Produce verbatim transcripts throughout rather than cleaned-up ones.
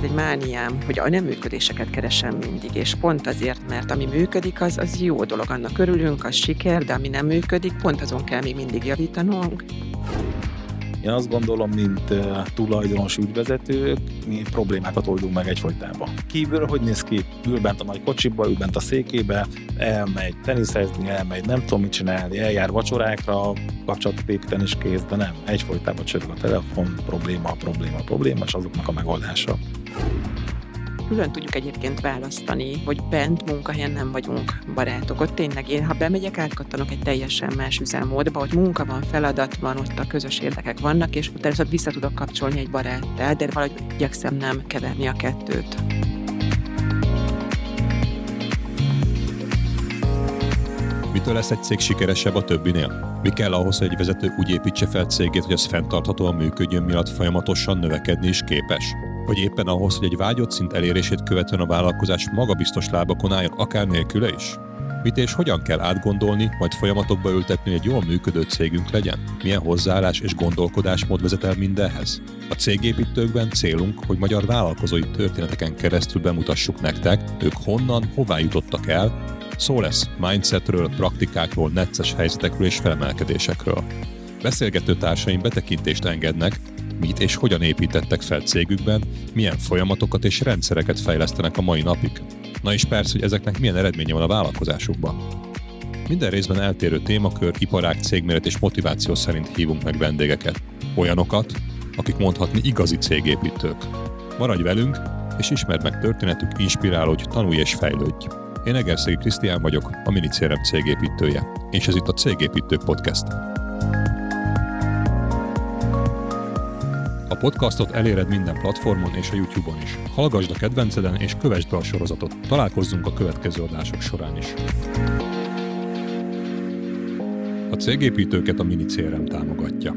ez egy mániám, hogy a nem működéseket keresem mindig, és pont azért, mert ami működik, az, az jó dolog, annak örülünk, az siker, de ami nem működik, pont azon kell még mindig javítanunk. Én azt gondolom, mint uh, tulajdonos ügyvezető, mi problémákat oldunk meg egyfolytában. Kívülről hogy néz ki? Ül bent a nagy kocsiba, ül bent a székébe, elmegy teniszezni, elmegy nem tudom mit csinálni, eljár vacsorákra, kapcsolatot építeni és kész, de nem. Egyfolytában csörög a telefon, probléma, probléma, probléma, és azoknak a megoldása. Külön tudjuk egyébként választani, hogy bent munkahelyen nem vagyunk barátok. Ott tényleg én, ha bemegyek, átkattanok egy teljesen más üzemmódba, ott munka van, feladat van, ott a közös érdekek vannak, és utána vissza tudok kapcsolni egy baráttal, de valahogy igyekszem nem keverni a kettőt. Mitől lesz egy cég sikeresebb a többinél? Mi kell ahhoz, hogy egy vezető úgy építse fel cégét, hogy az fenntarthatóan működjön, miatt folyamatosan növekedni is képes? Vagy éppen ahhoz, hogy egy vágyott szint elérését követően a vállalkozás magabiztos lábakon álljon, akár nélküle is? Mit és hogyan kell átgondolni, majd folyamatokba ültetni, hogy egy jól működő cégünk legyen? Milyen hozzáállás és gondolkodásmód vezet el mindenhez? A cégépítőkben célunk, hogy magyar vállalkozói történeteken keresztül bemutassuk nektek, ők honnan, hová jutottak el. Szó lesz mindsetről, praktikákról, necces helyzetekről és felemelkedésekről. Beszélgető társaim betekintést engednek, mit és hogyan építettek fel cégükben, milyen folyamatokat és rendszereket fejlesztenek a mai napig. Na és persze, hogy ezeknek milyen eredménye van a vállalkozásukban. Minden részben eltérő témakör, iparág, cégméret és motiváció szerint hívunk meg vendégeket. Olyanokat, akik mondhatni igazi cégépítők. Maradj velünk, és ismerd meg történetük, inspirálódj, tanulj és fejlődj. Én Egerszegi Krisztián vagyok, a Minicérem cégépítője, és ez itt a Cégépítők Podcast. A podcastot eléred minden platformon és a YouTube-on is. Hallgasd a kedvenceden és kövesd be a sorozatot. Találkozzunk a következő adások során is. A cégépítőket a Minicérem támogatja.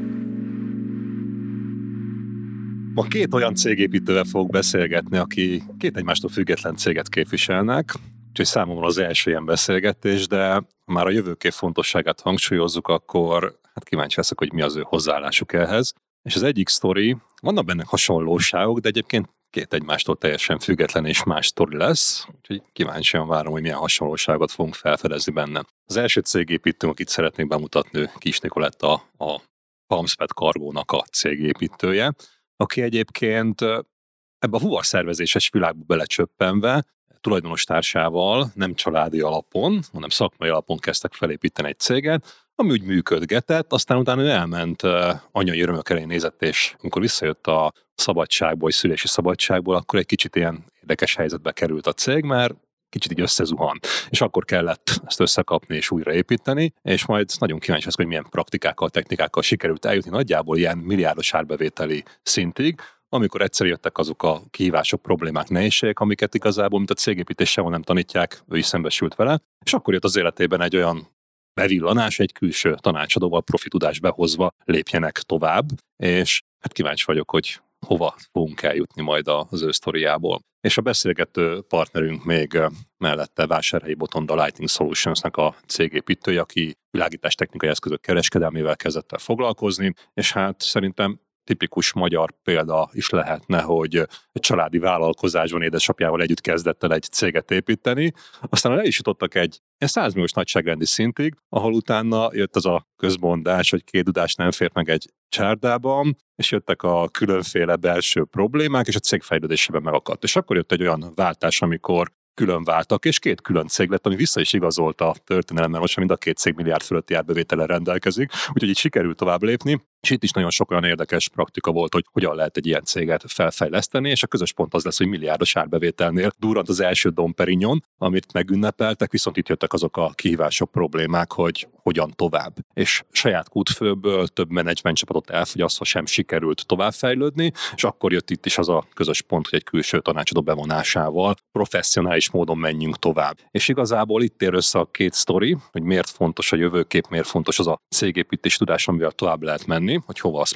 Ma két olyan cégépítővel fogok beszélgetni, aki két egymástól független céget képviselnek, úgyhogy számomra az első ilyen beszélgetés, de már a jövőkép fontosságát hangsúlyozzuk, akkor hát kíváncsi leszek, hogy mi az ő hozzáállásuk ehhez. És az egyik sztori, vannak benne hasonlóságok, de egyébként két egymástól teljesen független és más sztori lesz, úgyhogy kíváncsian várom, hogy milyen hasonlóságot fogunk felfedezni benne. Az első cégépítőnk, akit szeretnék bemutatni, Kis Nikoletta, a Palmspad Cargónak a cégépítője, aki egyébként ebbe a fuvarszervezéses világba belecsöppenve tulajdonos társával nem családi alapon, hanem szakmai alapon kezdtek felépíteni egy céget, ami úgy működgetett, aztán utána ő elment uh, anyai örömök elé nézett, és amikor visszajött a szabadságból, vagy szülési szabadságból, akkor egy kicsit ilyen érdekes helyzetbe került a cég, mert kicsit így összezuhant. És akkor kellett ezt összekapni és újraépíteni, és majd nagyon kíváncsi lesz, hogy milyen praktikákkal, technikákkal sikerült eljutni nagyjából ilyen milliárdos árbevételi szintig, amikor egyszer jöttek azok a kihívások, problémák, nehézségek, amiket igazából, mint a cégépítés sehol nem tanítják, ő is szembesült vele, és akkor jött az életében egy olyan bevillanás, egy külső tanácsadóval profi tudást behozva lépjenek tovább, és hát kíváncsi vagyok, hogy hova fogunk eljutni majd az ő sztoriából. És a beszélgető partnerünk még mellette Vásárhelyi Botond, a Lighting Solutionsnak a cégépítője, aki világítás technikai eszközök kereskedelmével kezdett el foglalkozni, és hát szerintem tipikus magyar példa is lehetne, hogy egy családi vállalkozásban édesapjával együtt kezdett el egy céget építeni, aztán el is jutottak egy száz milliós nagyságrendi szintig, ahol utána jött az a közmondás, hogy két dudás nem fért meg egy csárdában, és jöttek a különféle belső problémák, és a cég fejlődésében megakadt. És akkor jött egy olyan váltás, amikor külön váltak, és két külön cég lett, ami vissza is igazolta a történelemben, most mind a két cég milliárd fölötti árbevétellel rendelkezik, úgyhogy így sikerült tovább lépni, és itt is nagyon sok olyan érdekes praktika volt, hogy hogyan lehet egy ilyen céget felfejleszteni, és a közös pont az lesz, hogy milliárdos árbevételnél durrant az első Dom Perignon, amit megünnepeltek, viszont itt jöttek azok a kihívások, problémák, hogy hogyan tovább. És saját kútfőből több menedzsment csapatot elfogyasztva sem sikerült továbbfejlődni, és akkor jött itt is az a közös pont, hogy egy külső tanácsadó bevonásával professzionális módon menjünk tovább. És igazából itt ér össze a két sztori, hogy miért fontos a jövőkép, miért fontos az a cégépítés tudás, amivel tovább lehet menni, hogy hova azt majd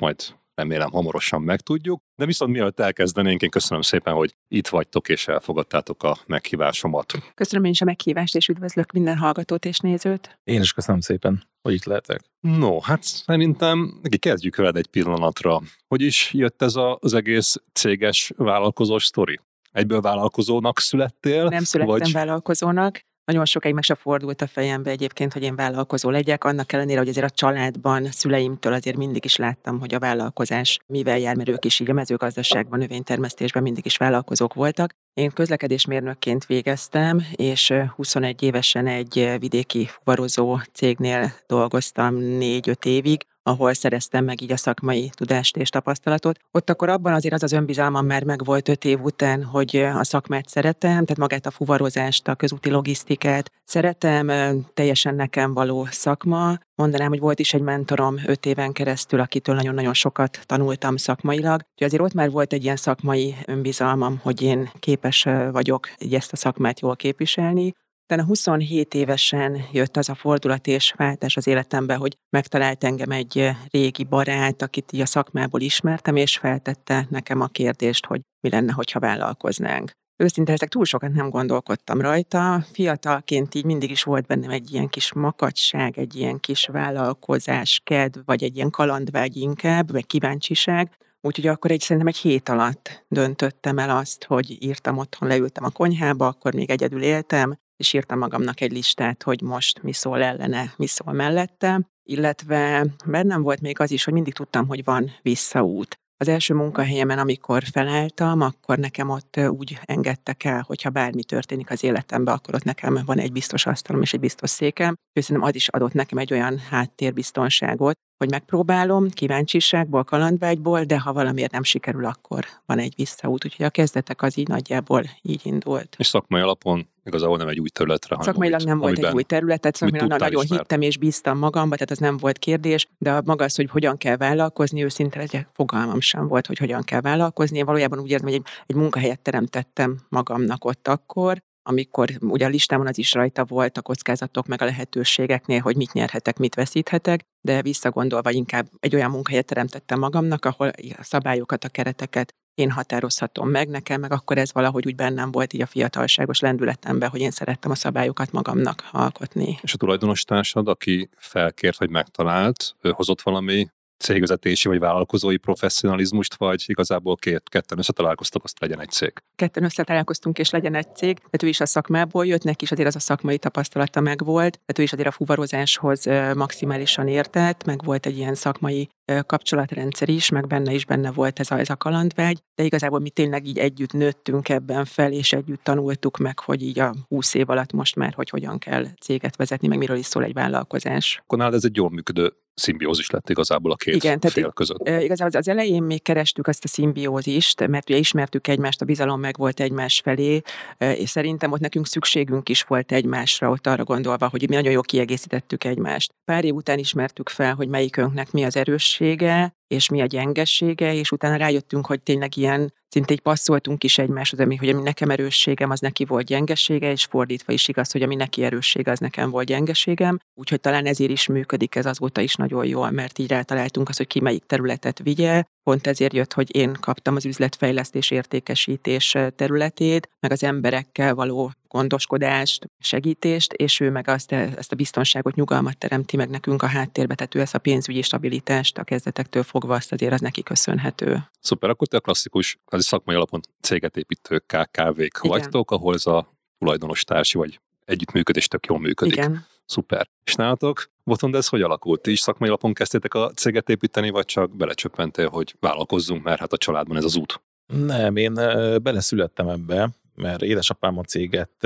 remélem hamarosan megtudjuk. De viszont mielőtt elkezdenénk, én köszönöm szépen, hogy itt vagytok és elfogadtátok a meghívásomat. Köszönöm én is a meghívást, és üdvözlök minden hallgatót és nézőt. Én is köszönöm szépen, hogy itt lehetek. No, hát szerintem neki kezdjük veled egy pillanatra. Hogy is jött ez a, az egész céges vállalkozós sztori? Egyből vállalkozónak születtél? Nem születtem vagy... vállalkozónak. Nagyon sokáig meg se fordult a fejembe egyébként, hogy én vállalkozó legyek, annak ellenére, hogy azért a családban, szüleimtől azért mindig is láttam, hogy a vállalkozás mivel jár, mert ők is így a mezőgazdaságban, növénytermesztésben mindig is vállalkozók voltak. Én közlekedésmérnökként végeztem, és huszonegy évesen egy vidéki fuvarozó cégnél dolgoztam négy-öt évig, ahol szereztem meg így a szakmai tudást és tapasztalatot. Ott akkor abban azért az az önbizalmam már megvolt öt év után, hogy a szakmát szeretem, tehát magát a fuvarozást, a közúti logisztikát szeretem, teljesen nekem való szakma. Mondanám, hogy volt is egy mentorom öt éven keresztül, akitől nagyon-nagyon sokat tanultam szakmailag. Úgyhogy azért ott már volt egy ilyen szakmai önbizalmam, hogy én képes vagyok ezt a szakmát jól képviselni. Utána huszonhét évesen jött az a fordulat és váltás az életembe, hogy megtalált engem egy régi barát, akit így a szakmából ismertem, és feltette nekem a kérdést, hogy mi lenne, hogyha vállalkoznánk. Őszintén ezek túl sokat nem gondolkodtam rajta. Fiatalként így mindig is volt bennem egy ilyen kis makacság, egy ilyen kis vállalkozás, kedv, vagy egy ilyen kalandvágy inkább, vagy kíváncsiság. Úgyhogy akkor egy, szerintem egy hét alatt döntöttem el azt, hogy írtam otthon, leültem a konyhába, akkor még egyedül éltem, és írtam magamnak egy listát, hogy most mi szól ellene, mi szól mellette, illetve bennem volt még az is, hogy mindig tudtam, hogy van visszaút. Az első munkahelyemen, amikor felálltam, akkor nekem ott úgy engedtek el, hogyha bármi történik az életemben, akkor ott nekem van egy biztos asztalom és egy biztos székem. Ő szerintem az is adott nekem egy olyan háttérbiztonságot, hogy megpróbálom kíváncsiságból, kalandvágyból, de ha valamiért nem sikerül, akkor van egy visszaút. Úgyhogy a kezdetek az így nagyjából így indult. És szakmai alapon igazából nem egy új területre, hanem szakmailag nem volt egy új terület, tehát szakmailag nagyon hittem hittem és bíztam magamba, tehát az nem volt kérdés, de maga az, hogy hogyan kell vállalkozni, őszintén egy fogalmam sem volt, hogy hogyan kell vállalkozni. Én valójában úgy érzem, hogy egy, egy munkahelyet teremtettem magamnak ott akkor, amikor ugye a listámon az is rajta volt a kockázatok meg a lehetőségeknél, hogy mit nyerhetek, mit veszíthetek, de visszagondolva inkább egy olyan munkahelyet teremtettem magamnak, ahol a szabályokat, a kereteket én határozhatom meg nekem, meg akkor ez valahogy úgy bennem volt így a fiatalságos lendületemben, hogy én szerettem a szabályokat magamnak alkotni. És a tulajdonos társad, aki felkért vagy megtalált, ő hozott valami cégvezetési vagy vállalkozói professzionalizmust, vagy igazából két, ketten összetalálkoztak, azt legyen egy cég? Ketten összetalálkoztunk, és legyen egy cég, tehát ő is a szakmából jött, neki is azért az a szakmai tapasztalata megvolt, tehát ő is azért a fuvarozáshoz maximálisan értett, meg volt egy ilyen szakmai kapcsolatrendszer is, meg benne is benne volt ez a, ez a kalandvágy, de igazából mi tényleg így együtt nőttünk ebben fel, és együtt tanultuk meg, hogy így a húsz év alatt most már, hogy hogyan kell céget vezetni, meg miről is szól egy vállalkozás. Akkor nálad ez egy jól működő szimbiózis lett igazából a két Igen, fél között. Igazából az elején még kerestük azt a szimbiózist, mert ugye ismertük egymást, a bizalom meg volt egymás felé, és szerintem ott nekünk szükségünk is volt egymásra, ott arra gondolva, hogy mi nagyon jól kiegészítettük egymást. Pár év után ismertük fel, hogy melyikünknek mi az erőssége, és mi a gyengesége, és utána rájöttünk, hogy tényleg ilyen szinte így passzoltunk is egymáshoz, ami, hogy ami nekem erősségem, az neki volt gyengesége, és fordítva is igaz, hogy ami neki erőssége, az nekem volt gyengeségem. Úgyhogy talán ezért is működik ez azóta is nagyon jól, mert így rátaláltunk az, hogy ki melyik területet vigye. Pont ezért jött, hogy én kaptam az üzletfejlesztés értékesítés területét, meg az emberekkel való gondoskodást, segítést, és ő meg azt, ezt a biztonságot, nyugalmat teremti meg nekünk a háttérbe, tehát ő ezt a pénzügyi stabilitást a kezdetektől fogva azt azért az neki köszönhető. Szuper, akkor te a klasszikus, az szakmai alapon céget építő ká ká vék vagytok, ahol ez a tulajdonos társi vagy együttműködés tök jól működik. Igen. Szuper. És nálatok, Botond, ez hogy alakult? Ti is szakmai alapon kezdtétek a céget építeni, vagy csak belecsöppentél, hogy vállalkozzunk, mert hát a családban ez az út? Nem, én beleszülettem ebbe, mert édesapám a céget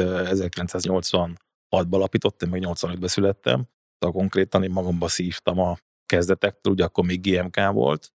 ezerkilencszáznyolcvanhatban alapítottam, még nyolcvanötben születtem. Tehát konkrétan én magamba szívtam a kezdetektől, ugye akkor még gé em ká volt,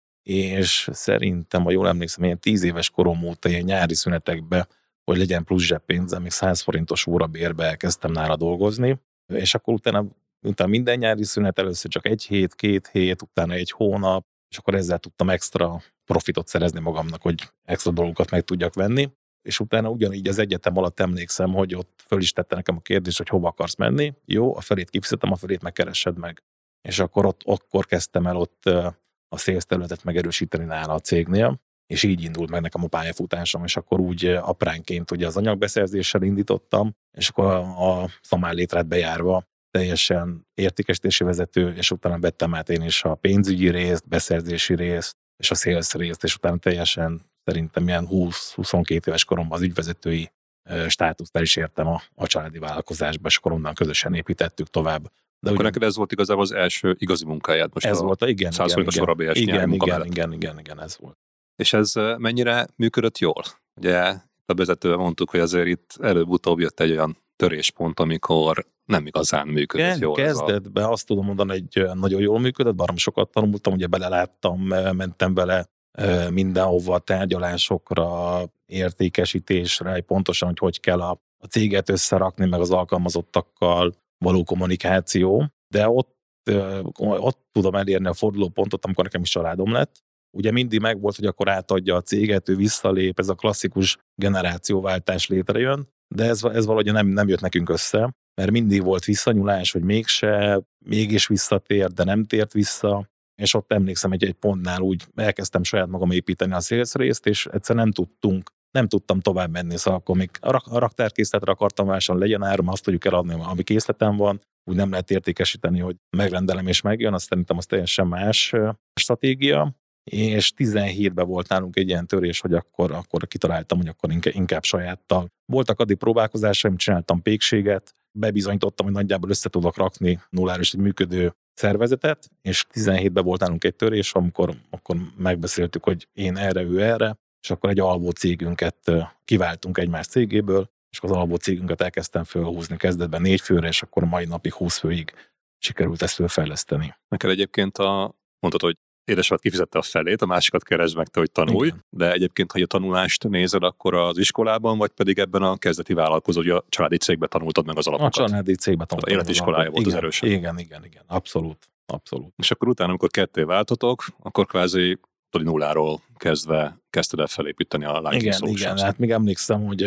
és szerintem, ha jól emlékszem, ilyen tíz éves korom óta ilyen nyári szünetekbe, hogy legyen plusz zseppénzem, még száz forintos órabérbe elkezdtem nála dolgozni, és akkor utána, utána minden nyári szünet, először csak egy hét, két hét, utána egy hónap, és akkor ezzel tudtam extra profitot szerezni magamnak, hogy extra dolgokat meg tudjak venni. És utána ugyanígy az egyetem alatt emlékszem, hogy ott föl is tette nekem a kérdést, hogy hova akarsz menni. Jó, a felét kifizetem, a felét megkeresed meg. És akkor ott akkor kezdtem el ott a sales területet megerősíteni nála a cégnél, és így indult meg nekem a pályafutásom, és akkor úgy apránként ugye az anyagbeszerzéssel indítottam, és akkor a, a szamállétrát bejárva teljesen értékesítési vezető, és utána vettem át én is a pénzügyi részt, beszerzési részt, és a sales részt, és utána teljesen szerintem ilyen húsz-huszonkettő éves koromban az ügyvezetői státuszt el is értem a, a családi vállalkozásba, és akkor onnan közösen építettük tovább. De akkor neked ez volt igazából az első igazi munkájad most ez a volt, igen, igen, igen, igen, igen, igen, igen, igen, igen, ez volt. És ez mennyire működött jól? Ugye a vezetővel mondtuk, hogy azért itt előbb-utóbb jött egy olyan töréspont, amikor nem igazán működött Igen, jól. kezdetben a... azt tudom mondani, hogy nagyon jól működött, barom sokat tanultam, ugye beleláttam, mentem vele mindenhova, a tárgyalásokra, értékesítésre, pontosan, hogy hogy kell a, a céget összerakni, meg az alkalmazottakkal való kommunikáció, de ott, ott tudom elérni a fordulópontot, amikor nekem is családom lett. Ugye mindig megvolt, hogy akkor átadja a céget, ő visszalép, ez a klasszikus generációváltás létrejön, de ez, ez valahogy nem, nem jött nekünk össze, mert mindig volt visszanyulás, hogy mégse, mégis visszatér, de nem tért vissza, és ott emlékszem, hogy egy pontnál úgy elkezdtem saját magam építeni a sales részt, és egyszer nem tudtunk, nem tudtam tovább menni, szóval akkor még a raktárkészletre akartam vásárolni, legyen áram, azt tudjuk eladni, ami készletem van, úgy nem lehet értékesíteni, hogy megrendelem és megjön, azt szerintem az teljesen más stratégia, és tizenhétben volt nálunk egy ilyen törés, hogy akkor, akkor kitaláltam, hogy akkor inkább, inkább sajáttal. Voltak addig próbálkozásaim, csináltam pékséget, bebizonyítottam, hogy nagyjából össze tudok rakni nullára is egy működő szervezetet, és tizenhétben volt nálunk egy törés, amikor akkor megbeszéltük, hogy én erre, ő erre, és akkor egy alvó cégünket kiváltunk egymás cégéből, és az alvó cégünket elkezdtem fölhúzni kezdetben négy főre, és akkor mai napig húsz főig sikerült ezt fölfejleszteni. Neked egyébként a, mondtad, hogy édesapád kifizette a felét, a másikat keresd meg te, hogy tanulj, igen. De egyébként, ha a tanulást nézed, akkor az iskolában, vagy pedig ebben a kezdeti vállalkozó, hogy a családi cégben tanultad meg az alapokat? A családi cégben tanultam. Az életiskolája volt igen, az erősen. Igen, igen, igen, abszolút, abszolút. És akkor utána, amikor ketté váltatok, akkor kvázi nulláról kezdve kezdted el felépíteni a Lightning igen, Solutions. Igen, hát még emlékszem, hogy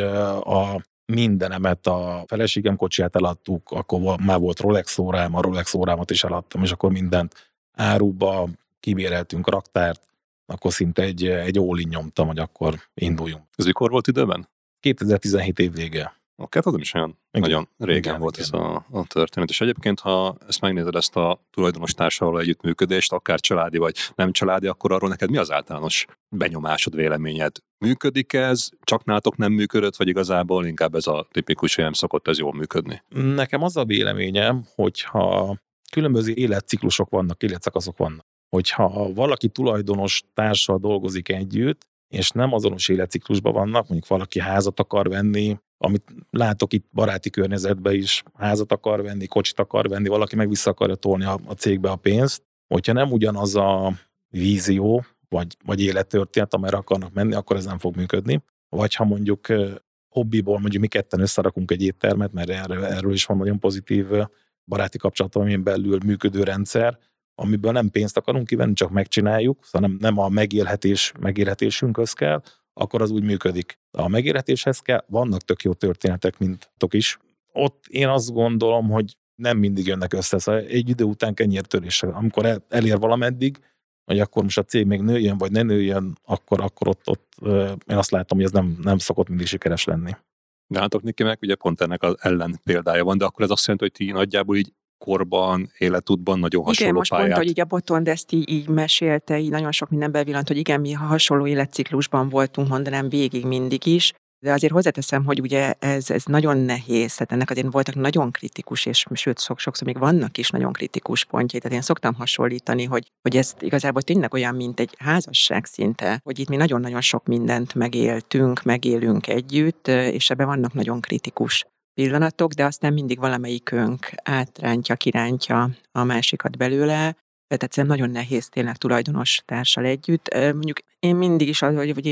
a mindenemet, a feleségem kocsiját eladtuk, akkor már volt Rolex órám, a Rolex órámat is eladtam, és akkor mindent áruba kibéreltünk raktárt, akkor szinte egy, egy all-in nyomtam, hogy akkor induljunk. Ez mikor volt időben? kétezer-tizenhét év vége. Oké, hát az nem is olyan igen, nagyon régen igen, volt igen. ez a, a történet. És egyébként, ha ezt megnézed, ezt a tulajdonos társal együttműködést, akár családi vagy nem családi, akkor arról neked mi az általános benyomásod, véleményed? Működik ez? Csak nálatok nem működött, vagy igazából inkább ez a tipikus, hogy nem szokott ez jól működni? Nekem az a véleményem, hogyha különböző életciklusok vannak, életszakaszok vannak, hogyha valaki tulajdonos társal dolgozik együtt, és nem azonos életciklusban vannak, mondjuk valaki házat akar venni, amit látok itt baráti környezetben is, házat akar venni, kocsit akar venni, valaki meg vissza akarja tolni a, a cégbe a pénzt, hogyha nem ugyanaz a vízió, vagy, vagy élettörténet, amelyre akarnak menni, akkor ez nem fog működni. Vagy ha mondjuk hobbiból mondjuk mi ketten összerakunk egy éttermet, mert erről, erről is van nagyon pozitív baráti kapcsolatom, amin belül működő rendszer, amiből nem pénzt akarunk kivenni, csak megcsináljuk, szóval nem, nem a megélhetés, megélhetésünkhöz kell, akkor az úgy működik. A megélhetéshez kell, vannak tök jó történetek, mint tok is. Ott én azt gondolom, hogy nem mindig jönnek össze, szóval egy idő után kenyértörés. Amikor el, elér valameddig, hogy akkor most a cég még nőjön, vagy ne nőjön, akkor, akkor ott, ott én azt látom, hogy ez nem, nem szokott mindig sikeres lenni. De hát Niki meg ugye pont ennek az ellen példája van, de akkor ez azt jelenti, hogy ti nagyjából így korban, életútban nagyon hasonló igen, most pályát. pont, hogy így a Botond ezt így, így mesélte, így nagyon sok minden bevillant, hogy igen, mi hasonló életciklusban voltunk, mondanám végig mindig is, de azért hozzáteszem, hogy ugye ez, ez nagyon nehéz, tehát ennek azért voltak nagyon kritikus, és sőt, sokszor még vannak is nagyon kritikus pontjai, tehát én szoktam hasonlítani, hogy, hogy ez igazából tényleg olyan, mint egy házasság szinte, hogy itt mi nagyon-nagyon sok mindent megéltünk, megélünk együtt, és ebben vannak nagyon kritikus pillanatok, de aztán mindig valamelyikünk átrántja, kirántja a másikat belőle, tehát egyszerűen nagyon nehéz tényleg tulajdonos társal együtt. Mondjuk én mindig is, hogy én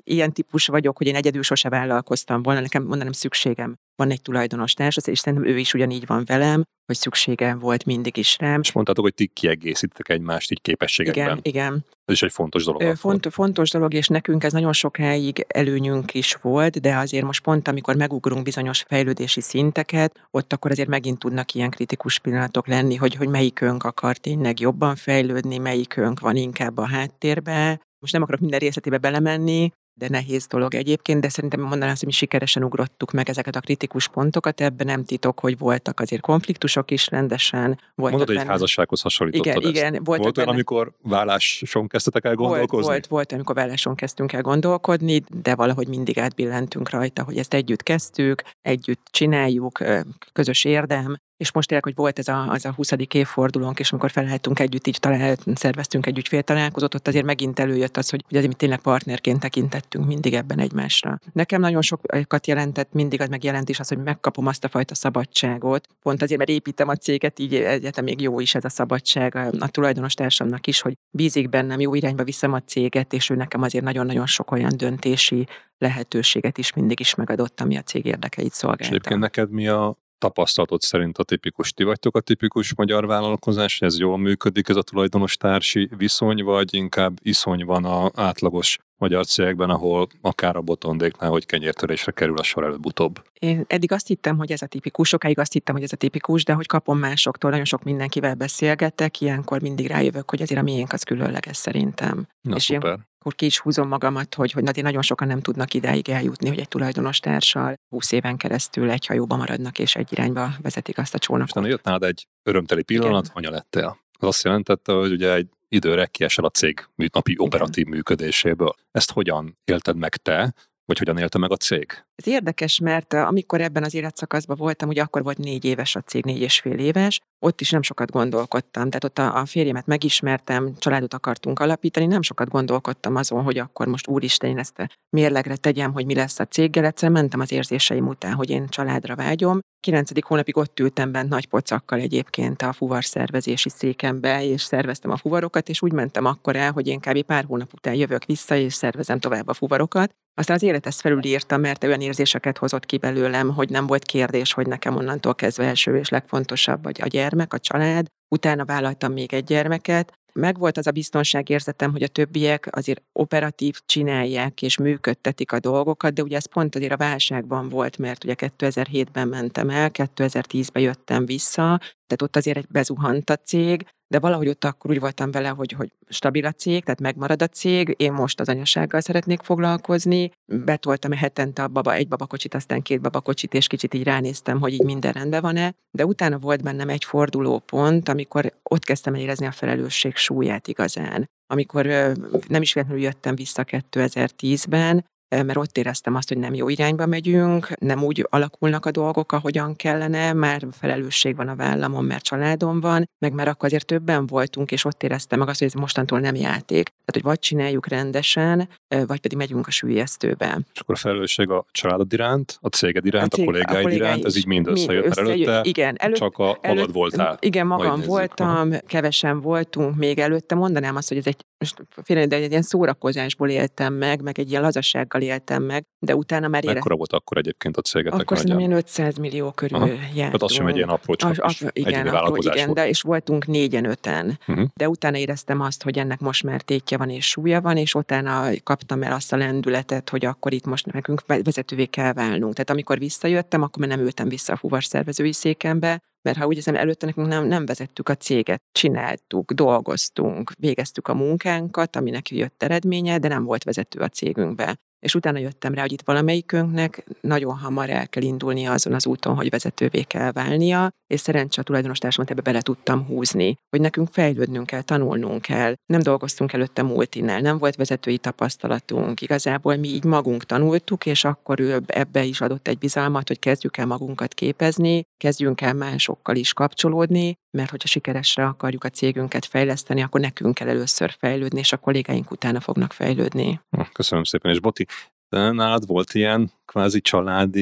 ilyen típus vagyok, hogy én egyedül sose vállalkoztam volna, nekem mondanám szükségem van egy tulajdonos társhoz, és szerintem ő is ugyanígy van velem, hogy szükségem volt mindig is rám. És mondtátok, hogy ti kiegészítitek egymást így képességekben. Igen, igen. Ez is egy fontos dolog. Ö, font, fontos dolog, és nekünk ez nagyon sokáig előnyünk is volt, de azért most pont, amikor megugrunk bizonyos fejlődési szinteket, ott akkor azért megint tudnak ilyen kritikus pillanatok lenni, hogy, hogy melyikünk akar tényleg jobban fejlődni, melyikünk van inkább a háttérbe. Most nem akarok minden részletébe belemenni, de nehéz dolog egyébként, de szerintem mondanám, hogy mi sikeresen ugrottuk meg ezeket a kritikus pontokat, ebben nem titok, hogy voltak azért konfliktusok is rendesen. Voltak Mondod, hogy benne... egy házassághoz hasonlítottad igen, ezt. Igen, volt olyan, benne... amikor válláson kezdtetek el gondolkozni? Volt, volt, volt, amikor válláson kezdtünk el gondolkodni, de valahogy mindig átbillentünk rajta, hogy ezt együtt kezdtük, együtt csináljuk, közös érdem, és most tényleg, hogy volt ez a, az a huszadik évfordulónk, és amikor felálltunk együtt, így talált, szerveztünk egy ügyféltalálkozót, ott azért megint előjött az, hogy, hogy azért mi tényleg partnerként tekintettünk mindig ebben egymásra. Nekem nagyon sokat jelentett, mindig az megjelent is az, hogy megkapom azt a fajta szabadságot. Pont azért, mert építem a céget, így egyetem még jó is ez a szabadság a, a tulajdonos társamnak is, hogy bízik bennem, jó irányba viszem a céget, és ő nekem azért nagyon-nagyon sok olyan döntési lehetőséget is mindig is megadott, ami a cég érdekeit szolgálta. És egyébként neked mi a tapasztalatod szerint a tipikus, ti vagytok a tipikus magyar vállalkozás, hogy ez jól működik, ez a tulajdonos-társi viszony, vagy inkább iszony van az átlagos magyar cégekben, ahol akár a botondéknál, hogy kenyértörésre kerül a sor előbb-utóbb? Én eddig azt hittem, hogy ez a tipikus, sokáig azt hittem, hogy ez a tipikus, de hogy kapom másoktól, nagyon sok mindenkivel beszélgetek, ilyenkor mindig rájövök, hogy azért a miénk az különleges szerintem. Na, és szuper. Akkor ki is húzom magamat, hogy, hogy azért nagyon sokan nem tudnak idáig eljutni, hogy egy tulajdonos társal húsz éven keresztül egy hajóba maradnak, és egy irányba vezetik azt a csónakot. Aztán jött nálad egy örömteli pillanat, igen. Anya lettél. Az azt jelentette, hogy ugye egy időre kiesel a cég napi operatív igen. működéséből. Ezt hogyan élted meg te, vagy hogyan élte meg a cég? Ez érdekes, mert amikor ebben az életszakaszban voltam, ugye akkor volt négy éves a cég, négy és fél éves, ott is nem sokat gondolkodtam. Tehát ott a, a férjemet megismertem, családot akartunk alapítani, nem sokat gondolkodtam azon, hogy akkor most úristen, én ezt a mérlegre tegyem, hogy mi lesz a céggel. Egyszer mentem az érzéseim után, hogy én családra vágyom. kilencedik hónapig ott ültem bent nagy pocakkal egyébként a fuvarszervezési székembe, és szerveztem a fuvarokat, és úgy mentem akkor el, hogy én kb. Pár hónap után jövök vissza, és szervezem tovább a fuvarokat. Aztán az élet ezt felülírta, mert olyan érzéseket hozott ki belőlem, hogy nem volt kérdés, hogy nekem onnantól kezdve első és legfontosabb vagy a gyermek, a család. Utána vállaltam még egy gyermeket. Megvolt az a biztonságérzetem, hogy a többiek azért operatív csinálják és működtetik a dolgokat, de ugye ez pont azért a válságban volt, mert ugye kétezer-hétben mentem el, kétezer-tízben jöttem vissza, tehát ott azért egy bezuhant a cég, de valahogy ott akkor úgy voltam vele, hogy, hogy stabil a cég, tehát megmarad a cég, én most az anyasággal szeretnék foglalkozni, betoltam hetente a baba, egy babakocsit, aztán két babakocsit, és kicsit így ránéztem, hogy így minden rendben van-e, de utána volt bennem egy fordulópont, amikor ott kezdtem el érezni a felelősség súlyát igazán. Amikor nem is véletlenül jöttem vissza kétezer-tízben, mert ott éreztem azt, hogy nem jó irányba megyünk, nem úgy alakulnak a dolgok, ahogyan kellene, már felelősség van a vállamon, mert családom van, meg már akkor azért többen voltunk, és ott éreztem meg azt, hogy ez mostantól nem játék. Tehát, hogy vagy csináljuk rendesen, vagy pedig megyünk a süllyesztőbe. És akkor a felelősség a családod iránt, a céged iránt, a, cég, a kollégáid a iránt, ez így mind összejött, mert előtte igen, előtt, csak a magad előtt, voltál. Igen, magam voltam, aha. Kevesen voltunk még előtte, mondanám azt, hogy ez egy, félre, de egy ilyen szórakozásból éltem meg, meg egy ilyen lazasággal éltem meg, de utána már ére... Mekkora volt akkor egyébként a cégetek? Akkor szerintem ilyen ötszáz millió körül aha. jártunk. Tehát az sem egy ilyen apró csak is igen, apró, igen, volt. De és voltunk négyen, öten. Uh-huh. De utána éreztem azt, hogy ennek most már tétje van és súlya van, és utána kaptam el azt a lendületet, hogy akkor itt most nekünk vezetővé kell válnunk. Tehát amikor visszajöttem, akkor már nem ültem vissza a fuvarszervezői székembe, mert ha úgy hiszem, előtte nekünk nem, nem vezettük a céget, csináltuk, dolgoztunk, végeztük a munkánkat, aminek jött eredménye, de nem volt vezető a cégünkbe. És utána jöttem rá, hogy itt valamelyikünknek nagyon hamar el kell indulnia azon az úton, hogy vezetővé kell válnia, és szerencsé a tulajdonostársamat ebbe bele tudtam húzni, hogy nekünk fejlődnünk kell, tanulnunk kell. Nem dolgoztunk előtte multinál, nem volt vezetői tapasztalatunk. Igazából mi így magunk tanultuk, és akkor ő ebbe is adott egy bizalmat, hogy kezdjük el magunkat képezni, kezdjünk el másokkal is kapcsolódni, mert hogyha sikeresre akarjuk a cégünket fejleszteni, akkor nekünk kell először fejlődni, és a kollégáink utána fognak fejlődni. Köszönöm szépen, és Boti, nálad volt ilyen kvázi családi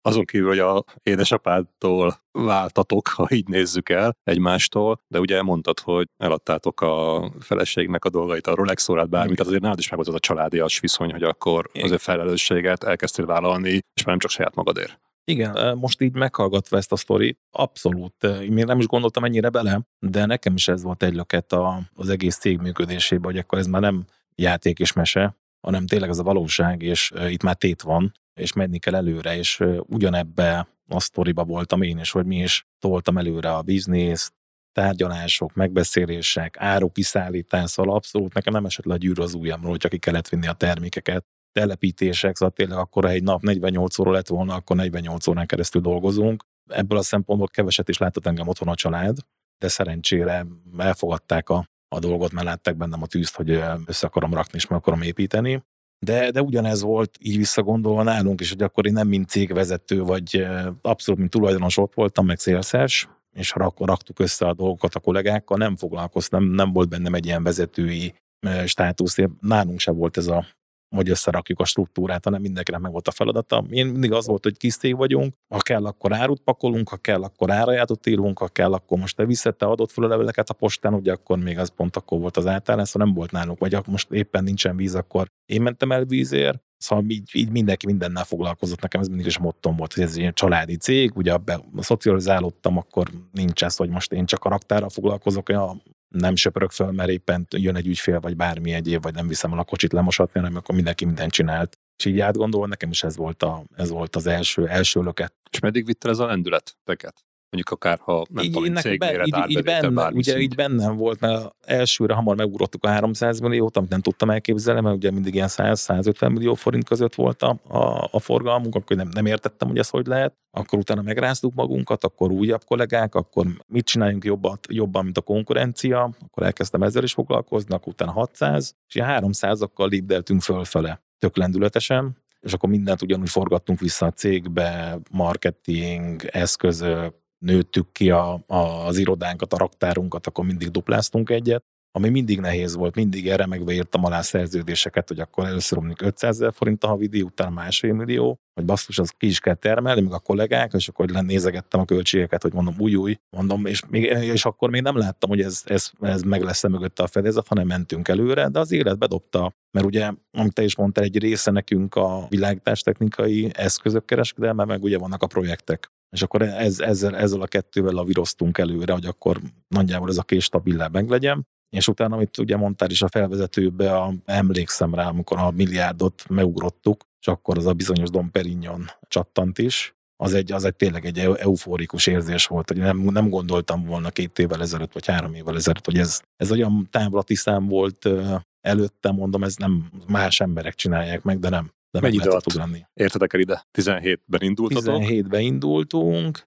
Azon kívül, hogy a édesapádtól váltatok, ha így nézzük el egymástól, de ugye mondtad, hogy eladtátok a feleségnek a dolgait, a Rolex órát, bármit, tehát azért nálad is meg volt az a családias viszony, hogy akkor az a felelősséget elkezdtél vállalni, és már nem csak saját magadért. Igen, most így meghallgatva ezt a sztorit, abszolút, én még nem is gondoltam ennyire bele, de nekem is ez volt egy löket a, az egész cég működésében, hogy akkor ez már nem játék és mese, hanem tényleg ez a valóság, és uh, itt már tét van, és menni kell előre, és uh, ugyanebbe a sztoriba voltam én is, hogy mi is toltam előre a bizniszt, tárgyalások, megbeszélések, árukiszállítás, szóval abszolút nekem nem esett le a gyűrű az ujjamról, hogyha ki kellett vinni a termékeket, telepítések, szóval tényleg akkor egy nap negyvennyolc óra lett volna, akkor negyvennyolc órán keresztül dolgozunk. Ebből a szempontból keveset is látott engem otthon a család, de szerencsére elfogadták a, a dolgot, mert látták bennem a tűzt, hogy össze akarom rakni és meg akarom építeni. De, de ugyanez volt így visszagondolva nálunk is, hogy akkor én nem mint cégvezető, vagy abszolút mint tulajdonos ott voltam, meg szélszes, és rak, raktuk össze a dolgokat a kollégákkal, nem foglalkoztam, nem, nem volt bennem egy ilyen vezetői státusz. Nálunk sem volt ez a hogy összerakjuk a struktúrát, hanem mindenkinek meg volt a feladata. Én mindig az volt, hogy kis cég vagyunk, ha kell, akkor árut pakolunk, ha kell, akkor árajátot írunk, ha kell, akkor most te viszed, te adott fel a leveleket a postán, ugye akkor még az pont akkor volt az átállás, szóval nem volt nálunk, vagy akkor most éppen nincsen víz, akkor én mentem el vízért, szóval így, így mindenki mindennel foglalkozott, nekem ez mindig is a mottom volt, hogy ez egy családi cég, ugye abban szocializálódtam, akkor nincs ez, hogy most én csak a raktárral foglalkozok, ja, nem söpörök föl, mert éppen jön egy ügyfél, vagy bármi egyéb, vagy nem viszem el a kocsit lemosatni, hanem akkor mindenki mindent csinált. És így átgondolva, nekem is ez volt, a, ez volt az első, első löket. És meddig vitte ez a lendületeket? Mondjuk akár, ha nem így, tudom, cégméret, árbevétel, bármi Ugye szint. Így bennem volt, mert elsőre hamar megugrottuk a háromszáz milliót, amit nem tudtam elképzelni, mert ugye mindig ilyen száz-százötven millió forint között volt a, a, a forgalmunk, akkor nem, nem értettem, hogy ez hogy lehet. Akkor utána megráztuk magunkat, akkor újabb kollégák, akkor mit csináljunk jobbat, jobban, mint a konkurencia, akkor elkezdtem ezzel is foglalkozni, akkor utána hatszáz, és ilyen háromszázakkal lépdeltünk fölfele, tök lendületesen, és akkor mindent ugyanúgy forgattunk vissza a cégbe, marketing, eszközök, nőttük ki a, a, az irodánkat, a raktárunkat, akkor mindig dupláztunk egyet, ami mindig nehéz volt, mindig erre megírtam alá szerződéseket, hogy akkor először mondjuk ötszázezer forint a havidíj, utána másfél millió, hogy basszus, az ki is kell termelni, meg a kollégák, és akkor nézegettem a költségeket, hogy mondom, új, új, mondom, és, még, és akkor még nem láttam, hogy ez, ez, ez meg lesz-e mögötte a fedezet, hanem mentünk előre, de az élet bedobta, mert ugye, amit te is mondtál, egy része nekünk a világítástechnikai eszközök kereskedelme, meg ugye vannak a projektek. És akkor ez, ezzel, ezzel a kettővel lavíroztunk előre, hogy akkor nagyjából ez a kés stabilá meglegyen. És utána, amit ugye mondtál is a felvezetőbe, a, emlékszem rá, amikor a milliárdot megugrottuk, és akkor az a bizonyos Dom Perignon csattant is. Az egy, az egy tényleg egy eufórikus érzés volt, hogy nem, nem gondoltam volna két évvel ezelőtt, vagy három évvel ezelőtt, hogy ez, ez olyan távlati szám volt előtte, mondom, ez nem más emberek csinálják meg, de nem. De mennyi idő alatt értetek el ide? tizenhétben indultatok? tizenhétben indultunk,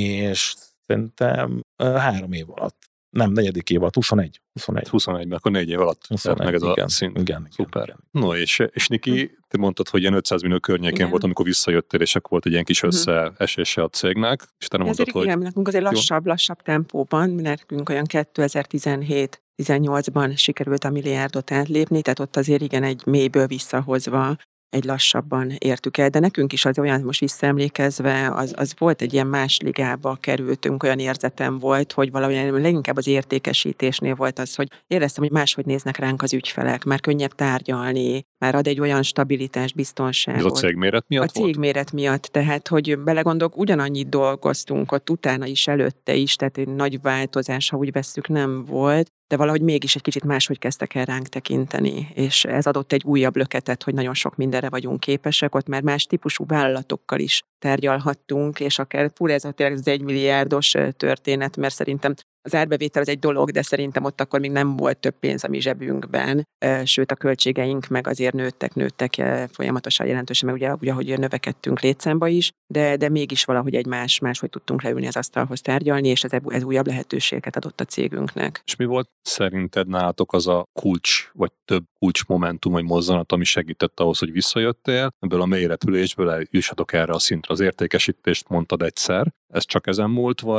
és szerintem három év alatt. Nem, negyedik év alatt, huszonegy. huszonegy. huszonegyben, akkor négy év alatt. huszonegy, meg ez igen, a szint. Igen, szuper. Igen, igen. No, és, és Niki, te mondtad, hogy ilyen ötszáz millió környékén igen. volt, amikor visszajöttél, és akkor volt egy ilyen kis összeesése a cégnek, és te nem mondtad, ezért hogy... Igen, nekünk azért lassabb, lassabb tempóban, nekünk olyan kétezer-tizenhét tizennyolcban sikerült a milliárdot átlépni, tehát ott azért igen egy mélyből visszahozva egy lassabban értük el, de nekünk is az olyan, most visszaemlékezve, az, az volt egy ilyen más ligába kerültünk, olyan érzetem volt, hogy valami leginkább az értékesítésnél volt az, hogy éreztem, hogy máshogy néznek ránk az ügyfelek, már könnyebb tárgyalni, már ad egy olyan stabilitás, biztonságot. Ez a cégméret miatt A cégméret miatt, tehát, hogy belegondolok, ugyanannyit dolgoztunk ott utána is, előtte is, tehát egy nagy változás, ha úgy vesszük, nem volt, de valahogy mégis egy kicsit máshogy kezdtek el ránk tekinteni, és ez adott egy újabb löketet, hogy nagyon sok mindenre vagyunk képesek, ott már más típusú vállalatokkal is tárgyalhattunk, és akár fura ez a tényleg az egymilliárdos történet, mert szerintem az árbevétel az egy dolog, de szerintem ott akkor még nem volt több pénz a mi zsebünkben, sőt a költségeink meg azért nőttek, nőttek folyamatosan jelentősen, meg ugye, ugye hogy növekedtünk létszámba is, de, de mégis valahogy egy más, máshogy tudtunk leülni az asztalhoz tárgyalni, és ez, ez újabb lehetőséget adott a cégünknek. És mi volt szerinted nálatok az a kulcs, vagy több kulcsmomentum, vagy mozzanat, ami segített ahhoz, hogy visszajöttél, ebből a mélyretülésből eljussatok erre a szintre? Az értékesítést mondtad egyszer, ez csak ezen múlt, vagy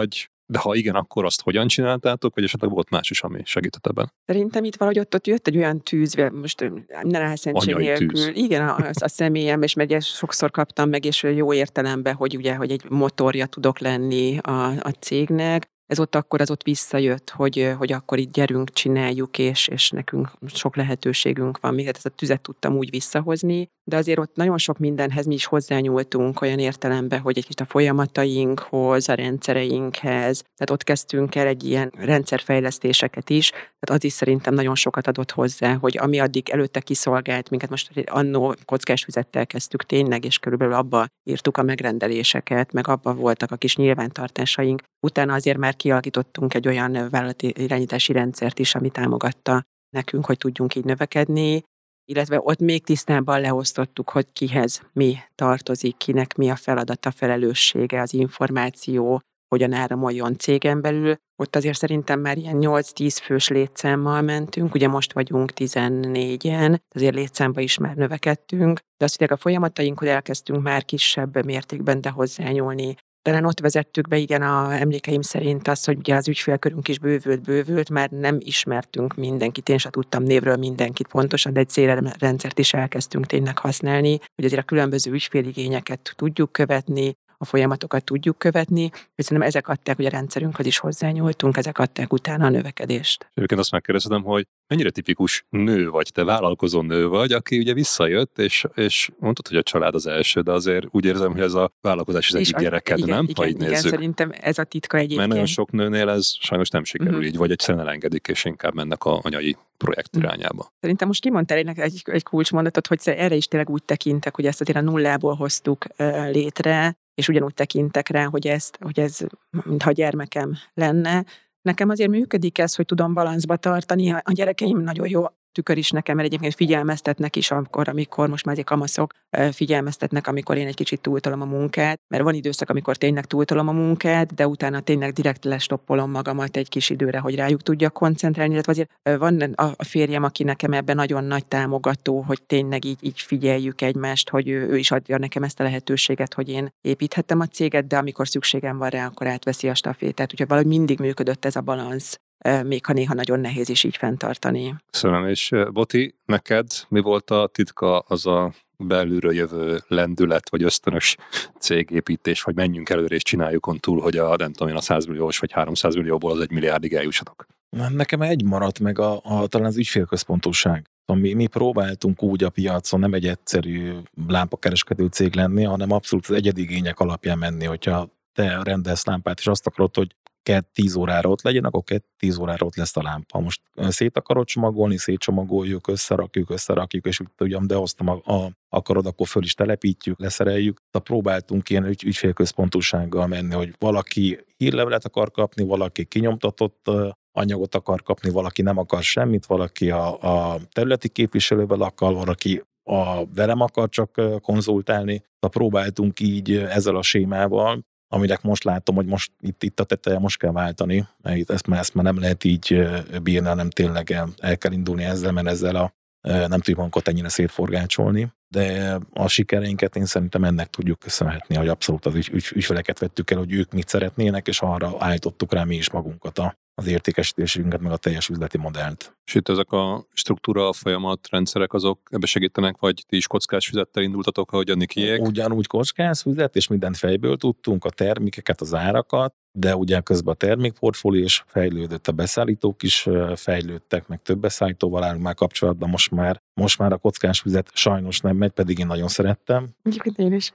De ha igen, akkor azt hogyan csináltátok, vagy esetleg volt más is, ami segített ebben? Szerintem itt valahogy ott, ott jött egy olyan tűz, most ne álszentség nélkül. Tűz. Igen, a, a személyem, és meg sokszor kaptam meg, és jó értelemben, hogy ugye, hogy egy motorja tudok lenni a, a cégnek. Ez ott akkor az ott visszajött, hogy, hogy akkor itt gyerünk, csináljuk, és, és nekünk sok lehetőségünk van. Még ezt a tüzet tudtam úgy visszahozni, de azért ott nagyon sok mindenhez mi is hozzányúltunk olyan értelemben, hogy egy kicsit a folyamatainkhoz, a rendszereinkhez, tehát ott kezdtünk el egy ilyen rendszerfejlesztéseket is, tehát az is szerintem nagyon sokat adott hozzá, hogy ami addig előtte kiszolgált minket, most annó kockás füzettel kezdtük tényleg, és körülbelül abba írtuk a megrendeléseket, meg abba voltak a kis nyilvántartásaink. Utána azért már kialakítottunk egy olyan vállalati irányítási rendszert is, ami támogatta nekünk, hogy tudjunk így növekedni, illetve ott még tisztában leosztottuk, hogy kihez mi tartozik, kinek mi a feladata, felelőssége, az információ, hogyan áramoljon cégen belül. Ott azért szerintem már ilyen nyolc-tíz fős létszámmal mentünk, ugye most vagyunk tizennégyen, azért létszámba is már növekedtünk, de azt mondják, a folyamatainkhoz elkezdtünk már kisebb mértékben de hozzányúlni. Talán ott vezettük be, igen, a emlékeim szerint azt, hogy ugye az ügyfélkörünk is bővült, bővült, már nem ismertünk mindenkit, én sem tudtam névről mindenkit pontosan, de egy célrendszert is elkezdtünk tényleg használni, hogy azért a különböző ügyféligényeket tudjuk követni, a folyamatokat tudjuk követni, és szerintem ezek adták, hogy a rendszerünkhöz is hozzányúltunk, ezek adták utána a növekedést. Egyébként azt megkérdeztem, hogy mennyire tipikus nő vagy, te vállalkozó nő vagy, aki ugye visszajött, és, és mondtad, hogy a család az első, de azért úgy érzem, hogy ez a vállalkozás az egyik gyereked, igen, nem? Igen, ha így igen, nézzük. szerintem ez a titka egyébként. Mert nagyon sok nőnél ez sajnos nem sikerül uh-huh. így, vagy egyszerűen elengedik, és inkább mennek a anyai projekt irányába. Szerintem most kimondtál egy, egy, egy kulcsmondatot, hogy erre is tényleg úgy tekintek, hogy ezt azért a nullából hoztuk uh, létre, és ugyanúgy tekintek rá, hogy, ezt, hogy ez mintha gyermekem lenne. Nekem azért működik ez, hogy tudom balanszba tartani. A gyerekeim nagyon jó tükör is nekem, mert egyébként figyelmeztetnek is akkor, amikor most már azért kamaszok figyelmeztetnek, amikor én egy kicsit túltolom a munkát, mert van időszak, amikor tényleg túltolom a munkát, de utána tényleg direkt lestoppolom magamat egy kis időre, hogy rájuk tudjak koncentrálni, illetve azért van a férjem, aki nekem ebben nagyon nagy támogató, hogy tényleg így, így figyeljük egymást, hogy ő, ő is adja nekem ezt a lehetőséget, hogy én építhettem a céget, de amikor szükségem van rá, akkor átveszi a stafétát, úgyhogy valahogy mindig működött ez a balansz, még ha néha nagyon nehéz is így fenntartani. Köszönöm, és Boti, neked mi volt a titka, az a belülről jövő lendület, vagy ösztönös cégépítés, vagy menjünk előre és csináljuk on túl, hogy a, nem tudom én, a száz milliós vagy háromszáz millióból az egy milliárdig eljussatok? Nekem egy maradt meg a, a, talán az ügyfélközpontúság. Mi, mi próbáltunk úgy a piacon nem egy egyszerű lámpakereskedő cég lenni, hanem abszolút az egyedi igények alapján menni, hogyha te rendelsz lámpát, és azt akarod, hogy kell tíz órára ott legyen, akkor kell tíz órára ott lesz a lámpa. Most szét akarod csomagolni, szétcsomagoljuk, összerakjuk, összerakjuk, és úgy tudjam, de hoztam a, a akarod, akkor föl is telepítjük, leszereljük. De próbáltunk ilyen ügy, ügyfélközpontúsággal menni, hogy valaki hírlevelet akar kapni, valaki kinyomtatott anyagot akar kapni, valaki nem akar semmit, valaki a, a területi képviselővel akar, valaki a velem akar csak konzultálni. De próbáltunk így ezzel a sémával, aminek most látom, hogy most itt, itt a teteje most kell váltani, mert ezt már, ezt már nem lehet így bírni, hanem tényleg el, el kell indulni ezzel, mert ezzel a nem tudjuk magunkat ennyire szétforgácsolni. De a sikereinket én szerintem ennek tudjuk köszönhetni, hogy abszolút az ügy, ügy, ügyfeleket vettük el, hogy ők mit szeretnének, és arra állítottuk rá mi is magunkat a, az értékesítésünket, meg a teljes üzleti modellt. És itt ezek a struktúra, a folyamat, rendszerek, azok ebbe segítenek, vagy ti is kockás füzettel indultatok, ahogy a Nikiék? Ugyanúgy kockás füzet, és mindent fejből tudtunk, a termékeket, az árakat, de ugye közben a termékportfólió is fejlődött, a beszállítók is fejlődtek, meg több beszállítóval állunk már kapcsolatban, most már, most már a kockás füzet sajnos nem megy, pedig én nagyon szerettem. Egyébként én is.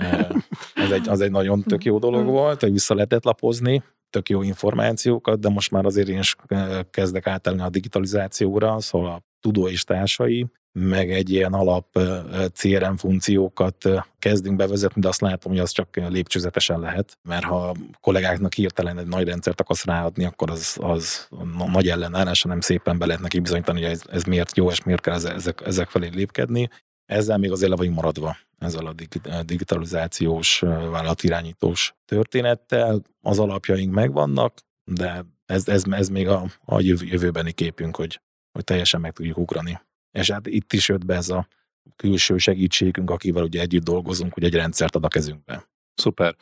Ez egy, az egy nagyon tök jó dolog volt, hogy vissza lehetett lapozni, tök jó információkat, de most már azért én is kezdek átállni a digitalizációra, szóval a Tudó és társai, meg egy ilyen alap cé er em funkciókat kezdünk bevezetni, de azt látom, hogy az csak lépcsőzetesen lehet, mert ha a kollégáknak hirtelen egy nagy rendszert akarsz ráadni, akkor az, az nagy ellenállás, nem szépen be lehet neki bizonyítani, hogy ez, ez miért jó, és miért kell ezek, ezek felé lépkedni. Ezzel még azért le vagyunk maradva, ezzel a digitalizációs, vállalatirányítós történettel. Az alapjaink megvannak, de ez, ez, ez még a, a jövőbeni képünk, hogy, hogy teljesen meg tudjuk ugrani. És hát itt is jött be ez a külső segítségünk, akivel ugye együtt dolgozunk, hogy egy rendszert ad a kezünkbe. Szuper.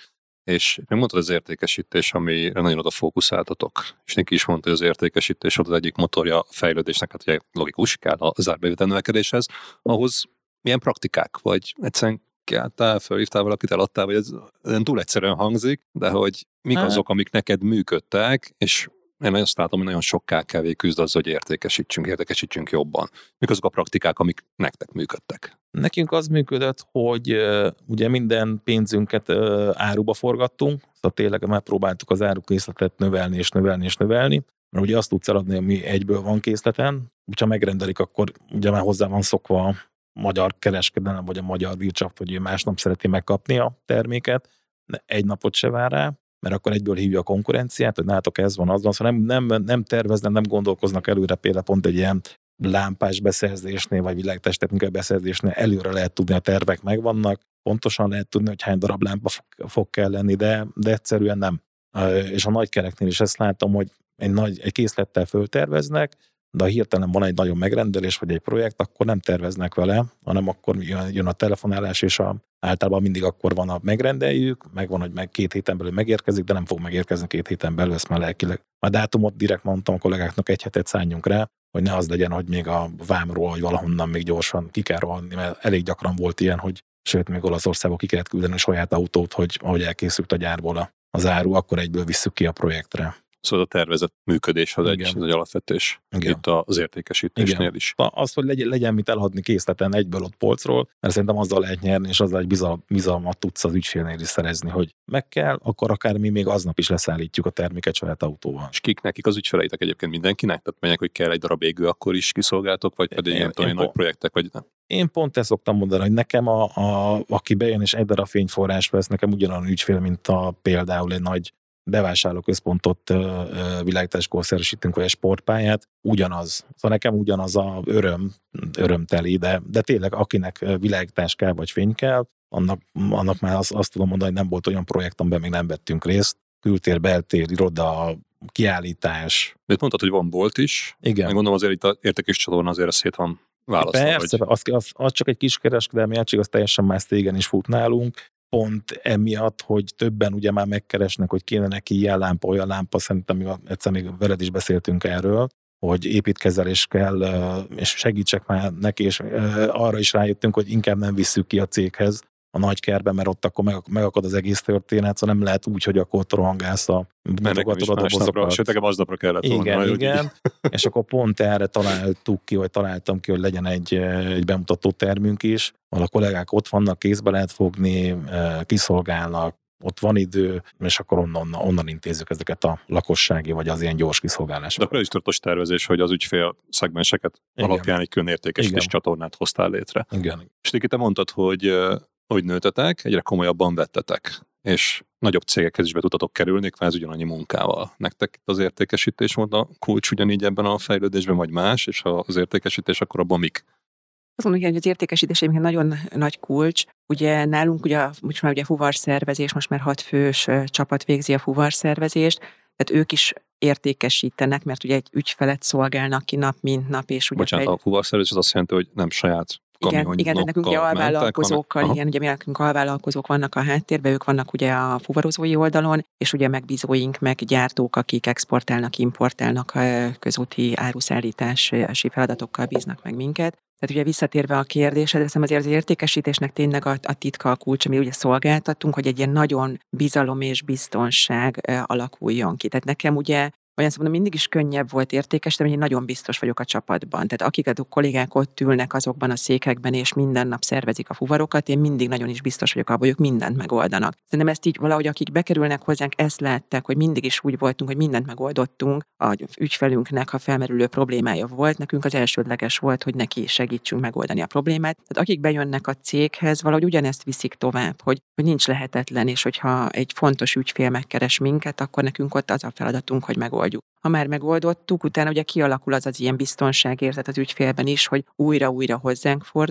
És megmondtad az értékesítés, amire nagyon oda fókuszáltatok. És Niki is mondta, hogy az értékesítés volt az egyik motorja a fejlődésnek, hát ugye logikus, kell az árbevétel növekedéshez. Ahhoz milyen praktikák, vagy egyszerűen kiálltál, felhívtál valakit, eladtál, vagy ez túl egyszerűen hangzik, de hogy mik azok, amik neked működtek, és én azt látom, hogy nagyon sok ká ká vé küzd az, hogy értékesítsünk, értékesítsünk jobban. Mik azok a praktikák, amik nektek működtek? Nekünk az működött, hogy uh, ugye minden pénzünket uh, áruba forgattunk, szóval tényleg megpróbáltuk az árukészletet növelni és növelni és növelni, mert ugye azt tudsz eladni, ami egyből van készleten, hogyha megrendelik, akkor ugye már hozzá van szokva a magyar kereskedelem, vagy a magyar Wirtschaft, hogy ő másnap szereti megkapni a terméket, de egy napot se vár rá, mert akkor egyből hívja a konkurenciát, hogy nálatok ez van, az van, szóval nem, nem, nem terveznek, nem gondolkoznak előre, például pont egy ilyen lámpás beszerzésnél, vagy világtesttechnikai beszerzésnél előre lehet tudni, a tervek megvannak, pontosan lehet tudni, hogy hány darab lámpa fog, fog kell lenni, de, de egyszerűen nem. És a nagykereknél is ezt látom, hogy egy, nagy, egy készlettel fölterveznek, de ha hirtelen van egy nagyon megrendelés, vagy egy projekt, akkor nem terveznek vele, hanem akkor jön, jön a telefonálás, és a, általában mindig akkor van a megrendeljük, megvan, hogy meg két héten belül megérkezik, de nem fog megérkezni két héten belül, ezt már lelkileg. A dátumot direkt mondtam a kollégáknak, egy hetet szálljunk rá, hogy ne az legyen, hogy még a vámról, vagy valahonnan még gyorsan ki kell rohanni, mert elég gyakran volt ilyen, hogy sőt, még Olaszországba ki kellett küldeni a saját autót, hogy ahogy elkészült a gyárból az áru, akkor egyből visszük ki a projektre. Szóval a tervezett működés az egy, az egy alapvetés. Igen. Itt az értékesítésnél Igen. is. Az, hogy legyen, legyen mit eladni készleten egyből ott polcról, mert szerintem azzal lehet nyerni, és azzal egy bizal, bizalmat tudsz az ügyfélnél is szerezni, hogy meg kell, akkor akár mi még aznap is leszállítjuk a terméket saját autóval. És kik nekik az ügyfeleitek egyébként mindenkinek? Tehát mondják, hogy kell egy darab égő, akkor is kiszolgáltok, vagy pedig ilyen nagy pont, projektek, vagy nem? Én pont ezt szoktam mondani, hogy nekem, a, a, aki bejön és egy darab fényforrás vesz, nekem ugyanolyan ügyfél, mint a, például egy nagy bevásárlóközpontot világításkor szeresítünk, vagy egy sportpályát, ugyanaz. Szóval nekem ugyanaz a öröm, örömteli, de, de tényleg akinek világítás kell, vagy fény kell, annak, annak már azt, azt tudom mondani, hogy nem volt olyan projekt, amiben még nem vettünk részt. Kültér, beltér, iroda, kiállítás. De mondtad, hogy van bolt is. Igen. Meg gondolom azért itt a értékes csatorna azért szét van választva. Persze, vagy... az, az, az csak egy kiskereskedelmi egység, az teljesen más tégen is fut nálunk. Pont emiatt, hogy többen ugye már megkeresnek, hogy kéne neki ilyen lámpa, olyan lámpa, szerintem még egyszer még veled is beszéltünk erről, hogy építkezelés kell, és segítsek már neki, és arra is rájöttünk, hogy inkább nem visszük ki a céghez a nagykerbe, mert ott akkor meg, megakad az egész történet, szóval nem lehet úgy, hogy akkor rohangálsz a mutogatod a dobozokat. Sőt, nekem aznapra kellett volna. Igen, igen. És akkor pont erre találtuk ki, vagy találtam ki, hogy legyen egy, egy bemutató termünk is, ahol a kollégák ott vannak, kézbe lehet fogni, kiszolgálnak, ott van idő, és akkor onnan, onnan intézzük ezeket a lakossági, vagy az ilyen gyors kiszolgálásokat. De akkor ez is tudatos tervezés, hogy az ügyfél szegmenseket Igen. alapján egy külön értékesítés csatornát hoztál létre. Igen. És Niki, te mondtad, hogy hogy nőtetek, egyre komolyabban vettetek, és nagyobb cégekhez is be tudtatok kerülni, kvázi ugyanannyi munkával. Nektek az értékesítés volt a kulcs ugyanígy ebben a fejlődésben, vagy más, és ha az értékesítés, akkor abban mik? Azt mondom, hogy az értékesítés egyébként nagyon nagy kulcs. Ugye nálunk ugye, most már ugye fuvarszervezés, most már hat fős csapat végzi a fuvarszervezést, tehát ők is értékesítenek, mert ugye egy ügyfelet szolgálnak ki nap, mint nap, és ugye... Bocsánat, egy... a fuvarszervezés az azt jelenti, hogy nem saját Igen, igen, de nekünk ugye alvállalkozókkal, mentek, igen, ugye mi nekünk alvállalkozók vannak a háttérben, ők vannak ugye a fuvarozói oldalon, és ugye megbízóink, meg gyártók, akik exportálnak, importálnak, közúti áruszállítási feladatokkal bíznak meg minket. Tehát ugye visszatérve a kérdésre, de azért az értékesítésnek tényleg a, a titka, a kulcs, ami ugye szolgáltatunk, hogy egy ilyen nagyon bizalom és biztonság alakuljon ki. Tehát nekem ugye olyan szóval mindig is könnyebb volt értékesíteni, hogy én nagyon biztos vagyok a csapatban. Tehát akik a kollégák ott ülnek azokban a székekben, és minden nap szervezik a fuvarokat, én mindig nagyon is biztos vagyok abban, hogy ők mindent megoldanak. Szerintem ezt így valahogy, akik bekerülnek hozzánk, ezt látták, hogy mindig is úgy voltunk, hogy mindent megoldottunk. A ügyfelünknek, ha felmerülő problémája volt, nekünk az elsődleges volt, hogy neki segítsünk megoldani a problémát. Tehát akik bejönnek a céghez, valahogy ugyanezt viszik tovább, hogy, hogy nincs lehetetlen, és hogyha egy fontos ügyfél megkeres minket, akkor nekünk ott az a feladatunk, hogy megoldjuk. Ha már megoldottuk, utána ugye kialakul az az ilyen biztonságérzet az ügyfélben is, hogy újra-újra hozzánk fordul,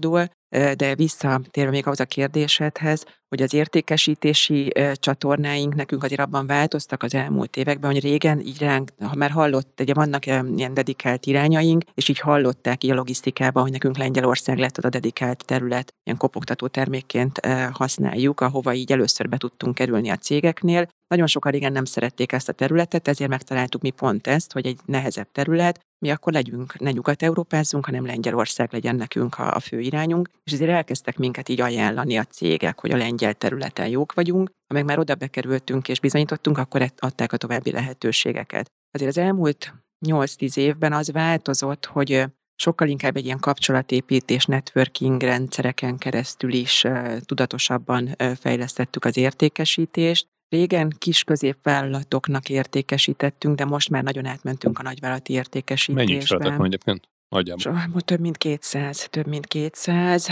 De visszatérve még ahhoz a kérdésedhez, hogy az értékesítési csatornáink nekünk azért abban változtak az elmúlt években, hogy régen így ránk, ha már hallott, ugye vannak ilyen dedikált irányaink, és így hallották így a logisztikában, hogy nekünk Lengyelország lett az a dedikált terület, ilyen kopogtató termékként használjuk, ahova így először be tudtunk kerülni a cégeknél. Nagyon sokan régen nem szerették ezt a területet, ezért megtaláltuk mi pont ezt, hogy egy nehezebb terület, mi akkor legyünk, ne Nyugat-Európázzunk, hanem Lengyelország legyen nekünk a, a fő irányunk, és ezért elkezdtek minket így ajánlani a cégek, hogy a lengyel területen jók vagyunk, ha meg már oda bekerültünk és bizonyítottunk, akkor adták a további lehetőségeket. Azért az elmúlt nyolc-tíz évben az változott, hogy sokkal inkább egy ilyen kapcsolatépítés, networking rendszereken keresztül is uh, tudatosabban uh, fejlesztettük az értékesítést. Régen kis középvállalatoknak értékesítettünk, de most már nagyon átmentünk a nagyvállalati értékesítésbe. Mennyit feltek van egyébként? Nagyjából. Több mint kétszáz, több mint kétszáz,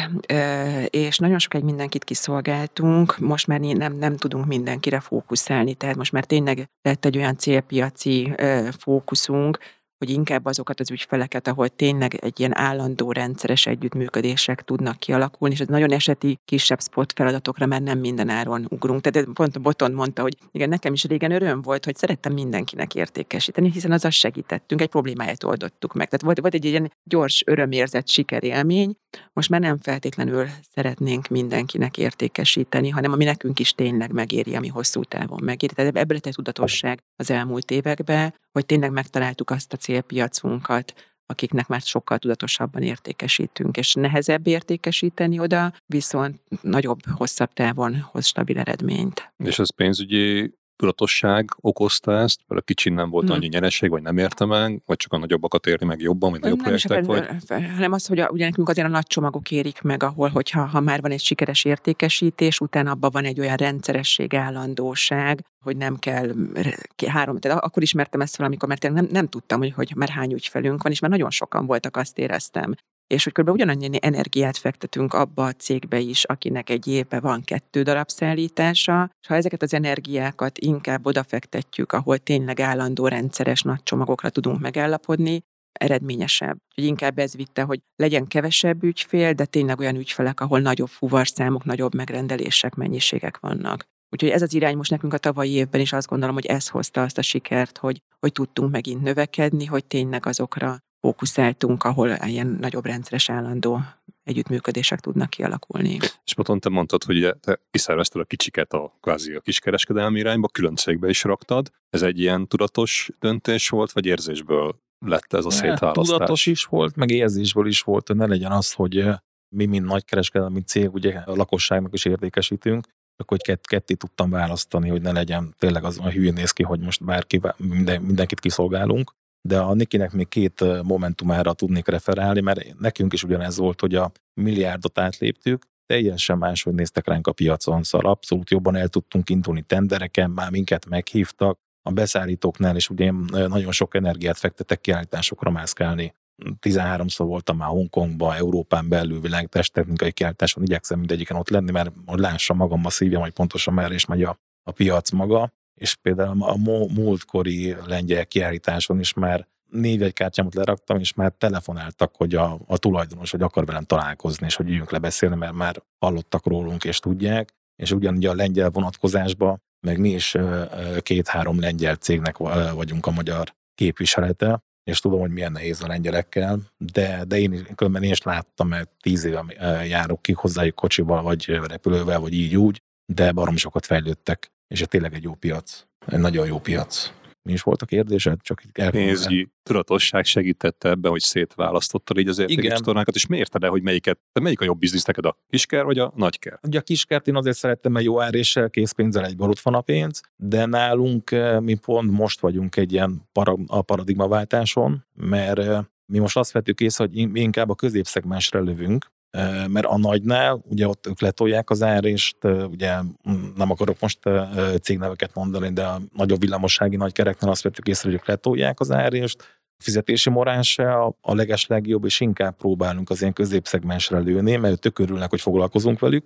és nagyon sokáig mindenkit kiszolgáltunk, most már nem, nem tudunk mindenkire fókuszálni, tehát most már tényleg lett egy olyan célpiaci fókuszunk, hogy inkább azokat az ügyfeleket, ahol tényleg egy ilyen állandó rendszeres együttműködések tudnak kialakulni, és ez nagyon eseti kisebb spot feladatokra már nem minden áron ugrunk. Tehát pont a Boton mondta, hogy igen, nekem is régen öröm volt, hogy szerettem mindenkinek értékesíteni, hiszen azzal segítettünk, egy problémáját oldottuk meg. Tehát volt, volt egy ilyen gyors örömérzet, sikerélmény, most már nem feltétlenül szeretnénk mindenkinek értékesíteni, hanem ami nekünk is tényleg megéri, ami hosszú távon megéri. Tehát ebből lett egy tudatosság az elmúlt években, hogy tényleg megtaláltuk azt a célpiacunkat, akiknek már sokkal tudatosabban értékesítünk, és nehezebb értékesíteni oda, viszont nagyobb, hosszabb távon hoz stabil eredményt. És ez pénzügyi tudatosság okozta ezt, mert a kicsin nem volt hmm. annyi nyereség, vagy nem érte meg, vagy csak a nagyobbakat érni meg jobban, vagy nagyobb projektek, vagy... hanem az, hogy a, ugye nekünk azért a nagy csomagok érik meg, ahol, hogyha ha már van egy sikeres értékesítés, utána abban van egy olyan rendszeresség, állandóság, hogy nem kell három, tehát akkor ismertem ezt fel, amikor mert nem, nem tudtam, hogy, hogy már hány ügyfelünk van, és már nagyon sokan voltak, azt éreztem. És hogy kb. Ugyanannyi energiát fektetünk abba a cégbe is, akinek egy évben van kettő darab szállítása, és ha ezeket az energiákat inkább odafektetjük, ahol tényleg állandó rendszeres nagy csomagokra tudunk megállapodni, eredményesebb. Hogy inkább ez vitte, hogy legyen kevesebb ügyfél, de tényleg olyan ügyfelek, ahol nagyobb fuvarszámok, nagyobb megrendelések, mennyiségek vannak. Úgyhogy ez az irány most nekünk a tavalyi évben is azt gondolom, hogy ez hozta azt a sikert, hogy, hogy tudtunk megint növekedni, hogy tényleg azokra fókuszáltunk, ahol ilyen nagyobb rendszeres állandó együttműködések tudnak kialakulni. És Boton, te mondtad, hogy te kiszervezted a kicsiket a kvázi a kiskereskedelmi irányba, külön cégbe is raktad. Ez egy ilyen tudatos döntés volt, vagy érzésből lett ez a szétválasztás? Tudatos is volt, meg érzésből is volt, hogy ne legyen az, hogy mi, mint nagykereskedelmi cég, ugye a lakosságnak is értékesítünk, akkor kett, ketté tudtam választani, hogy ne legyen tényleg az, a hülyén néz ki, hogy most bárki, minden, mindenkit kiszolgálunk. De a Nikinek még két momentumára tudnék referálni, mert nekünk is ugyanez volt, hogy a milliárdot átléptük, teljesen máshogy néztek ránk a piacon, szóval abszolút jobban el tudtunk indulni tendereken, már minket meghívtak, a beszállítóknál is ugye nagyon sok energiát fektettek kiállításokra mászkálni. tizenháromszor voltam már Hongkongban, Európán belül világtesttechnikai kiállításon, igyekszem mindegyiken ott lenni, mert hogy lássam magam a szívem, hogy pontosan merre is megy a, a piac maga. És például a múltkori lengyel kiállításon is már névjegykártyámat leraktam, és már telefonáltak, hogy a, a tulajdonos, hogy akar velem találkozni, és hogy üljünk le beszélni, mert már hallottak rólunk, és tudják. És ugyanúgy a lengyel vonatkozásban, meg mi is két-három lengyel cégnek vagyunk a magyar képviselete, és tudom, hogy milyen nehéz a lengyelekkel, de, de én, különben én is láttam, mert tíz éve járok ki hozzájuk kocsival, vagy repülővel, vagy így úgy, de barom sokat fejlődtek. És ez tényleg egy jó piac. Egy nagyon jó piac. Mi is volt a kérdésed? Csak pénzügyi tudatosság segítette ebben, hogy szétválasztottad így az értékestornákat, és miért de, hogy melyiket, melyik a jobb biznisz neked, a kisker vagy a nagyker? Ugye a kiskert én azért szerettem, mert jó áréssel, készpénzzel egyből ott van a pénz, de nálunk mi pont most vagyunk egy ilyen para, a paradigmaváltáson, mert mi most azt vettük észre, hogy inkább a középszegmensre lövünk, mert a nagynál, ugye ott ők letolják az árést, ugye nem akarok most cégneveket mondani, de a nagyobb villamossági nagykereknél azt vettük észre, hogy ők letolják az árést, a fizetési morál se a, a legeslegjobb, és inkább próbálunk az ilyen középszegmensre lőni, mert tök örülnek, hogy foglalkozunk velük,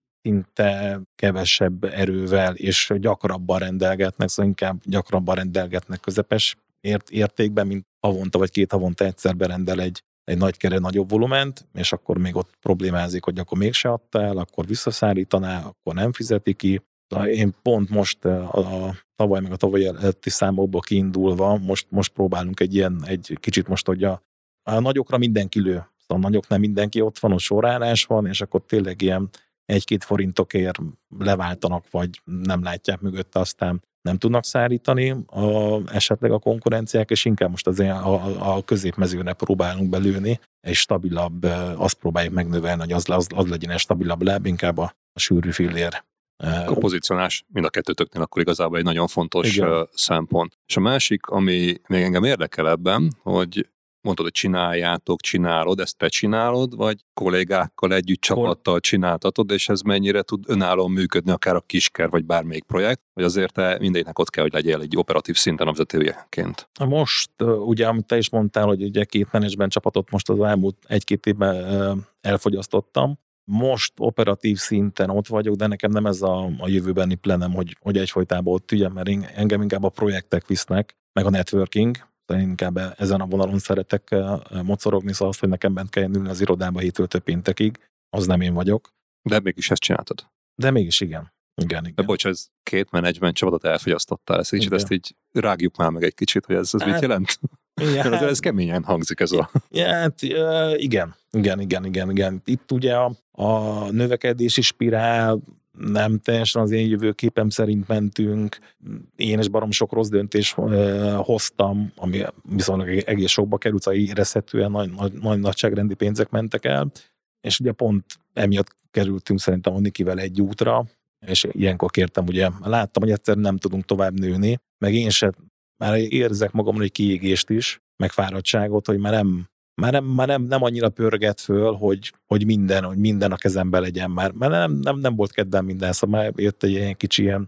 szinte kevesebb erővel, és gyakrabban rendelgetnek, szóval inkább gyakrabban rendelgetnek közepes ért, értékben, mint havonta vagy két havonta egyszer berendel egy egy nagy kere, nagyobb volument, és akkor még ott problémázik, hogy akkor mégse adta el, akkor visszaszállítaná, akkor nem fizeti ki. Én pont most a, a tavaly meg a tavaly előtti számokból kiindulva, most, most próbálunk egy ilyen, egy kicsit most, hogy a, a nagyokra mindenki lő. Szóval a nagyoknál mindenki ott van, ott sorárás van, és akkor tényleg ilyen egy-két forintokért leváltanak, vagy nem látják mögötte, aztán nem tudnak szállítani a, esetleg a konkurenciák, és inkább most azért a, a középmezőre próbálunk belőni, egy stabilabb, azt próbáljuk megnövelni, hogy az, az, az legyen egy stabilabb láb, inkább a, a sűrű fillér. A pozicionás mind a kettőtöknél akkor igazából egy nagyon fontos Igen. szempont. És a másik, ami még engem érdekel ebben, hogy mondtad, hogy csináljátok, csinálod, ezt te csinálod, vagy kollégákkal együtt csapattal csináltatod, és ez mennyire tud önállóan működni, akár a kisker, vagy bármelyik projekt, vagy azért te mindegynek ott kell, hogy legyél egy operatív szinten a vezetőjeként. Most, ugye, amit te is mondtál, hogy ugye két menedzsment csapatot most az elmúlt egy-két évben elfogyasztottam, most operatív szinten ott vagyok, de nekem nem ez a, a jövőbeni plenem, hogy, hogy egyfolytában ott ügyem, mert engem inkább a projektek visznek, meg a networking. Én inkább ezen a vonalon szeretek mocorogni, szóval azt, hogy nekem bent kell ülni az irodába hétől több péntekig, az nem én vagyok. De mégis ezt csináltad. De mégis igen. Igen, igen. De bocs, ez két menedzsment csapatot elfogyasztottál, ezt, kicsit, ezt így rágjuk már meg egy kicsit, hogy ez, ez hát, mit jelent? Ja, ez, ez keményen hangzik ez a... Ja, hát, igen, igen, igen, igen, igen. Itt ugye a, a növekedési spirál nem teljesen az én jövőképem szerint mentünk. Én is barom sok rossz döntést hoztam, ami viszonylag egész sokba került, szóval érezhetően nagy, nagy, nagy nagyságrendi pénzek mentek el, és ugye pont emiatt kerültünk szerintem a Nikivel egy útra, és ilyenkor kértem, ugye láttam, hogy egyszerűen nem tudunk tovább nőni, meg én se, már érzek magamon egy kiégést is, meg fáradtságot, hogy már nem, már nem, már nem, nem annyira pörget föl, hogy, hogy minden, hogy minden a kezemben legyen már, mert nem, nem, nem volt kedvem minden, szóval már jött egy ilyen kicsi ilyen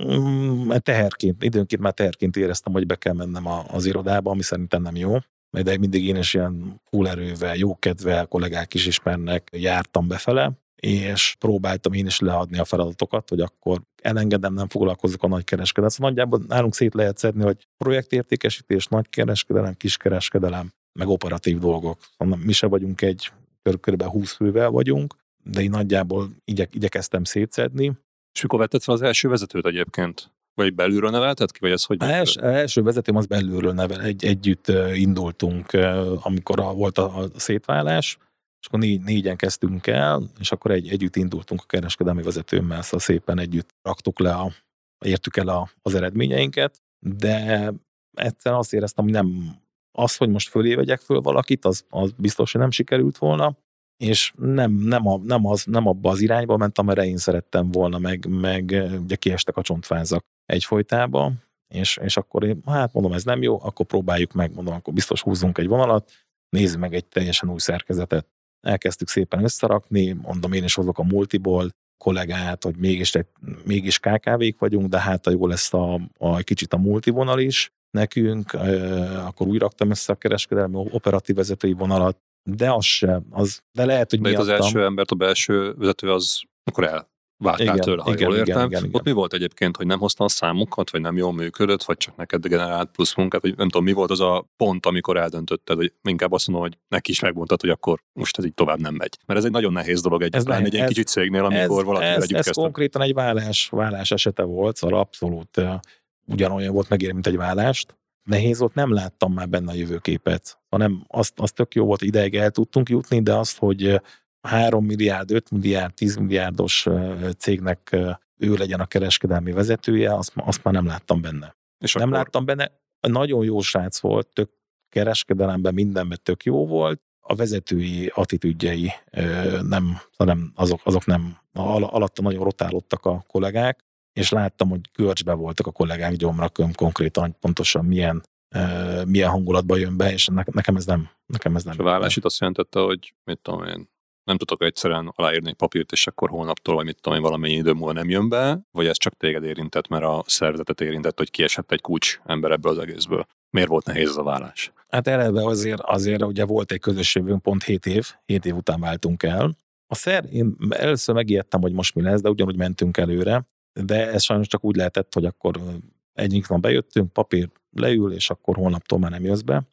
mm, teherként, időnként már teherként éreztem, hogy be kell mennem a, az irodába, ami szerintem nem jó, de mindig én is ilyen full erővel, jókedvel, kollégák is ismernek, jártam befele, és próbáltam én is leadni a feladatokat, hogy akkor elengedem, nem foglalkozok a nagykereskedelem. Szóval nagyjából nálunk szét lehet szedni, hogy projektértékesítés, nagykereskedelem, kiskereskedelem, meg operatív dolgok. Szóval mi se vagyunk egy, kb. húsz fővel vagyunk, de én nagyjából igyek, igyekeztem szétszedni. És mikor vetted fel az első vezetőt egyébként? Vagy belülről nevelted ki, vagy ez hogy? Az els, első vezetőm az belülről nevel. Egy, együtt indultunk, amikor a, volt a, a szétválás, és akkor négy, négyen kezdtünk el, és akkor egy, együtt indultunk a kereskedelmi vezetőmmel, szóval szépen együtt raktuk le, a, értük el a, az eredményeinket, de egyszer azt éreztem, hogy nem az, hogy most fölé vegyek föl valakit, az, az biztos, hogy nem sikerült volna, és nem, nem, a, nem, az, nem abba az irányba ment, amire én szerettem volna, meg, meg ugye kiestek a csontvázak egyfolytába, és, és akkor én, hát mondom, ez nem jó, akkor próbáljuk meg, mondom, akkor biztos húzzunk egy vonalat, nézzük meg egy teljesen új szerkezetet. Elkezdtük szépen összerakni, mondom, én is hozok a multiból kollégát, hogy mégis, egy, mégis ká ká vék vagyunk, de hát jó lesz a, a kicsit a multivonal is nekünk, e, akkor úgy raktam össze a kereskedelmi operatív vezetői vonalat, de az sem, az, de lehet, hogy de miattam... az első embert, a belső vezető az akkor el. Váltál igen, tőle, ha igen, jól értem. Igen, igen, igen. Ott mi volt egyébként, hogy nem hoztam a számokat, vagy nem jól működött, vagy csak neked generált plusz munkát, vagy nem tudom, mi volt az a pont, amikor eldöntötted, hogy inkább azt mondom, hogy neki is megmondtad, hogy akkor most ez így tovább nem megy. Mert ez egy nagyon nehéz dolog egy, ez egy ilyen kicsit cégnél, amikor valakivel együtt kezdtem. Ez konkrétan egy vállás, vállás esete volt, szóval abszolút uh, ugyanolyan volt megérni, mint egy vállást. Nehéz volt, nem láttam már benne a jövőképet, hanem azt, azt tök jó volt, ideig el tudtunk jutni, de azt, hogy három milliárd, öt milliárd, tíz milliárdos cégnek ő legyen a kereskedelmi vezetője, azt, azt már nem láttam benne. És nem akkor... láttam benne, nagyon jó srác volt, tök kereskedelemben mindenben tök jó volt, a vezetői attitűdjei nem, nem azok, azok nem, alatta nagyon rotálódtak a kollégák, és láttam, hogy görcsbe voltak a kollégák gyomra, konkrétan pontosan milyen, milyen hangulatba jön be, és nekem ez nem. Nekem ez nem és a vállás itt azt jelentette, hogy mit tudom én, nem tudok egyszerűen aláírni egy papírt, és akkor holnaptól, vagy mit tudom én, valamennyi idő múlva nem jön be, vagy ez csak téged érintett, mert a szervezetet érintett, hogy kiesett egy kulcs ember ebből az egészből. Miért volt nehéz ez a vállás? Hát eleve azért, azért ugye volt egy közös jövőnk, pont hét év, hét év után váltunk el. A szer, én először megijedtem, hogy most mi lesz, de ugyanúgy mentünk előre, de ez sajnos csak úgy lehetett, hogy akkor egyik van bejöttünk, papír leül, és akkor holnaptól már nem jössz be.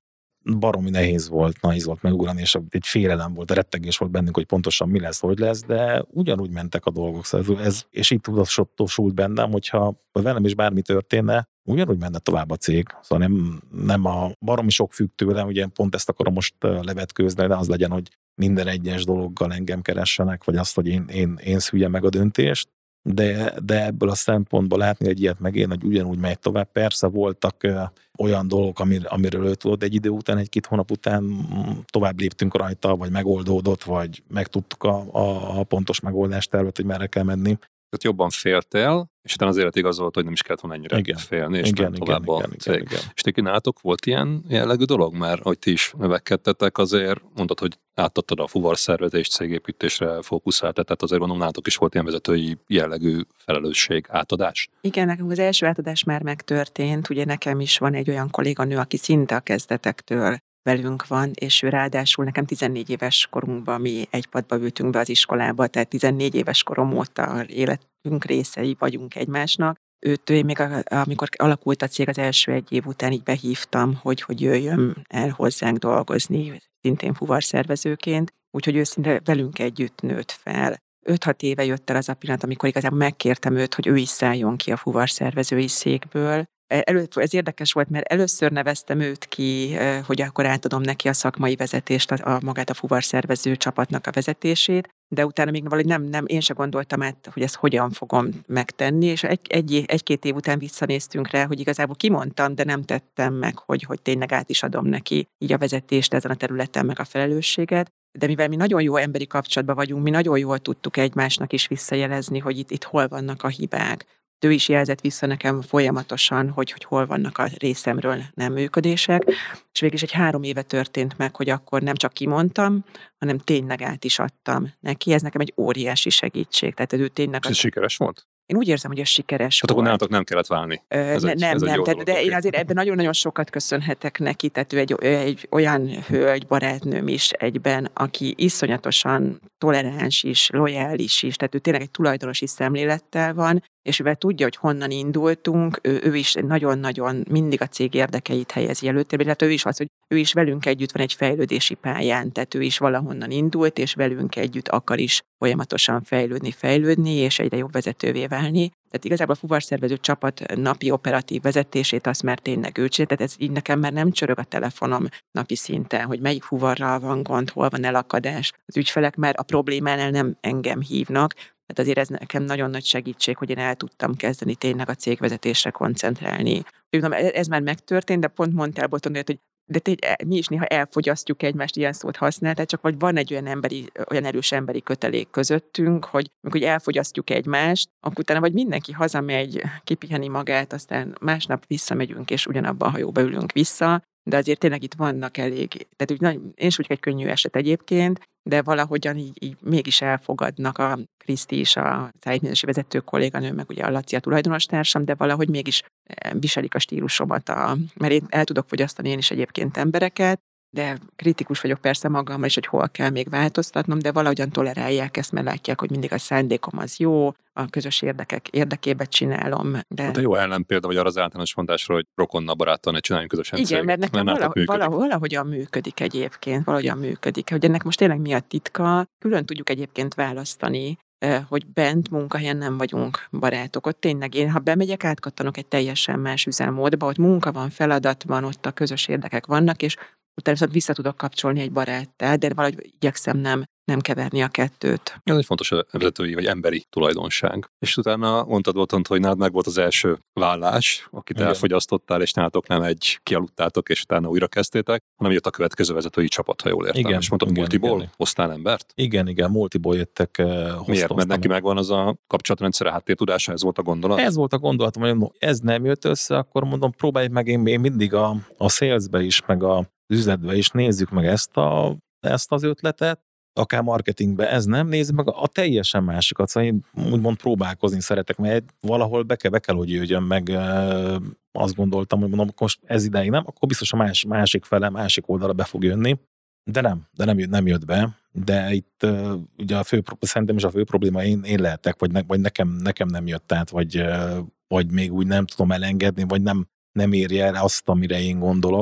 baromi nehéz volt, nehéz volt megugrani, és egy félelem volt, a rettegés volt bennünk, hogy pontosan mi lesz, hogy lesz, de ugyanúgy mentek a dolgok. Szóval ez, és itt tudatosult bennem, hogyha velem is bármi történne, ugyanúgy menne tovább a cég. Szóval nem, nem a baromi sok függ tőlem, ugye pont ezt akarom most levetkőzni, de az legyen, hogy minden egyes dologgal engem keressenek, vagy azt, hogy én, én, én szüljem meg a döntést. De, de ebből a szempontból látni egy ilyet meg én, hogy ugyanúgy megy tovább. Persze voltak ö, olyan dolgok, amir, amiről ő tudott, egy idő után, egy-két hónap után tovább léptünk rajta, vagy megoldódott, vagy megtudtuk a, a, a pontos megoldástervet, hogy merre kell menni. Tehát jobban féltél, és utána az élet igazolt, hogy nem is kellett volna ennyire igen. félni, és igen, tovább igen, a igen, cég. Igen, igen. És ti nálatok volt ilyen jellegű dolog? Mert hogy ti is növekedtetek, azért mondtad, hogy átadtad a fuvarszervezést, cégépítésre fókuszáltad, tehát azért gondolom nálatok is volt ilyen vezetői jellegű felelősség, átadás? Igen, nekünk az első átadás már megtörtént, ugye nekem is van egy olyan kolléganő, aki szinte a kezdetektől velünk van, és ő ráadásul nekem tizennégy éves korunkban mi egy padba ültünk be az iskolába, tehát tizennégy éves korom óta életünk részei vagyunk egymásnak. Őt én még a, amikor alakult a cég az első egy év után így behívtam, hogy, hogy jöjjön el hozzánk dolgozni, szintén fuvarszervezőként, úgyhogy ő szinte velünk együtt nőtt fel. öt-hat éve jött el az a pillanat, amikor igazából megkértem őt, hogy ő is szálljon ki a fuvarszervezői székből. Elő, ez érdekes volt, mert először neveztem őt ki, hogy akkor átadom neki a szakmai vezetést, a, a magát a fuvarszervező csapatnak a vezetését, de utána még valahogy nem, nem, én sem gondoltam át, hogy ezt hogyan fogom megtenni, és egy, egy, egy-két év után visszanéztünk rá, hogy igazából kimondtam, de nem tettem meg, hogy, hogy tényleg át is adom neki így a vezetést ezen a területen, meg a felelősséget. De mivel mi nagyon jó emberi kapcsolatban vagyunk, mi nagyon jól tudtuk egymásnak is visszajelezni, hogy itt, itt hol vannak a hibák. Ő is jelzett vissza nekem folyamatosan, hogy, hogy hol vannak a részemről nem működések, és végül is egy három éve történt meg, hogy akkor nem csak kimondtam, hanem tényleg át is adtam neki. Ez nekem egy óriási segítség. Tehát ő tényleg... És ez a... sikeres volt? Én úgy érzem, hogy ez sikeres hát volt. Akkor nálatok nem kellett válni. Ez ne, egy, nem, ez nem, tehát, de én azért ebben nagyon-nagyon sokat köszönhetek neki, tehát ő egy, egy olyan hölgy, barátnőm is egyben, aki iszonyatosan toleráns is, lojális is, tehát ő tényleg egy tulajdonosi szemlélettel van, és mivel tudja, hogy honnan indultunk, ő, ő is nagyon-nagyon mindig a cég érdekeit helyezi előtérbe, tehát ő is az, hogy ő is velünk együtt van egy fejlődési pályán, tehát ő is valahonnan indult, és velünk együtt akar is folyamatosan fejlődni, fejlődni, és egyre jobb vezetővé válni. Tehát igazából a fuvarszervező csapat napi operatív vezetését azt már tényleg ő csinál, tehát ez így nekem már nem csörög a telefonom napi szinten, hogy melyik fuvarral van gond, hol van elakadás. Az ügyfelek már a problémánál nem engem hívnak, tehát azért ez nekem nagyon nagy segítség, hogy én el tudtam kezdeni tényleg a cégvezetésre koncentrálni. Ez már megtörtént, de pont mondtál Botton, hogy de tény, mi is néha elfogyasztjuk egymást, ilyen szót használ, tehát csak vagy van egy olyan emberi, olyan erős emberi kötelék közöttünk, hogy amikor elfogyasztjuk egymást, akkor utána vagy mindenki hazamegy, kipiheni magát, aztán másnap visszamegyünk, és ugyanabban a hajóba ülünk vissza, de azért tényleg itt vannak elég, tehát úgy, nagyon, én is úgy egy könnyű eset egyébként, de valahogyan így, így mégis elfogadnak a Kriszti is, a szállítmányozási vezető kolléganő, meg ugye a Laci a tulajdonostársam, de valahogy mégis viselik a stílusomat, a, mert én el tudok fogyasztani én is egyébként embereket, de kritikus vagyok persze magammal is, hogy hol kell még változtatnom, de valahogyan tolerálják ezt, mert látják, hogy mindig a szándékom az jó, a közös érdekek érdekében csinálom. De... Hát a jó ellenpélda, vagy arra az általános mondásra, hogy rokonna baráttal ne csináljunk közösen igen, cég, mert nekem mert valahogy, valahogy, valahogyan működik egyébként, valahogyan működik. Hogy ennek most tényleg mi a titka, külön tudjuk egyébként választani, hogy bent munkahelyen nem vagyunk barátok. Ott tényleg én, ha bemegyek, átkattanok egy teljesen más üzemmódba, ott munka van, feladat van, ott a közös érdekek vannak, és utána viszont vissza tudok kapcsolni egy baráttal, de valahogy igyekszem nem, nem keverni a kettőt. Ez egy fontos vezetői vagy emberi tulajdonság. És utána mondtad Botont, hogy nálad meg volt az első vállás, akit igen. elfogyasztottál, és nálatok nem egy kialudtátok, és utána újra kezdtétek, hanem jött a következő vezetői csapat, ha jól értem. Igen, és mondtad, igen, multiból igen. hoztál embert? Igen, igen, multiból jöttek. Uh, Miért? Mert neki megvan az a kapcsolatrendszer, háttértudása, ez volt a gondolat? Ez volt a gondolatom, hogy no, ez nem jött össze, akkor mondom, próbáljuk meg én, én mindig a, a salesbe is, meg a üzletbe is nézzük meg ezt, a, ezt az ötletet, akár marketingbe, ez nem, nézzük meg a, a teljesen másikat, szóval én úgymond próbálkozni szeretek, mert valahol be kell, be kell hogy jöjjön meg, e, azt gondoltam, hogy mondom, most ez ideig nem, akkor biztos a más, másik fele, másik oldala be fog jönni, de nem, de nem, nem jött be, de itt uh, ugye a fő, szerintem is a fő probléma én, én lehetek, vagy, ne, vagy nekem, nekem nem jött át, vagy, uh, vagy még úgy nem tudom elengedni, vagy nem, nem érje el azt, amire én gondolok.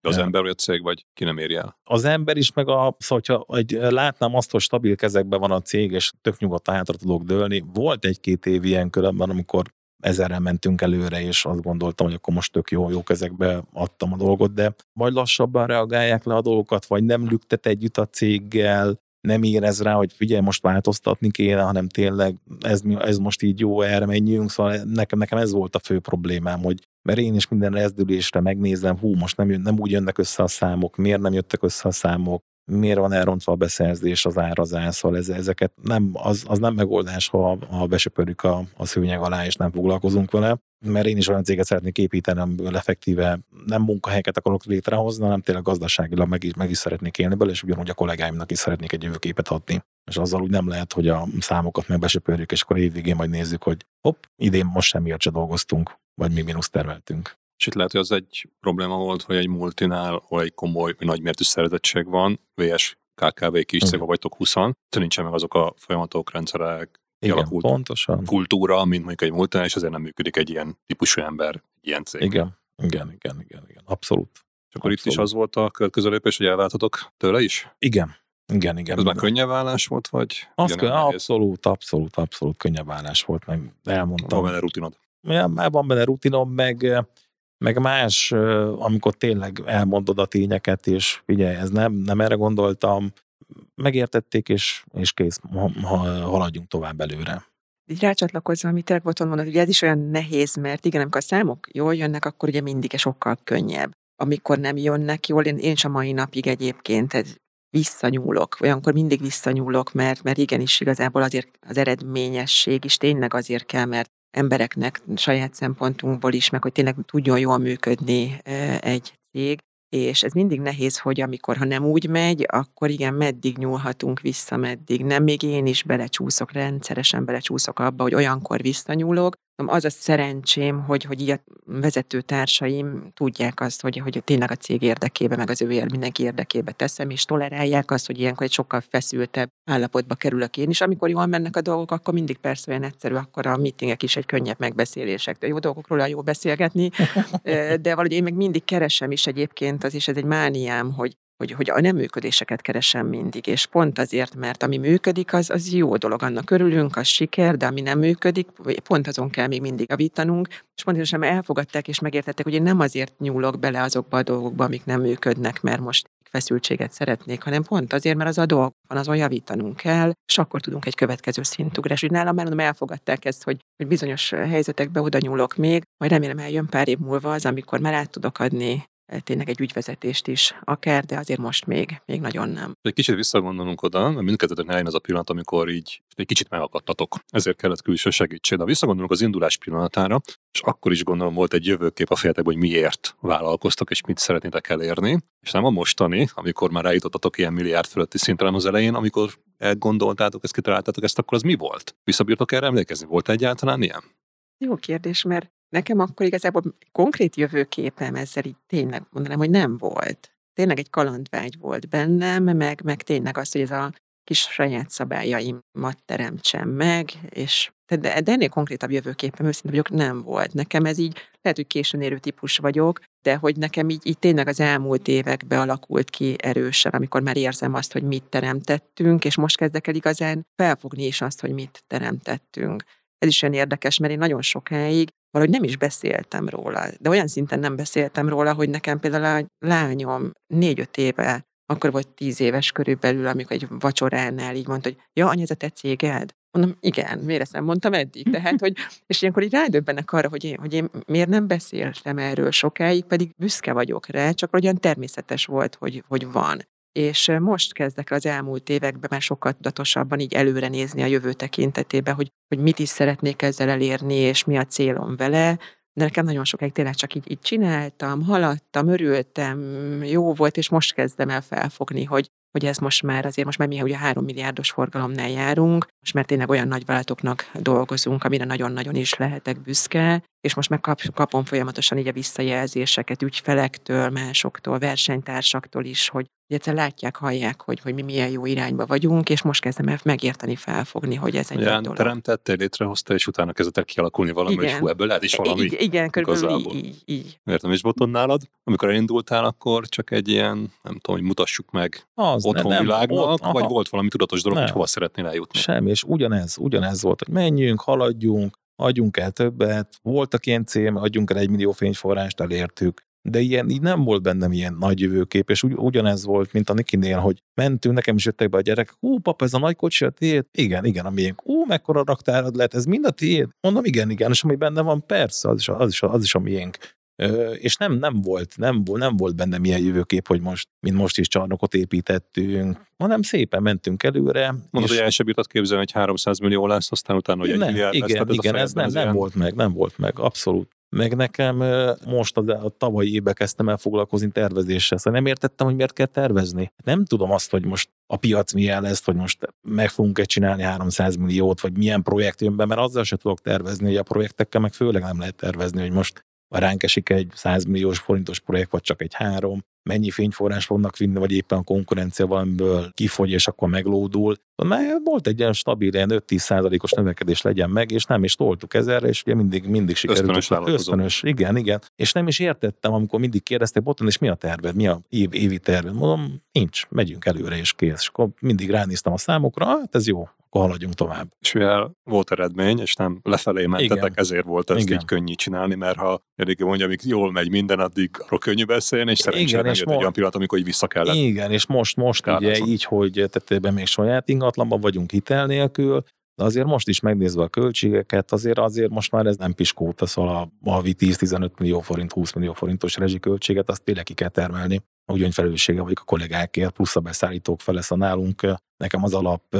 Az ember vagy a cég, vagy ki nem éri el? Az ember is, meg a, szóval, hogyha egy, látnám azt, hogy stabil kezekben van a cég, és tök nyugodtan hátra tudok dőlni. Volt egy-két év ilyen körülbelül, amikor ezerrel mentünk előre, és azt gondoltam, hogy akkor most tök jó, jó kezekbe adtam a dolgot, de vagy lassabban reagálják le a dolgokat, vagy nem lüktet együtt a céggel, nem érez rá, hogy figyelj, most változtatni kéne, hanem tényleg ez, ez most így jó, erre menjünk. Szóval nekem, nekem ez volt a fő problémám, hogy mert én is minden rezdülésre megnézem, hú, most nem, jön, nem úgy jönnek össze a számok, miért nem jöttek össze a számok, miért van elrontva a beszerzés, az árazás, szóval ez, ezeket nem, az, az nem megoldás, ha, ha besöpörjük a, a szőnyeg alá, és nem foglalkozunk vele, mert én is olyan céget szeretnék építeni, amiből effektíve nem munkahelyeket akarok létrehozni, hanem tényleg gazdaságilag meg is, meg is szeretnék élni belőle, és ugyanúgy a kollégáimnak is szeretnék egy jövőképet adni. És azzal úgy nem lehet, hogy a számokat meg besöpörjük, és akkor évvégén majd nézzük, hogy hopp, idén most semmiért se dolgoztunk, vagy mi mínusz terveltünk. És itt lehet, hogy az egy probléma volt, hogy egy multinál, ahol egy komoly, nagyméretű szervezettség van, vé es ká ká vé kis cégben vagytok húszan, nincsen meg azok a folyamatok, rendszerek, igen, pontosan. Kultúra, mint mondjuk egy multinál, és azért nem működik egy ilyen típusú ember, ilyen cég. Igen, igen, igen, igen, igen. Abszolút. És akkor Abszolút. Itt is az volt a következő lépés, hogy elváltatok tőle is? Igen, igen, igen. Ez már könnyebb állás volt, vagy? Az kö- abszolút, abszolút, abszolút könnyebb állás volt, meg elmondtam. Van benne rutinod? Ja, már van benne rutinom, meg, meg más, amikor tényleg elmondod a tényeket, és figyelj, ez nem, nem erre gondoltam, megértették, és, és kész, ha, ha, haladjunk tovább előre. Így rácsatlakozva, amit tényleg volt mondani, hogy ez is olyan nehéz, mert igen, amikor a számok jól jönnek, akkor ugye mindig sokkal könnyebb. Amikor nem jönnek jól, én, én is a mai napig egyébként ez visszanyúlok, olyankor mindig visszanyúlok, mert, mert igenis igazából azért az eredményesség is tényleg azért kell, mert embereknek saját szempontunkból is, meg hogy tényleg tudjon jól működni egy cég, és ez mindig nehéz, hogy amikor, ha nem úgy megy, akkor igen, meddig nyúlhatunk vissza, meddig nem. Még én is belecsúszok, rendszeresen belecsúszok abba, hogy olyankor visszanyúlok. Az a szerencsém, hogy, hogy így a vezetőtársaim tudják azt, hogy, hogy tényleg a cég érdekébe, meg az ő ér, mindenki érdekébe teszem, és tolerálják azt, hogy ilyenkor egy sokkal feszültebb állapotba kerülök én is. Amikor jól mennek a dolgok, akkor mindig persze olyan egyszerű, akkor a meetingek is egy könnyebb megbeszélések. De jó dolgokról a jó beszélgetni, de valahogy én meg mindig keresem is egyébként, az is ez egy mániám, hogy Hogy, hogy a nem működéseket keresem mindig, és pont azért, mert ami működik, az, az jó dolog, annak örülünk, az siker, de ami nem működik, pont azon kell még mindig javítanunk, és pontosan elfogadták és megértettek, hogy én nem azért nyúlok bele azokba a dolgokba, amik nem működnek, mert most feszültséget szeretnék, hanem pont azért, mert az a dolg van, azon javítanunk kell, és akkor tudunk egy következő szintugrás. Úgy nálam már mondom, elfogadták ezt, hogy, hogy bizonyos helyzetekbe oda nyúlok még, majd remélem eljön pár év múlva az, amikor már át tudok adni tényleg egy ügyvezetést is akár, de azért most még, még nagyon nem. Egy kicsit visszagondolunk oda, mert mindkettőtöknél eljön az a pillanat, amikor így egy kicsit megakadtatok. Ezért kellett külső segítség. De visszagondolunk az indulás pillanatára, és akkor is gondolom volt egy jövőkép a fejetekben, hogy miért vállalkoztok, és mit szeretnétek elérni. És nem a mostani, amikor már eljutottatok ilyen milliárd fölötti szintre az elején, amikor elgondoltátok, ezt kitaláltátok, ezt akkor az mi volt? Visszabírtok erre emlékezni? Volt egyáltalán ilyen? Jó kérdés, mert nekem akkor igazából konkrét jövőképem ezzel így tényleg mondanám, hogy nem volt. Tényleg egy kalandvágy volt bennem, meg, meg tényleg az, hogy ez a kis saját szabályaimat teremtsem meg, és de, de ennél konkrétabb jövőképem, őszintén vagyok, nem volt. Nekem ez így, lehet, hogy későn érő típus vagyok, de hogy nekem így, így tényleg az elmúlt években alakult ki erősen, amikor már érzem azt, hogy mit teremtettünk, és most kezdek el igazán felfogni is azt, hogy mit teremtettünk. Ez is olyan érdekes, mert én nagyon sokáig valahogy nem is beszéltem róla, de olyan szinten nem beszéltem róla, hogy nekem például a lányom négy-öt éve, akkor volt tíz éves körülbelül, amikor egy vacsoránál így mondta, hogy ja, anya, ez a te céged? Mondom, igen, miért ezt nem mondtam eddig? Tehát, hogy, és ilyenkor így rádöbbenek arra, hogy én, hogy én miért nem beszéltem erről sokáig, pedig büszke vagyok rá, csak olyan természetes volt, hogy, hogy van. És most kezdek az elmúlt években már sokkal tudatosabban így előre nézni a jövő tekintetében, hogy, hogy mit is szeretnék ezzel elérni, és mi a célom vele. De nekem nagyon sokáig tényleg csak így, így csináltam, haladtam, örültem, jó volt, és most kezdem el felfogni, hogy, hogy ez most már azért, most már mi ugye három milliárdos forgalomnál járunk, most már tényleg olyan nagyvállalatoknak dolgozunk, amire nagyon-nagyon is lehetek büszke, és most meg kap, kapom folyamatosan így a visszajelzéseket ügyfelektől, másoktól, versenytársaktól is, hogy egyszer látják, hallják, hogy, hogy mi milyen jó irányba vagyunk, és most kezdem el megérteni, felfogni, hogy ez egy Olyan nagy dolog. teremtettél, létrehozta, és utána kezdett el kialakulni valami, Igen. hogy hú, ebből lehet is valami. I- igen, körülbelül igazából. így, így, így. Értem, és Boton nálad? Amikor elindultál, akkor csak egy ilyen, nem tudom, hogy mutassuk meg Az, otthon nem, világnak, ott, vagy aha. volt valami tudatos dolog, Nem. hogy hova szeretnél eljutni? Semmi, és ugyanez, ugyanez volt, hogy menjünk, haladjunk, adjunk el többet, voltak ilyen cél, adjunk el egy millió fényforrást, elértük, de ilyen, így nem volt bennem ilyen nagy jövőkép, és ugy, ugyanez volt, mint a Nikinél, hogy mentünk, nekem is jöttek be a gyerekek, hú, pap, ez a nagy kocsi a tiéd? Igen, igen, a miénk. Hú, mekkora raktárad lett, ez mind a tiéd? Mondom, igen, igen, és ami benne van, persze, az is, az is, az is a miénk. Ö, és nem, nem volt, nem, nem volt bennem ilyen jövőkép, hogy most, mint most is csarnokot építettünk, hanem szépen mentünk előre. Mondod, hogy el sem bírtad képzelni, hogy háromszáz millió lesz, aztán utána, hogy egy nem, milliárd lesz. igen, tehát igen, ez, nem, nem volt meg, nem volt meg, abszolút. Meg nekem most a, a tavalyi évben kezdtem el foglalkozni tervezéssel, szóval nem értettem, hogy miért kell tervezni. Nem tudom azt, hogy most a piac milyen lesz, hogy most meg fogunk-e csinálni háromszáz milliót, vagy milyen projekt jön be, mert azzal se tudok tervezni, hogy a projektekkel meg főleg nem lehet tervezni, hogy most ránk esik egy száz milliós forintos projekt, vagy csak egy három, mennyi fényforrás fognak vinni, vagy éppen a konkurencia valamiből kifogy, és akkor meglódul. Már volt egy ilyen stabil, ilyen öt-tíz százalékos növekedés legyen meg, és nem is toltuk ezerre, és ugye mindig, mindig sikerült. Ösztönös vállalkozó. Ösztönös, igen, igen. És nem is értettem, amikor mindig kérdezték, Boton, és mi a terved, mi a év, évi terved? Mondom, nincs, megyünk előre, és kész. És akkor mindig ránéztem a számokra, hát ez jó, akkor haladjunk tovább. És mivel volt eredmény, és nem lefelé mentetek, Igen. ezért volt ezt Igen. így könnyű csinálni, mert ha Erik mondja, amíg jól megy minden, addig arról könnyű beszélni, és szerencsére Igen, és megjött egy mo- olyan pillanat, amikor így vissza kellett. Igen, és most, most ugye Kárhozom. így, hogy tetében még saját ingatlanban vagyunk hitel nélkül, de azért most is megnézve a költségeket, azért azért most már ez nem piskóta, szóval a havi tíz-tizenöt millió forint, húsz millió forintos rezsiköltséget, azt tényleg ki kell termelni. Ugyan felelőssége vagyok a kollégákért, plusz a beszállítók fele, szóval nálunk nekem az alap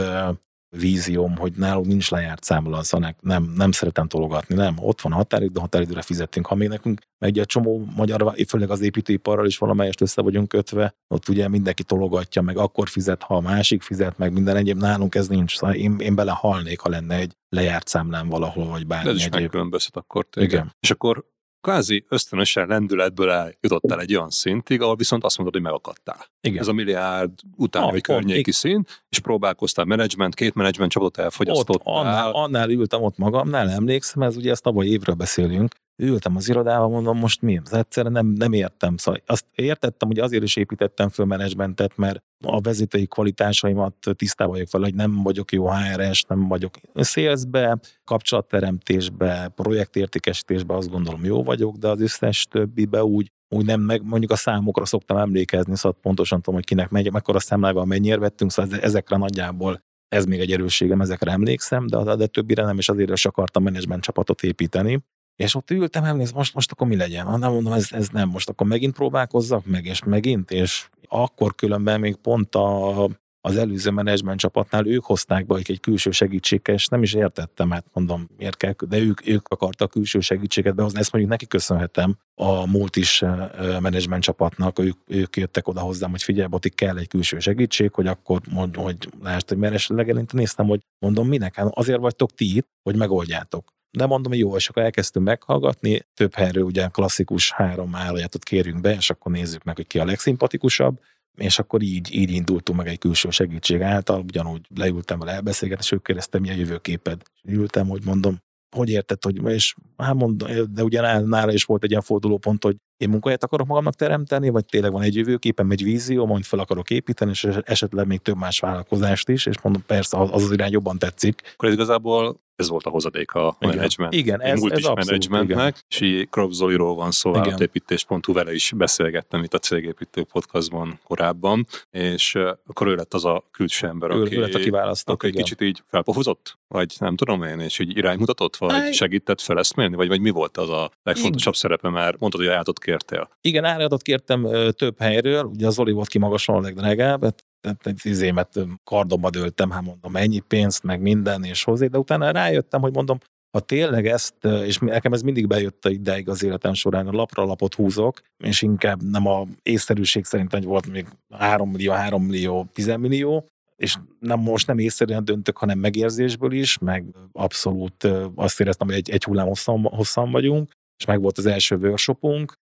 vízióm, hogy nálunk nincs lejárt számla, szóval nem, nem szeretem tologatni, nem. Ott van a határidő, határidőre fizetünk. Ha még nekünk megy egy csomó magyar, főleg az építőiparral is valamelyest össze vagyunk kötve, ott ugye mindenki tologatja, meg akkor fizet, ha a másik fizet, meg minden egyéb. Nálunk ez nincs. Szóval én, én belehalnék, ha lenne egy lejárt számlám valahol, vagy bármi De ez is egyéb. megkülönböztet akkor téged. Igen. És akkor kvázi ösztönösen lendületből eljutottál egy olyan szintig, ahol viszont azt mondod, hogy megakadtál. Igen. Ez a milliárd utáni Ah, vagy pont, környéki igen. szint, és próbálkoztál menedzsment, két menedzsment csapatot Ott, elfogyasztottál. annál, annál ültem ott magamnál, emlékszem, ez ugye ezt tavaly évről beszélünk, ültem az irodában, mondom, most mi? Ez egyszerűen nem, nem értem. Szóval azt értettem, hogy azért is építettem föl menedzsmentet, mert a vezetői kvalitásaimat tisztában vagyok vele, hogy nem vagyok jó há er es, nem vagyok salesbe, kapcsolatteremtésbe, projektértékesítésbe, azt gondolom jó vagyok, de az összes többibe úgy, úgy nem, meg mondjuk a számokra szoktam emlékezni, szóval pontosan tudom, hogy kinek megy, mekkora számlával mennyire vettünk, szóval ezekre nagyjából ez még egy erősségem, ezekre emlékszem, de, de többire nem, és azért is akartam menedzsment csapatot építeni. És ott ültem, emlékszem, most, most akkor mi legyen? Nem mondom, ez, ez nem, most akkor megint próbálkozzak meg, és megint, és akkor különben még pont a, az előző menedzsment csapatnál ők hozták be egy külső segítséget, és nem is értettem, hát mondom, miért kell, de ők, ők akartak külső segítséget behozni, ezt mondjuk neki köszönhetem a multis menedzsment csapatnak, ők, ők jöttek oda hozzám, hogy figyelj, Botik, kell egy külső segítség, hogy akkor mondom, hogy lásd, hogy mert esetleg eleinte néztem, hogy mondom, minek? Hát azért vagytok ti itt, hogy megoldjátok. De mondom, hogy jó, és akkor elkezdtünk meghallgatni, több helyről ugye klasszikus három állajátot kérjünk be, és akkor nézzük meg, hogy ki a legszimpatikusabb, és akkor így, így indultunk meg egy külső segítség által, ugyanúgy leültem vele elbeszélgetni, és ők kérdeztem, mi a jövőképed. Ültem, hogy mondom, hogy érted, hogy, és hát mondom, de ugye nála is volt egy ilyen fordulópont, hogy én munkahelyet akarok magamnak teremteni, vagy tényleg van egy jövőképem, egy vízió, majd fel akarok építeni, és esetleg még több más vállalkozást is, és mondom, persze az az irány jobban tetszik. Akkor ez igazából ez volt a hozadék a Igen. menedzsment. Igen, ez, ez abszolút, menedzsmentnek, és így Krop Zoliról van szó, Igen. vállalatépítés pont hu, vele is beszélgettem itt a Cégépítő podcastban korábban, és uh, akkor ő lett az a külső ember, Ő, aki, ő lett a kiválasztott, aki egy igen. kicsit így felpofozott, vagy nem tudom én, és így iránymutatott, vagy Áj. segített feleszmélni, vagy, vagy mi volt az a legfontosabb szerepe, mert mondtad, hogy állatot kértél. Igen, áradat kértem ö, több helyről, ugye az Zoli volt kimagaslóan a legdrágább, hát tehát egy izémet kardomba döltem, hát mondom, ennyi pénzt, meg minden, és hozzá, de utána rájöttem, hogy mondom, ha tényleg ezt, és nekem ez mindig bejött ideig az életem során, a lapra lapot húzok, és inkább nem a észszerűség szerint, hogy volt még három millió, három millió, tíz millió, és nem, most nem észszerűen döntök, hanem megérzésből is, meg abszolút azt éreztem, hogy egy, egy hullám hosszan, hosszan vagyunk, és meg volt az első workshopunk,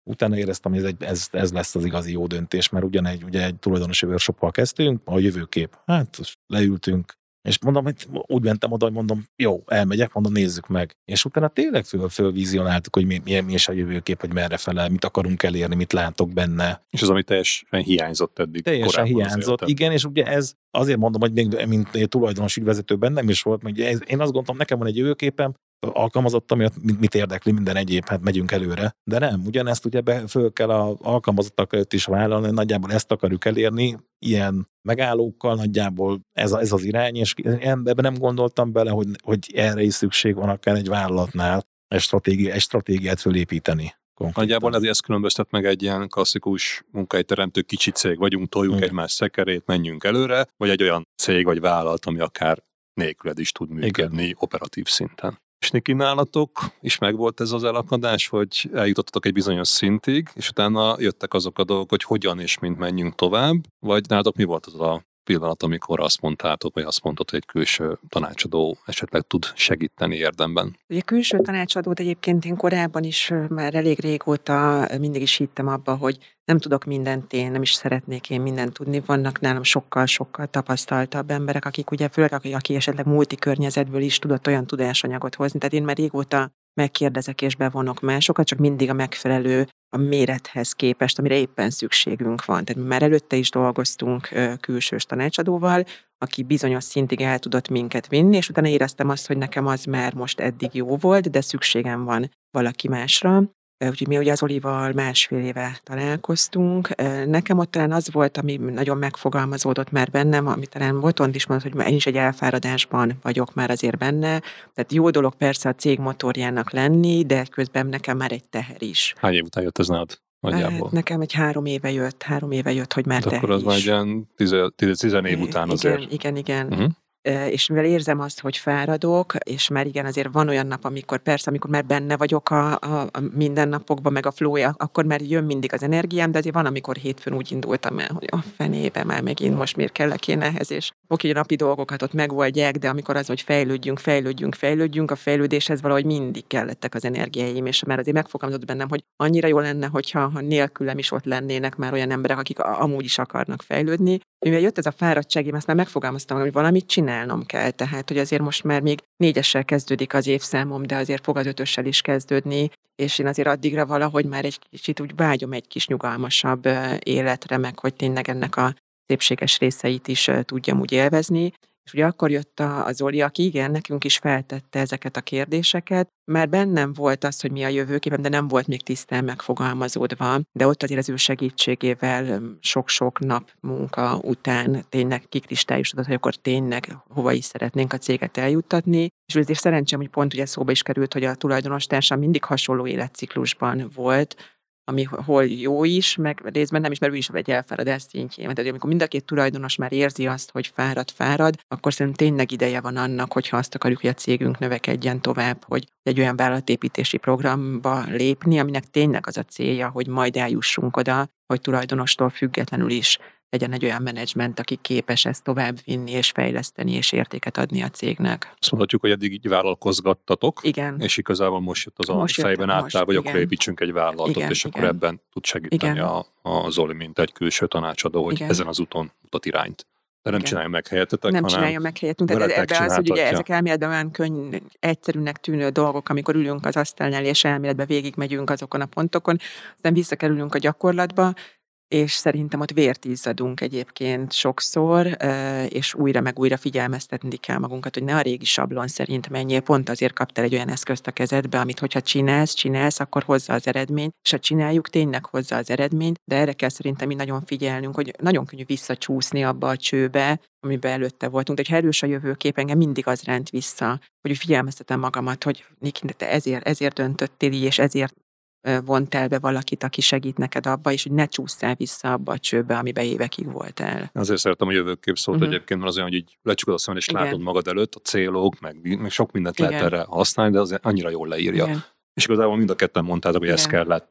Utána éreztem, hogy ez, egy, ez, ez lesz az igazi jó döntés, mert ugyanegy, ugye egy tulajdonosi workshoppal kezdtünk, a jövőkép. Hát leültünk, és mondom, hogy úgy mentem oda, hogy mondom, jó, elmegyek, mondom, nézzük meg. És utána tényleg föl, fölvizionáltuk, hogy mi, mi, mi is a jövőkép, hogy merre fele, mit akarunk elérni, mit látok benne. És az, ami teljesen hiányzott eddig. Teljesen hiányzott, igen, és ugye ez azért mondom, hogy még mint tulajdonos ügyvezető bennem is volt, hogy ez, én azt gondoltam, nekem van egy jövőképem, alkalmazottam, mit, mit érdekli minden egyéb, hát megyünk előre. De nem, ugyanezt ugye be, föl kell az alkalmazottak előtt is vállalni, nagyjából ezt akarjuk elérni, ilyen megállókkal nagyjából ez, a, ez az irány, és ebben nem gondoltam bele, hogy, hogy erre is szükség van akár egy vállalatnál egy, stratégi, egy stratégiát fölépíteni. Konkrétan. Nagyjából ez, ez különböztet meg egy ilyen klasszikus munkahelyteremtő kicsi cég vagyunk, toljuk Igen. egymás szekerét, menjünk előre, vagy egy olyan cég vagy vállalat, ami akár nélküled is tud működni Igen. operatív szinten. És Niki, nálatok is megvolt ez az elakadás, hogy eljutottatok egy bizonyos szintig, és utána jöttek azok a dolgok, hogy hogyan és mint menjünk tovább, vagy nálatok mi volt az a pillanat, amikor azt mondtátok, vagy azt mondtad, hogy egy külső tanácsadó esetleg tud segíteni érdemben? Ugye külső tanácsadót egyébként én korábban is már elég régóta mindig is hittem abba, hogy nem tudok mindent én, nem is szeretnék én mindent tudni. Vannak nálam sokkal-sokkal tapasztaltabb emberek, akik ugye főleg, aki esetleg multi környezetből is tudott olyan tudásanyagot hozni. Tehát én már régóta megkérdezek és bevonok másokat, csak mindig a megfelelő a mérethez képest, amire éppen szükségünk van. Tehát mi már előtte is dolgoztunk külsős tanácsadóval, aki bizonyos szintig el tudott minket vinni, és utána éreztem azt, hogy nekem az már most eddig jó volt, de szükségem van valaki másra. Úgyhogy mi ugye az Olival másfél éve találkoztunk. Nekem ott talán az volt, ami nagyon megfogalmazódott már bennem, ami talán Botond is mondott, hogy én is egy elfáradásban vagyok már azért benne. Tehát jó dolog persze a cég motorjának lenni, de közben nekem már egy teher is. Hány év után jött ez nálad? Nagyjából. Hát nekem egy három éve jött, három éve jött, hogy már hát teher akkor az is. már egy ilyen tizen év után azért. Igen, igen, igen. Uh-huh. És mivel érzem azt, hogy fáradok, és már igen, azért van olyan nap, amikor persze, amikor már benne vagyok a, a, a mindennapokban, meg a flow-ja, akkor már jön mindig az energiám, de azért van, amikor hétfőn úgy indultam el, hogy a fenébe már megint most miért kellek én ehhez, és oké, a napi dolgokat ott megoldják, de amikor az, hogy fejlődjünk, fejlődjünk, fejlődjünk, a fejlődéshez valahogy mindig kellettek az energiáim, és már azért megfogalmazott bennem, hogy annyira jó lenne, hogyha ha nélkülem is ott lennének már olyan emberek, akik amúgy is akarnak fejlődni. Mivel jött ez a fáradtság, én ezt már megfogalmaztam, hogy valamit csinálnom kell. Tehát, hogy azért most már még négyessel kezdődik az évszámom, de azért fog az ötössel is kezdődni, és én azért addigra valahogy már egy kicsit úgy vágyom egy kis nyugalmasabb életre, meg hogy tényleg ennek a szépséges részeit is tudjam úgy élvezni. És ugye akkor jött a, a Zoli, aki igen, nekünk is feltette ezeket a kérdéseket. Már bennem volt az, hogy mi a jövőképem, de nem volt még tisztán megfogalmazódva. De ott azért az ő segítségével sok-sok nap munka után tényleg kikristályosodott, hogy akkor tényleg hova is szeretnénk a céget eljuttatni. És azért szerencsém, hogy pont ugye szóba is került, hogy a tulajdonostársam mindig hasonló életciklusban volt, ami hol jó is, meg részben nem is, mert ő is egy elfáradás szintjén. Tehát amikor mind a két tulajdonos már érzi azt, hogy fárad, fárad, akkor szerintem tényleg ideje van annak, hogyha azt akarjuk, hogy a cégünk növekedjen tovább, hogy egy olyan vállalatépítési programba lépni, aminek tényleg az a célja, hogy majd eljussunk oda, hogy tulajdonostól függetlenül is legyen egy olyan menedzsment, aki képes ezt továbbvinni és fejleszteni és értéket adni a cégnek. Azt mondhatjuk, hogy eddig így vállalkozgattatok, igen. És igazából most jött az a most fejben álltál, hogy igen. akkor építsünk egy vállalatot, igen, és igen. akkor ebben tud segíteni a, a Zoli, mint egy külső tanácsadó, hogy igen. ezen az úton mutat irányt. De nem igen. csinálja meg helyettetek, Nem hanem csinálja meg helyettünk. Tehát ebben az, hogy ugye ezek elméletben olyan könny, egyszerűnek tűnő dolgok, amikor ülünk az asztalnál, és elméletben végigmegyünk azokon a pontokon, aztán visszakerülünk a gyakorlatba, és szerintem ott vért izzadunk egyébként sokszor, és újra meg újra figyelmeztetni kell magunkat, hogy ne a régi sablon szerint menjél, pont azért kaptál egy olyan eszközt a kezedbe, amit hogyha csinálsz, csinálsz, akkor hozza az eredményt, és ha csináljuk, tényleg hozza az eredményt, de erre kell szerintem mi nagyon figyelnünk, hogy nagyon könnyű visszacsúszni abba a csőbe, amiben előtte voltunk. De ha erős a jövőkép, engem mindig az ránt vissza, hogy figyelmeztetem magamat, hogy Niki, te ezért, ezért döntöttél így, és ezért vontál be valakit, aki segít neked abba, és hogy ne csússzál vissza abba a csőbe, amiben évekig voltál. Azért szeretem a jövőkép szót uh-huh. egyébként, mert az olyan, hogy így lecsukod a szemed, és igen. látod magad előtt, a célok, meg, meg sok mindent igen. lehet erre használni, de az annyira jól leírja. Igen. És igazából mind a ketten mondtátok, hogy igen. ez kellett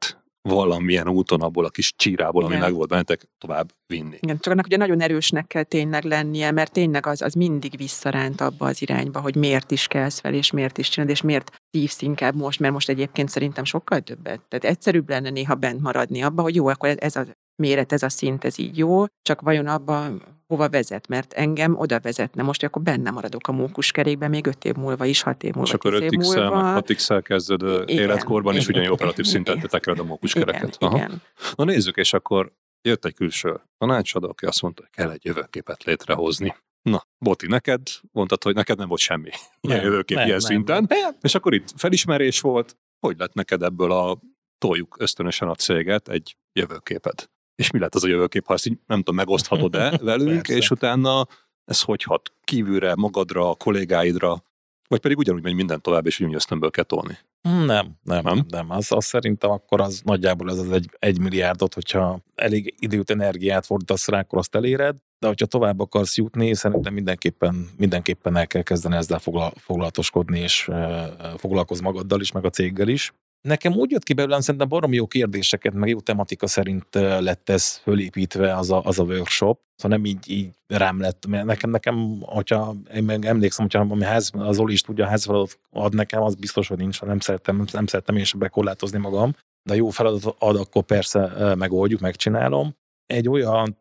valamilyen úton abból a kis csírából, ami Igen. meg volt bennetek, tovább vinni. Igen, csak annak ugye nagyon erősnek kell tényleg lennie, mert tényleg az, az mindig visszaránt abba az irányba, hogy miért is kelsz fel, és miért is csinálod, és miért szívsz inkább most, mert most egyébként szerintem sokkal többet. Tehát egyszerűbb lenne néha bent maradni abba, hogy jó, akkor ez a méret, ez a szint, ez így jó, csak vajon abba hova vezet, mert engem oda vezetne. Most akkor benne maradok a mókuskerékben még öt év múlva is, hat év múlva, és akkor tíz év öt x-el, múlva. meg hat x-el kezded ö, Igen, életkorban, és igen, ugyanilyen operatív szinten igen. tekered a mókuskereket. Igen, igen. Na nézzük, és akkor jött egy külső tanácsadó, aki azt mondta, hogy kell egy jövőképet létrehozni. Na, Boti, neked mondtad, hogy neked nem volt semmi ilyen Nem, jövőkép nem, ilyen nem, szinten, nem. és akkor itt felismerés volt, hogy lett neked ebből a toljuk ösztönösen a céget egy jövőképet. És mi lett az a jövőkép, ha ezt így nem tudom, megoszthatod-e velünk, Persze. és utána ez hogy hat kívülre, magadra, a kollégáidra, vagy pedig ugyanúgy megy minden tovább, és ugyanúgy ösztönből kell tolni. Nem, nem, Nem? nem. nem. Az, az szerintem akkor az nagyjából ez az egy, egy milliárdot, hogyha elég időt, energiát fordítasz rá, akkor azt eléred, de hogyha tovább akarsz jutni, szerintem mindenképpen, mindenképpen el kell kezdeni ezzel foglal, foglalatoskodni, és uh, foglalkozni magaddal is, meg a céggel is. Nekem úgy jött ki belőlem, szerintem baromi jó kérdéseket, meg jó tematika szerint lett ez fölépítve az a, az a workshop. Szóval nem így, így rám lett. Nekem, nekem, hogyha én meg emlékszem, hogyha ami ház, az Oli is tudja, a házfeladat ad nekem, az biztos, hogy nincs, nem szerettem, nem szerettem én sem bekorlátozni magam. De jó feladat ad, akkor persze megoldjuk, megcsinálom. Egy olyat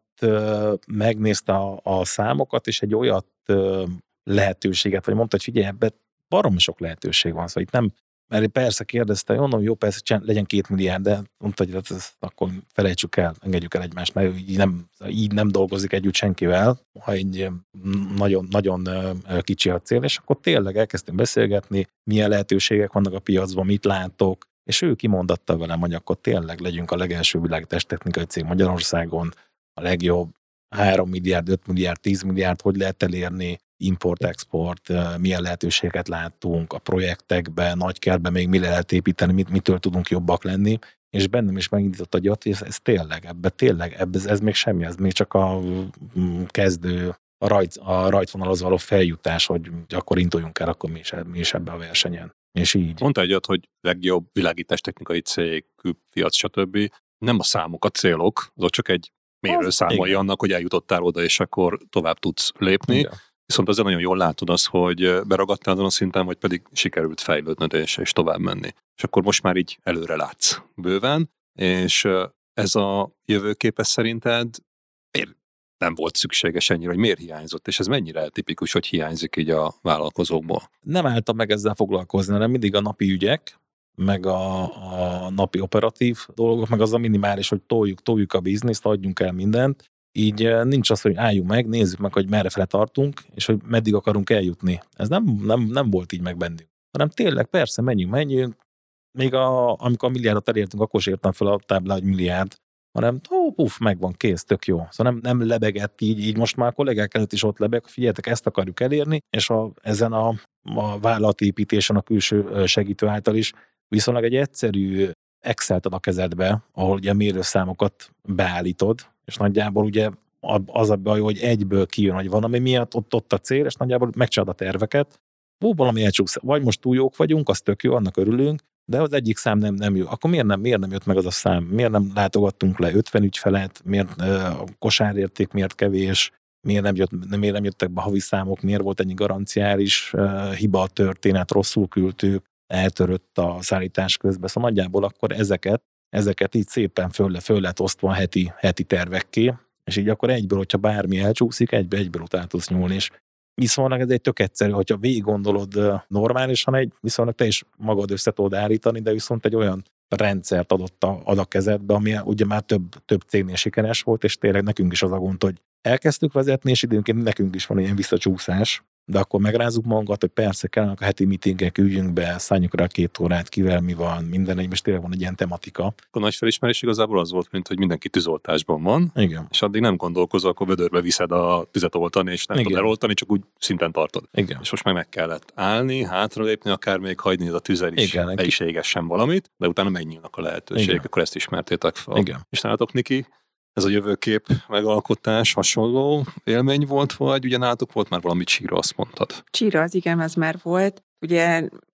megnézte a, a számokat, és egy olyat lehetőséget, vagy mondta, hogy figyelj, ebben baromi sok lehetőség van. Szóval itt nem, mert persze kérdezte, mondom, jó, persze csinál, legyen két milliárd, de mondta, hogy ezt akkor felejtsük el, engedjük el egymást, mert így nem, így nem dolgozik együtt senkivel, ha egy nagyon, nagyon kicsi a cél, és akkor tényleg elkezdtünk beszélgetni, milyen lehetőségek vannak a piacban, mit látok, és ő kimondatta velem, hogy akkor tényleg legyünk a legelső világ testtechnikai cég Magyarországon, a legjobb három milliárd, öt milliárd, tíz milliárd, hogy lehet elérni, import-export, milyen lehetőséget látunk a projektekben, nagykertben még mi lehet építeni, mit, mitől tudunk jobbak lenni, és bennem is megindított a gyat, és ez, ez tényleg, ebbe tényleg, ebbe, ez, ez még semmi, ez még csak a kezdő, a, rajt, a rajtvonalhoz való feljutás, hogy akkor induljunk el, akkor mi is, mi is ebbe a versenyen. És így. Mondta egy olyat, hogy legjobb világítástechnikai cég, külpiac, stb. Nem a számok a célok, azok csak egy mérőszámai annak, hogy eljutottál oda, és akkor tovább tudsz lépni. Igen. Viszont azért nagyon jól látod azt, hogy beragadtál azon a szinten, vagy pedig sikerült fejlődnöd és, és tovább menni. És akkor most már így előre látsz bőven, és ez a jövőképes szerinted miért nem volt szükséges ennyire, hogy miért hiányzott, és ez mennyire tipikus, hogy hiányzik így a vállalkozókból? Nem álltam meg ezzel foglalkozni, hanem mindig a napi ügyek, meg a, a napi operatív dolgok, meg az a minimális, hogy toljuk, toljuk a bizniszt, adjunk el mindent. Így nincs az, hogy álljunk meg, nézzük meg, hogy merre fele tartunk, és hogy meddig akarunk eljutni. Ez nem, nem, nem volt így meg bennünk. Hanem tényleg, persze, menjünk, menjünk. Még a, amikor a milliárdot elértünk, akkor sem értem fel a táblá, hogy milliárd, hanem ó, puf, megvan, kész, tök jó. Szóval nem, nem lebegett így, így most már a kollégák előtt is ott lebeg, figyeljetek, ezt akarjuk elérni, és a, ezen a, a vállalatépítésen a külső segítő által is viszonylag egy egyszerű Excel-t ad a kezedbe, ahol ugye a mérőszámokat beállítod, és nagyjából ugye az a baj, hogy egyből kijön, hogy van, ami miatt ott, ott a cél, és nagyjából megcsinálod a terveket. Ó, valami elcsúsz, vagy most túl jók vagyunk, az tök jó, annak örülünk, de az egyik szám nem, nem jó. Akkor miért nem, miért nem jött meg az a szám? Miért nem látogattunk le ötven ügyfelet? Miért a kosárérték miért kevés? Miért nem, jött, miért nem jöttek be havi számok? Miért volt ennyi garanciális uh, hiba történet? Rosszul küldtük, eltörött a szállítás közben. Szóval nagyjából akkor ezeket, ezeket így szépen föl, föl lett osztva a heti, heti tervekké, és így akkor egyből, hogyha bármi elcsúszik, egyből, egyből utána tudsz nyúlni, és viszonylag ez egy tök egyszerű, hogyha végig gondolod normálisan, egy viszonylag te is magad össze tudod állítani, de viszont egy olyan rendszert adott a, ad a kezedbe, ami ugye már több, több cégnél sikeres volt, és tényleg nekünk is az a gond, hogy elkezdtük vezetni, és időnként nekünk is van ilyen visszacsúszás, de akkor megrázzuk magunkat, hogy persze kellene a heti meetingek, üljünk be, szálljuk rá két órát, kivel mi van, minden egy, most tényleg van egy ilyen tematika. A nagy felismerés igazából az volt, mint hogy mindenki tűzoltásban van, Igen. és addig nem gondolkozol, akkor vödörbe viszed a tüzet oltani, és nem Igen. tudod eloltani, csak úgy szinten tartod. Igen. És most meg meg kellett állni, hátralépni, akár még hagyni a tüzel is, Igen. le is égessen valamit, de utána megnyílnak a lehetőségek, Igen. akkor ezt ismertétek fel. Igen. És nálatok, Niki, ez a jövőkép megalkotás hasonló élmény volt, vagy ugye nálatok volt már valami csíra, azt mondtad? Csíra, az igen, az már volt. Ugye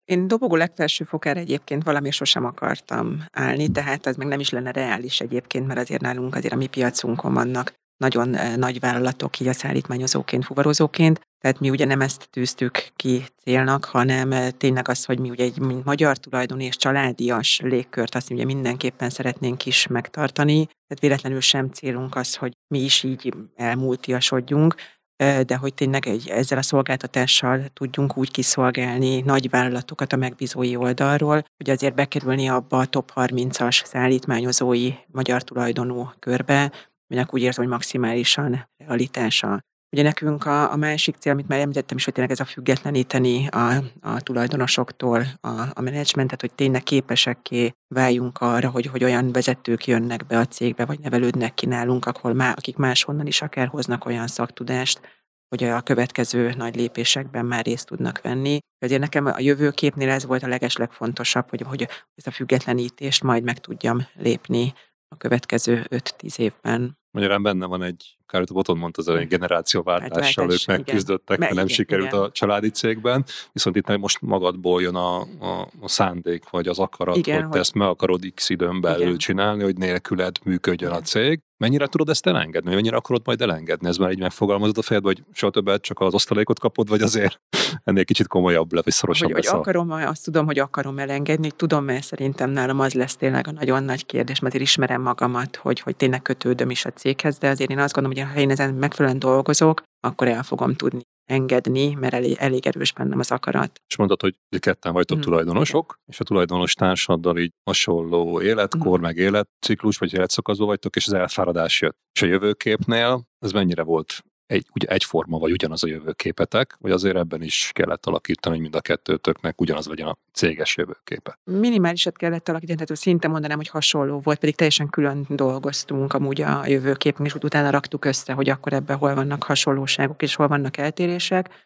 Én dobogó legfelső fokára egyébként valami sosem akartam állni, tehát az meg nem is lenne reális egyébként, mert azért nálunk azért a mi piacunkon vannak nagyon nagy vállalatok, így a szállítmányozóként, fuvarozóként, tehát mi ugye nem ezt tűztük ki célnak, hanem tényleg az, hogy mi ugye egy mint magyar tulajdon és családias légkört azt ugye mindenképpen szeretnénk is megtartani, tehát véletlenül sem célunk az, hogy mi is így elmúltiasodjunk, de hogy tényleg egy, ezzel a szolgáltatással tudjunk úgy kiszolgálni nagy vállalatokat a megbízói oldalról, hogy azért bekerülni abba a top harmincas szállítmányozói magyar tulajdonú körbe, aminek úgy érzem, hogy maximálisan realitása. Ugye nekünk a, a másik cél, amit már említettem is, hogy tényleg ez a függetleníteni a, a tulajdonosoktól a, a menedzsmentet, hogy tényleg képesekké váljunk arra, hogy, hogy olyan vezetők jönnek be a cégbe, vagy nevelődnek ki nálunk, ahol má, akik máshonnan is akár hoznak olyan szaktudást, hogy a következő nagy lépésekben már részt tudnak venni. Ezért nekem a jövőképnél ez volt a legeslegfontosabb, hogy, hogy ezt a függetlenítést majd meg tudjam lépni a következő öt-tíz évben. Magyarán benne van egy, akár a Boton mondta, az egy generációváltással, ők megküzdöttek, mert nem igen, sikerült igen. a családi cégben, viszont itt meg most magadból jön a, a, a szándék, vagy az akarat, igen, hogy te ezt meg akarod x időn belül igen. csinálni, hogy nélküled működjön Igen. a cég. Mennyire tudod ezt elengedni? Mennyire akarod majd elengedni? Ez már így megfogalmazod a fejedbe, hogy soha többet csak az osztalékot kapod, vagy azért ennél kicsit komolyabb lesz, vagy szorosabb Hogy, lesz hogy a... akarom, azt tudom, hogy akarom elengedni, tudom, mert szerintem nálam az lesz tényleg a nagyon nagy kérdés, mert én ismerem magamat, hogy, hogy tényleg kötődöm is a céghez, de azért én azt gondolom, hogy ha én ezen megfelelően dolgozok, akkor el fogom tudni engedni, mert elég, elég erős bennem az akarat. És mondtad, hogy ketten vagytok Mm, tulajdonosok, igen. és a tulajdonos társaddal így hasonló életkor, Mm. meg életciklus, vagy életszakaszban vagytok, és az elfáradás jött. És a jövőképnél ez mennyire volt egy, ugye egyforma, vagy ugyanaz a jövőképetek, vagy azért ebben is kellett alakítani, hogy mind a kettőtöknek ugyanaz legyen a céges jövőképe? Minimálisat kellett alakítani, tehát szinte mondanám, hogy hasonló volt, pedig teljesen külön dolgoztunk amúgy a jövőképen, és utána raktuk össze, hogy akkor ebben hol vannak hasonlóságok, és hol vannak eltérések.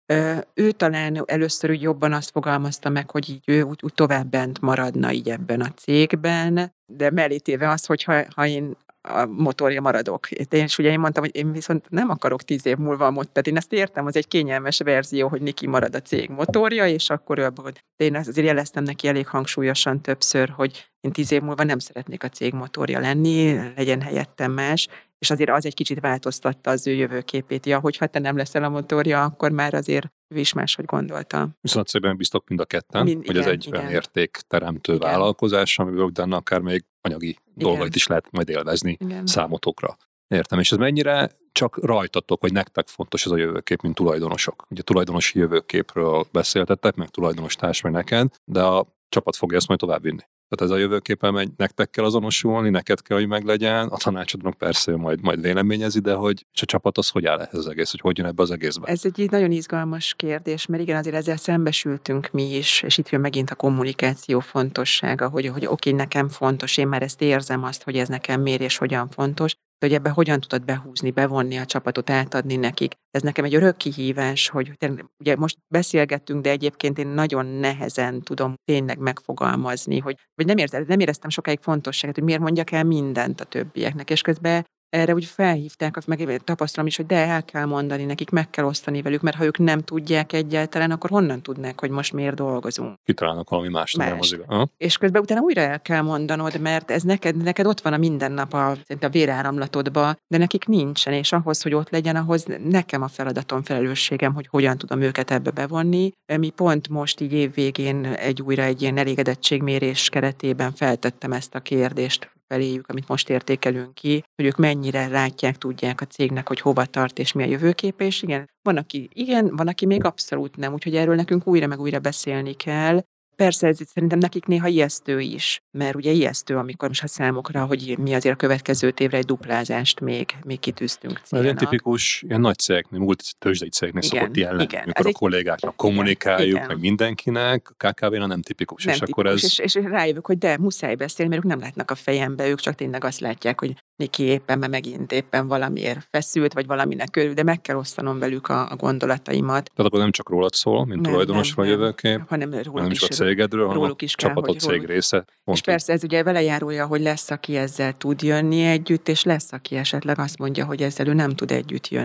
Ő talán először úgy jobban azt fogalmazta meg, hogy így ő úgy, úgy tovább bent maradna így ebben a cégben, de mellé téve az, hogy ha, ha én a motorja maradok. És ugye én mondtam, hogy én viszont nem akarok tíz év múlva a motor, tehát én ezt értem, az egy kényelmes verzió, hogy Niki marad a cég motorja, és akkor ő abban, de én azért jeleztem neki elég hangsúlyosan többször, hogy én tíz év múlva nem szeretnék a cég motorja lenni, legyen helyettem más, és azért az egy kicsit változtatta az ő jövőképét. Ja, hogyha te nem leszel a motorja, akkor már azért ő is máshogy gondolta. Viszont szépen biztos mind a ketten, Mind, hogy ez igen, egy igen. olyan értékteremtő Igen. vállalkozás, amiből utána akár még anyagi dolgait is lehet majd élvezni Igen. számotokra. Értem, és ez mennyire csak rajtatok, vagy nektek fontos ez a jövőkép, mint tulajdonosok? Ugye tulajdonosi jövőképről beszéltettek, meg tulajdonos társ meg neked, de a csapat fogja ezt majd továbbvinni. Tehát ez a jövőképpen megy, nektek kell azonosulni, neked kell, hogy meglegyen, a tanácsadónak persze majd, majd véleményezi, de hogy és a csapat az hogy áll ehhez az egész, hogy hogy jön ebbe az egészbe? Ez egy így nagyon izgalmas kérdés, mert igen, azért ezzel szembesültünk mi is, és itt jön megint a kommunikáció fontossága, hogy, hogy oké, nekem fontos, én már ezt érzem azt, hogy ez nekem miért és hogyan fontos, de hogy ebbe hogyan tudod behúzni, bevonni a csapatot, átadni nekik. Ez nekem egy örök kihívás, hogy ugye most beszélgettünk, de egyébként én nagyon nehezen tudom tényleg megfogalmazni, hogy vagy nem, érte, nem éreztem sokáig fontosságot, hogy miért mondjak el mindent a többieknek, és közben erre úgy felhívták, meg tapasztalom is, hogy de el kell mondani nekik, meg kell osztani velük, mert ha ők nem tudják egyáltalán, akkor honnan tudnák, hogy most miért dolgozunk. Kitalálnak valami más. Más. És közben utána újra el kell mondanod, mert ez neked, neked ott van a mindennap a, a véráramlatodba, de nekik nincsen, és ahhoz, hogy ott legyen, ahhoz nekem a feladatom, felelősségem, hogy hogyan tudom őket ebbe bevonni. Mi pont most így évvégén egy újra egy ilyen elégedettségmérés keretében feltettem ezt a kérdést feléjük, amit most értékelünk ki, hogy ők mennyire látják, tudják a cégnek, hogy hova tart és mi a jövőkép, és igen, van, aki igen, van, aki még abszolút nem, úgyhogy erről nekünk újra meg újra beszélni kell. Persze ez szerintem nekik néha ijesztő is, mert ugye ijesztő, amikor most a számokra, hogy mi azért a következő évre egy duplázást még, még kitűztünk célnak. Ez ilyen tipikus, ilyen nagy cégnél, múlt tőzsdei cégnél Igen, szokott ilyen lenni, igen. amikor Ez a kollégáknak kommunikáljuk, igen. meg mindenkinek, a ká ká vé-nál nem tipikus. Nem és tipikus, akkor ez... és, és rájövök, hogy de muszáj beszélni, mert ők nem látnak a fejembe, ők csak tényleg azt látják, hogy Niki éppen, mert megint éppen valamiért feszült, vagy valaminek körül, de meg kell osztanom velük a, a gondolataimat. Tehát akkor nem csak rólad szól, mint Nem, tulajdonosról nem, nem. jövőkép, hanem róluk hanem is a is, cégedről, hanem róluk a is kell, csapatod hogy cég róluk- része. És persze ez ugye vele járulja, hogy lesz, aki ezzel tud jönni együtt, és lesz, aki esetleg azt mondja, hogy ezzel ő nem tud együtt jönni.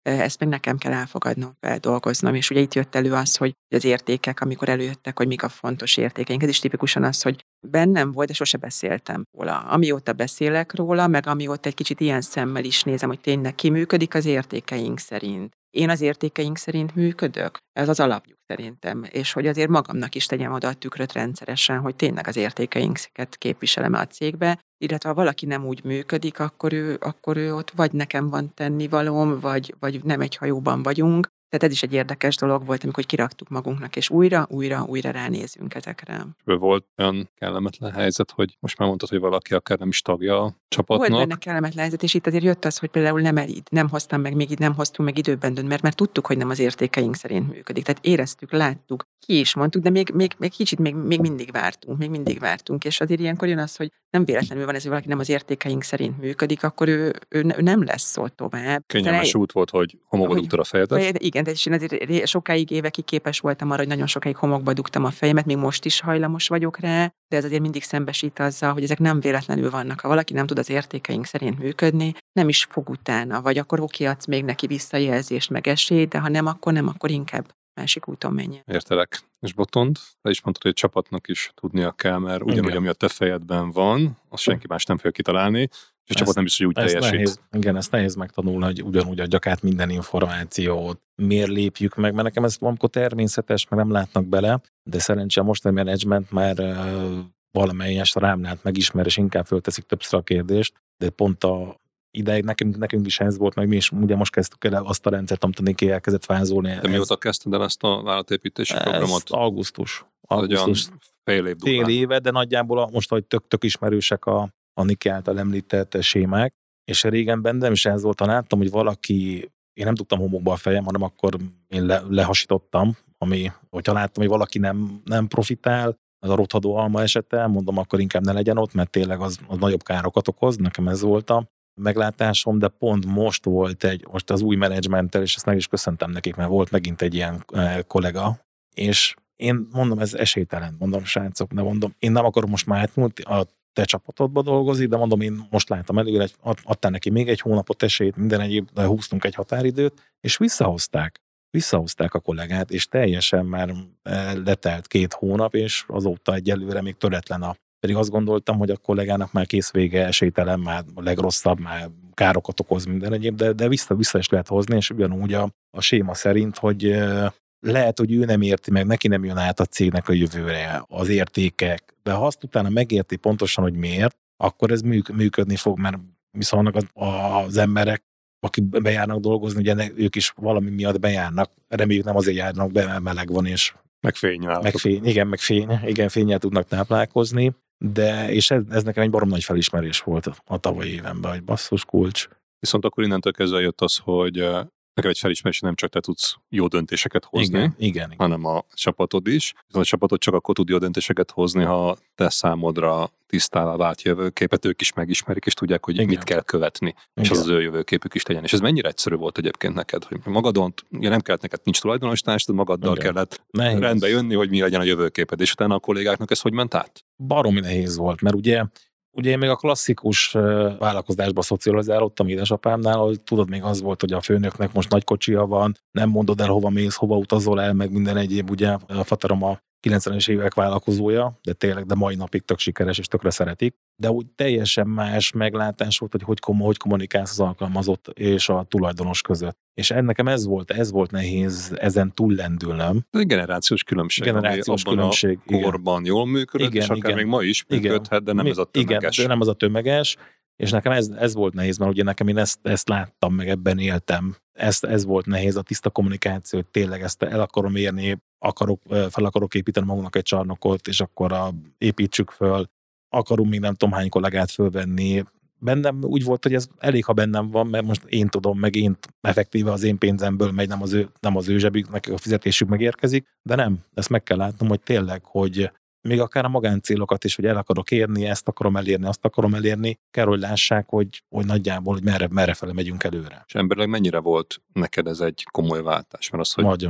ezt meg nekem kell elfogadnom, feldolgoznom, és ugye itt jött elő az, hogy az értékek, amikor előjöttek, hogy mik a fontos értékeink. Ez is tipikusan az, hogy bennem volt, de sose beszéltem róla. Amióta beszélek róla, meg amióta egy kicsit ilyen szemmel is nézem, hogy tényleg ki működik az értékeink szerint. Én az értékeink szerint működök, ez az alapjuk szerintem, és hogy azért magamnak is tegyem oda a tükröt rendszeresen, hogy tényleg az értékeinket képviselem a cégbe, illetve ha valaki nem úgy működik, akkor ő, akkor ő ott vagy nekem van tennivalóm, vagy, vagy nem egy hajóban vagyunk. Tehát ez is egy érdekes dolog volt, amikor kiraktuk magunknak, és újra, újra, újra ránézünk ezekre. Volt olyan kellemetlen helyzet, hogy most már mondtad, hogy valaki akár nem is tagja a csapatnak. Volt benne kellemetlen helyzet, és itt azért jött az, hogy például nem elid, nem hoztam meg, még nem hoztunk meg időben dönt, mert már tudtuk, hogy nem az értékeink szerint működik. Tehát éreztük, láttuk, ki is mondtuk, de még, még, még kicsit még, még mindig vártunk, még mindig vártunk, és azért ilyenkor jön az, hogy nem véletlenül van ez, hogy valaki nem az értékeink szerint működik, akkor ő, ő, ő nem lesz szó tovább. Kényelmes út volt, hogy homokba dugtad a fejedet. Igen, de én azért sokáig, évekig képes voltam arra, hogy nagyon sokáig homokba dugtam a fejemet, még most is hajlamos vagyok rá, de ez azért mindig szembesít azzal, hogy ezek nem véletlenül vannak. Ha valaki nem tud az értékeink szerint működni, nem is fog utána, vagy akkor oké, adsz még neki visszajelzést, meg esélyt, de ha nem, akkor nem, akkor inkább másik úton menjen. Értelek. És Botond, te is mondtad, hogy a csapatnak is tudnia kell, mert ugyanúgy, ami a te fejedben van, azt senki más nem fogja kitalálni, és a csapat nem is, hogy úgy teljesít. Nehéz, igen, ezt nehéz megtanulni, hogy ugyanúgy adjak át minden információt, miért lépjük meg, mert nekem ez valamikor természetes, mert nem látnak bele, de szerencsére a mostani menedzsment már uh, valamelyest rám lát megismer, és inkább fölteszik többször a kérdést, de pont a ideig nekünk, nekünk is ez volt, meg mi is ugye most kezdtük el azt a rendszert, amit a Niki elkezdett vázolni. De mióta kezdted el ezt a vállalatépítési programot? Augusztus. Augusztus. Fél év Fél éve, de nagyjából a, most, hogy tök-tök ismerősek a, a Niki által említett sémák, és régen bennem is ez volt, ha láttam, hogy valaki, én nem tudtam homokba a fejem, hanem akkor én le, lehasítottam, ami, hogyha láttam, hogy valaki nem, nem profitál, az a rothadó alma esete, mondom, akkor inkább ne legyen ott, mert tényleg az, az nagyobb károkat okoz, nekem ez volt a meglátásom, de pont most volt egy, most az új menedzsmenttel, és ezt meg is köszöntem nekik, mert volt megint egy ilyen e, kollega, és én mondom, ez esélytelen, mondom, srácok, de mondom, én nem akarom most már átmúlni, a te csapatodba dolgozik, de mondom, én most láttam előre, adtál neki még egy hónapot esélyt, minden egyéb, de húztunk egy határidőt, és visszahozták. Visszahozták a kollégát, és teljesen már letelt két hónap, és azóta egyelőre még töretlen a. Pedig azt gondoltam, hogy a kollégának már kész vége, esélytelen, már a legrosszabb, már károkat okoz minden egyéb, de, de vissza, vissza is lehet hozni, és ugyanúgy a, a séma szerint, hogy lehet, hogy ő nem érti meg, neki nem jön át a cégnek a jövőre, az értékek, de ha azt utána megérti pontosan, hogy miért, akkor ez működni fog, mert viszont az emberek, akik bejárnak dolgozni, ugye ők is valami miatt bejárnak, reméljük nem azért járnak be, mert meleg van, és meg fény. Meg fény, igen, meg fény, igen, fényel tudnak táplálkozni, de, és ez, ez nekem egy barom nagy felismerés volt a tavalyi évenben, hogy basszus kulcs. Viszont akkor innentől kezdve jött az, hogy nekem egy felismerés, nem csak te tudsz jó döntéseket hozni, igen, igen, igen. hanem a csapatod is. Viszont a csapatod csak akkor tud jó döntéseket hozni, ha te számodra tisztává vált jövőképet, ők is megismerik, és tudják, hogy igen. mit kell követni, igen. és az az ő jövőképük is legyen. És ez mennyire egyszerű volt egyébként neked, hogy magadon, ugye nem kellett neked, nincs tulajdonos társad, magaddal igen. kellett nehéz. rendbe jönni, hogy mi legyen a jövőképed, és utána a kollégáknak ez hogy ment át? Baromi nehéz volt, mert ugye Ugye én még a klasszikus vállalkozásban szocializálódtam édesapámnál, hogy tudod, még az volt, hogy a főnöknek most nagy kocsia van, nem mondod el, hova mész, hova utazol el, meg minden egyéb, ugye a faterom a kilencvenes évek vállalkozója, de tényleg, de mai napig tök sikeres és tökre szeretik. De úgy teljesen más meglátás volt, hogy hogy, kom- hogy kommunikálsz az alkalmazott és a tulajdonos között. És nekem ez volt, ez volt nehéz ezen túllendülnöm. Ez egy generációs különbség. Generációs abban különbség, a korban igen. jól működött, igen, és akár igen. még ma is működhet, de nem Mi, ez a tömeges. Igen, de nem az a tömeges, és nekem ez, ez volt nehéz, mert ugye nekem én ezt, ezt láttam, meg ebben éltem. Ez, ez volt nehéz, a tiszta kommunikáció, hogy tényleg ezt el akarom érni, akarok, fel akarok építeni magunknak egy csarnokot, és akkor a, építsük föl, akarunk még nem tudom hány kollégát fölvenni. Bennem úgy volt, hogy ez elég, ha bennem van, mert most én tudom, meg én effektíve az én pénzemből megy, nem az ő, nem az ő zsebük, nekik a fizetésük megérkezik, de nem, ezt meg kell látnom, hogy tényleg, hogy még akár a magáncélokat is, hogy el akarok érni, ezt akarom elérni, azt akarom elérni, kell, hogy lássák, hogy, hogy nagyjából, hogy merre, merre fele megyünk előre. És emberileg mennyire volt neked ez egy komoly váltás? Mert az, hogy Nagyon.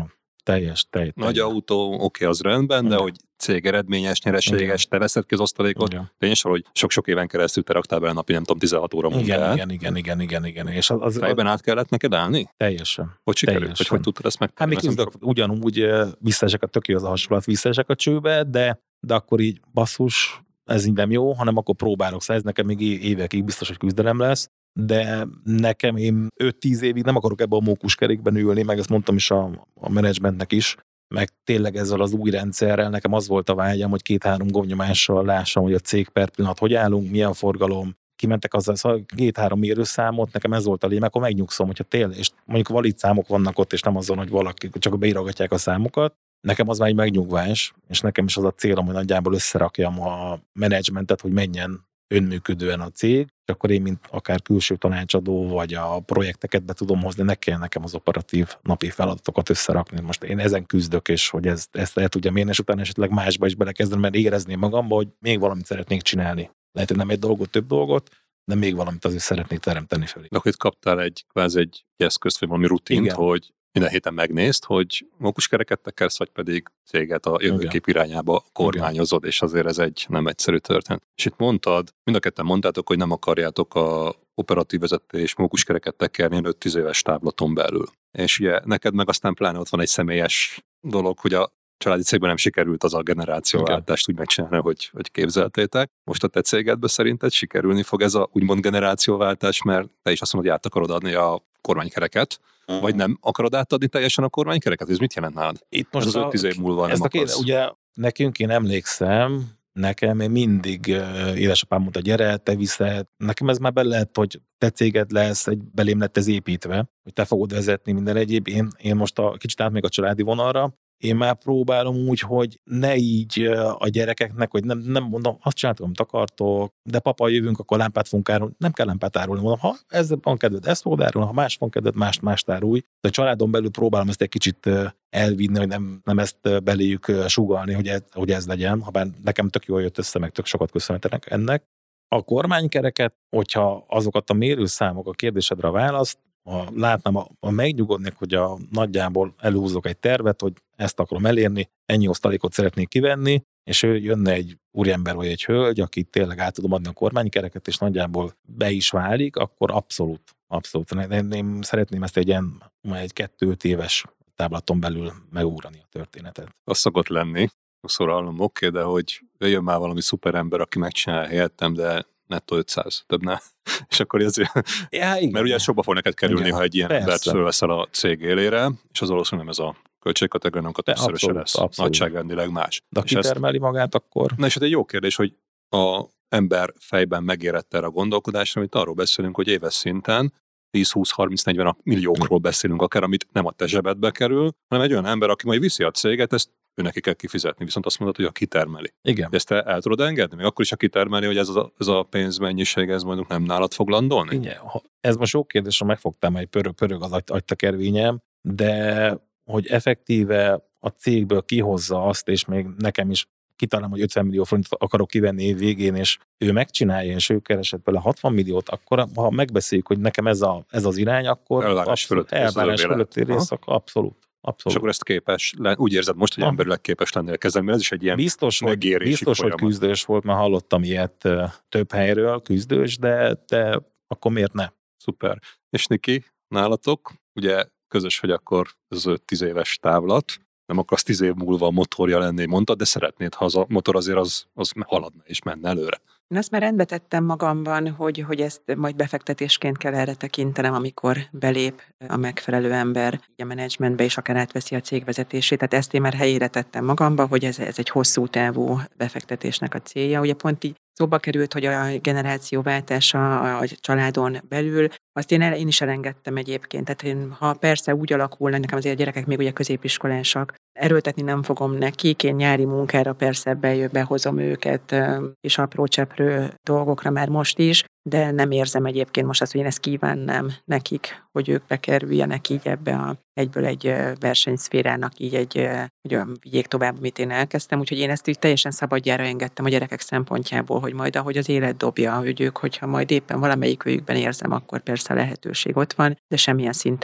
Teljes, teljes. Nagy autó, oké, okay, az rendben, de Igen. hogy cég eredményes, nyereséges, te veszed ki az osztalékot, tényleg, hogy sok-sok éven keresztül te raktál bele napi, nem tudom, tizenhat óra munkát. Igen, igen, igen, igen, igen, igen. És az, az, fejben át kellett neked állni? Teljesen. Hogy sikerült? Teljesen. Vagy hogy tudtad ezt meg? Hát még küzdök, ugyanúgy visszaesek a töké az a hasonlat, visszaesek a csőbe, de, de akkor így basszus, ez így nem jó, hanem akkor próbálok. Szóval ez nekem még évekig biztos, hogy küzdelem lesz, de nekem én öt-tíz évig nem akarok ebbe a mókuskerékben ülni, meg ezt mondtam is a, a menedzsmentnek is, meg tényleg ezzel az új rendszerrel nekem az volt a vágyam, hogy két-három gombnyomással lássam, hogy a cég per pillanat hogy állunk, milyen forgalom, kimentek azzal, szóval két-három mérőszámot, nekem ez volt a lényeg, akkor megnyugszom, hogyha tényleg, és mondjuk valid számok vannak ott, és nem azon, hogy valaki csak beírogatják a számokat, nekem az már egy megnyugvás, és nekem is az a célom, hogy nagyjából összerakjam a menedzsmentet, hogy menjen önműködően a cég, és akkor én, mint akár külső tanácsadó, vagy a projekteket be tudom hozni, ne kell nekem az operatív napi feladatokat összerakni. Most én ezen küzdök, és hogy ezt, ezt el tudjam érni, és utána esetleg másba is belekezdeni, mert érezném magamba, hogy még valamit szeretnék csinálni. Lehet, hogy nem egy dolgot, több dolgot, de még valamit azért szeretnék teremteni felé. De akkor itt kaptál egy kvázi egy eszközt, vagy valami rutint, igen, hogy minden héten megnézd, hogy mókuskereket tekersz, vagy pedig céget a jövőkép irányába kormányozod, és azért ez egy nem egyszerű történet. És itt mondtad, mind a ketten mondtátok, hogy nem akarjátok a operatív vezetés mókuskereket tekerni öt-tíz éves távlaton belül. És ugye neked meg aztán pláne ott van egy személyes dolog, hogy a családi cégben nem sikerült az a generációváltást úgy megcsinálni, hogy, hogy képzeltétek. Most a te cégedben szerinted sikerülni fog ez a úgymond generációváltás, mert te is azt mondod, hogy át akarod adni a kormánykereket, uh-huh. vagy nem akarod átadni teljesen a kormánykereket? Ez mit jelent nálad? Itt most az öt tíz év múlva nem akarsz. Két, ugye nekünk, én emlékszem, nekem én mindig uh, édesapám mondta, gyere, te viszed. Nekem ez már be lehet, hogy te céged lesz, egy belém lett ez építve, hogy te fogod vezetni minden egyéb. Én, én most a, kicsit át még a családi vonalra, én már próbálom úgy, hogy ne így a gyerekeknek, hogy nem, nem mondom, azt csináltok, amit akartok, de papa, jövünk, akkor lámpát fogunk árulni. Nem kell lámpát árulni, mondom, ha ez van kedved, ezt fogod árulni, ha más van kedved, mást, mást árulj. De a családon belül próbálom ezt egy kicsit elvinni, hogy nem, nem ezt beléjük sugallni, hogy ez, hogy ez legyen, ha bár nekem tök jól jött össze, meg tök sokat köszönhetek ennek. A kormánykereket, hogyha azokat a mérőszámok, a kérdésedre a választ, ha látnám, a, a megnyugodnék, hogy a nagyjából előhúzok egy tervet, hogy ezt akarom elérni, ennyi osztalékot szeretnék kivenni, és ő jönne egy úriember vagy egy hölgy, aki tényleg át tudom adni a kormánykereket, és nagyjából be is válik, akkor abszolút, abszolút. Én, én szeretném ezt egy ilyen egy kettő-öt éves táblaton belül megugrani a történetet. Az szokott lenni, szóval hallom, oké, okay, de hogy jön már valami szuperember, aki megcsinál helyettem, de nettó ötszáz, több ne. És akkor azért, ja, igen. Mert ugye sokba fog neked kerülni, igen, ha egy ilyen embert fölveszel a cég élére, és az valószínűleg nem ez a költségkategória, nem többszöröse lesz, nagyságrendileg más. De aki termeli magát, akkor... Na és hát egy jó kérdés, hogy a ember fejben megérett erre a gondolkodásra, amit arról beszélünk, hogy éves szinten tíz-húsz-harminc-negyven milliókról beszélünk akár, amit nem a te zsebedbe kerül, hanem egy olyan ember, aki majd viszi a céget, ezt ő neki kell kifizetni, viszont azt mondod, hogy a kitermeli. Igen. Ezt te el tudod engedni? Még akkor is, a kitermeli, hogy ez a, ez a pénzmennyiség, ez mondjuk nem nálad fog landolni? Igen. Ez most jó kérdés, ha megfogtam, hogy pörög, pörög az agy, agytakervényem, de hogy effektíve a cégből kihozza azt, és még nekem is kitalálom, hogy ötven millió forintot akarok kivenni év végén, és ő megcsinálja, és ő keresett bele hatvan milliót, akkor ha megbeszéljük, hogy nekem ez, a, ez az irány, akkor elvárás fölött, elvárás fölötti rész, akkor abszolút. Abszolút. És akkor ezt képes, úgy érzed most, hogy emberileg képes lennél kezelni, mert ez is egy ilyen biztos, megérési biztos, folyamat. Hogy küzdős volt, mert hallottam ilyet több helyről, küzdős, de, de akkor miért ne? Szuper. És Niki, nálatok, ugye közös, hogy akkor ez öt-tíz éves távlat, nem akarsz tíz év múlva a motorja lenni, mondtad, de szeretnéd, ha az a motor azért az, az haladna és menne előre. Én azt már rendbe tettem magamban, hogy, hogy ezt majd befektetésként kell erre tekintenem, amikor belép a megfelelő ember a menedzsmentbe, és akár átveszi a cég vezetését. Tehát ezt én már helyére tettem magamba, hogy ez, ez egy hosszú távú befektetésnek a célja. Ugye pont így szóba került, hogy a generációváltás a, a családon belül, azt én, el, én is elengedtem egyébként. Tehát én, ha persze úgy alakulnak, nekem azért a gyerekek még ugye középiskolásak, erőltetni nem fogom nekik, én nyári munkára persze bejö, behozom őket, és apró cseprő dolgokra már most is, de nem érzem egyébként most azt, hogy én ezt kívánnám nekik, hogy ők bekerüljenek így ebbe a, egyből egy versenyszférának, így egy, hogy olyan vigyék tovább, amit én elkezdtem, úgyhogy én ezt így teljesen szabadjára engedtem a gyerekek szempontjából, hogy majd ahogy az élet dobja, hogy ők, hogyha majd éppen valamelyik őjükben érzem, akkor persze a lehetőség ott van, de semmilyen szinten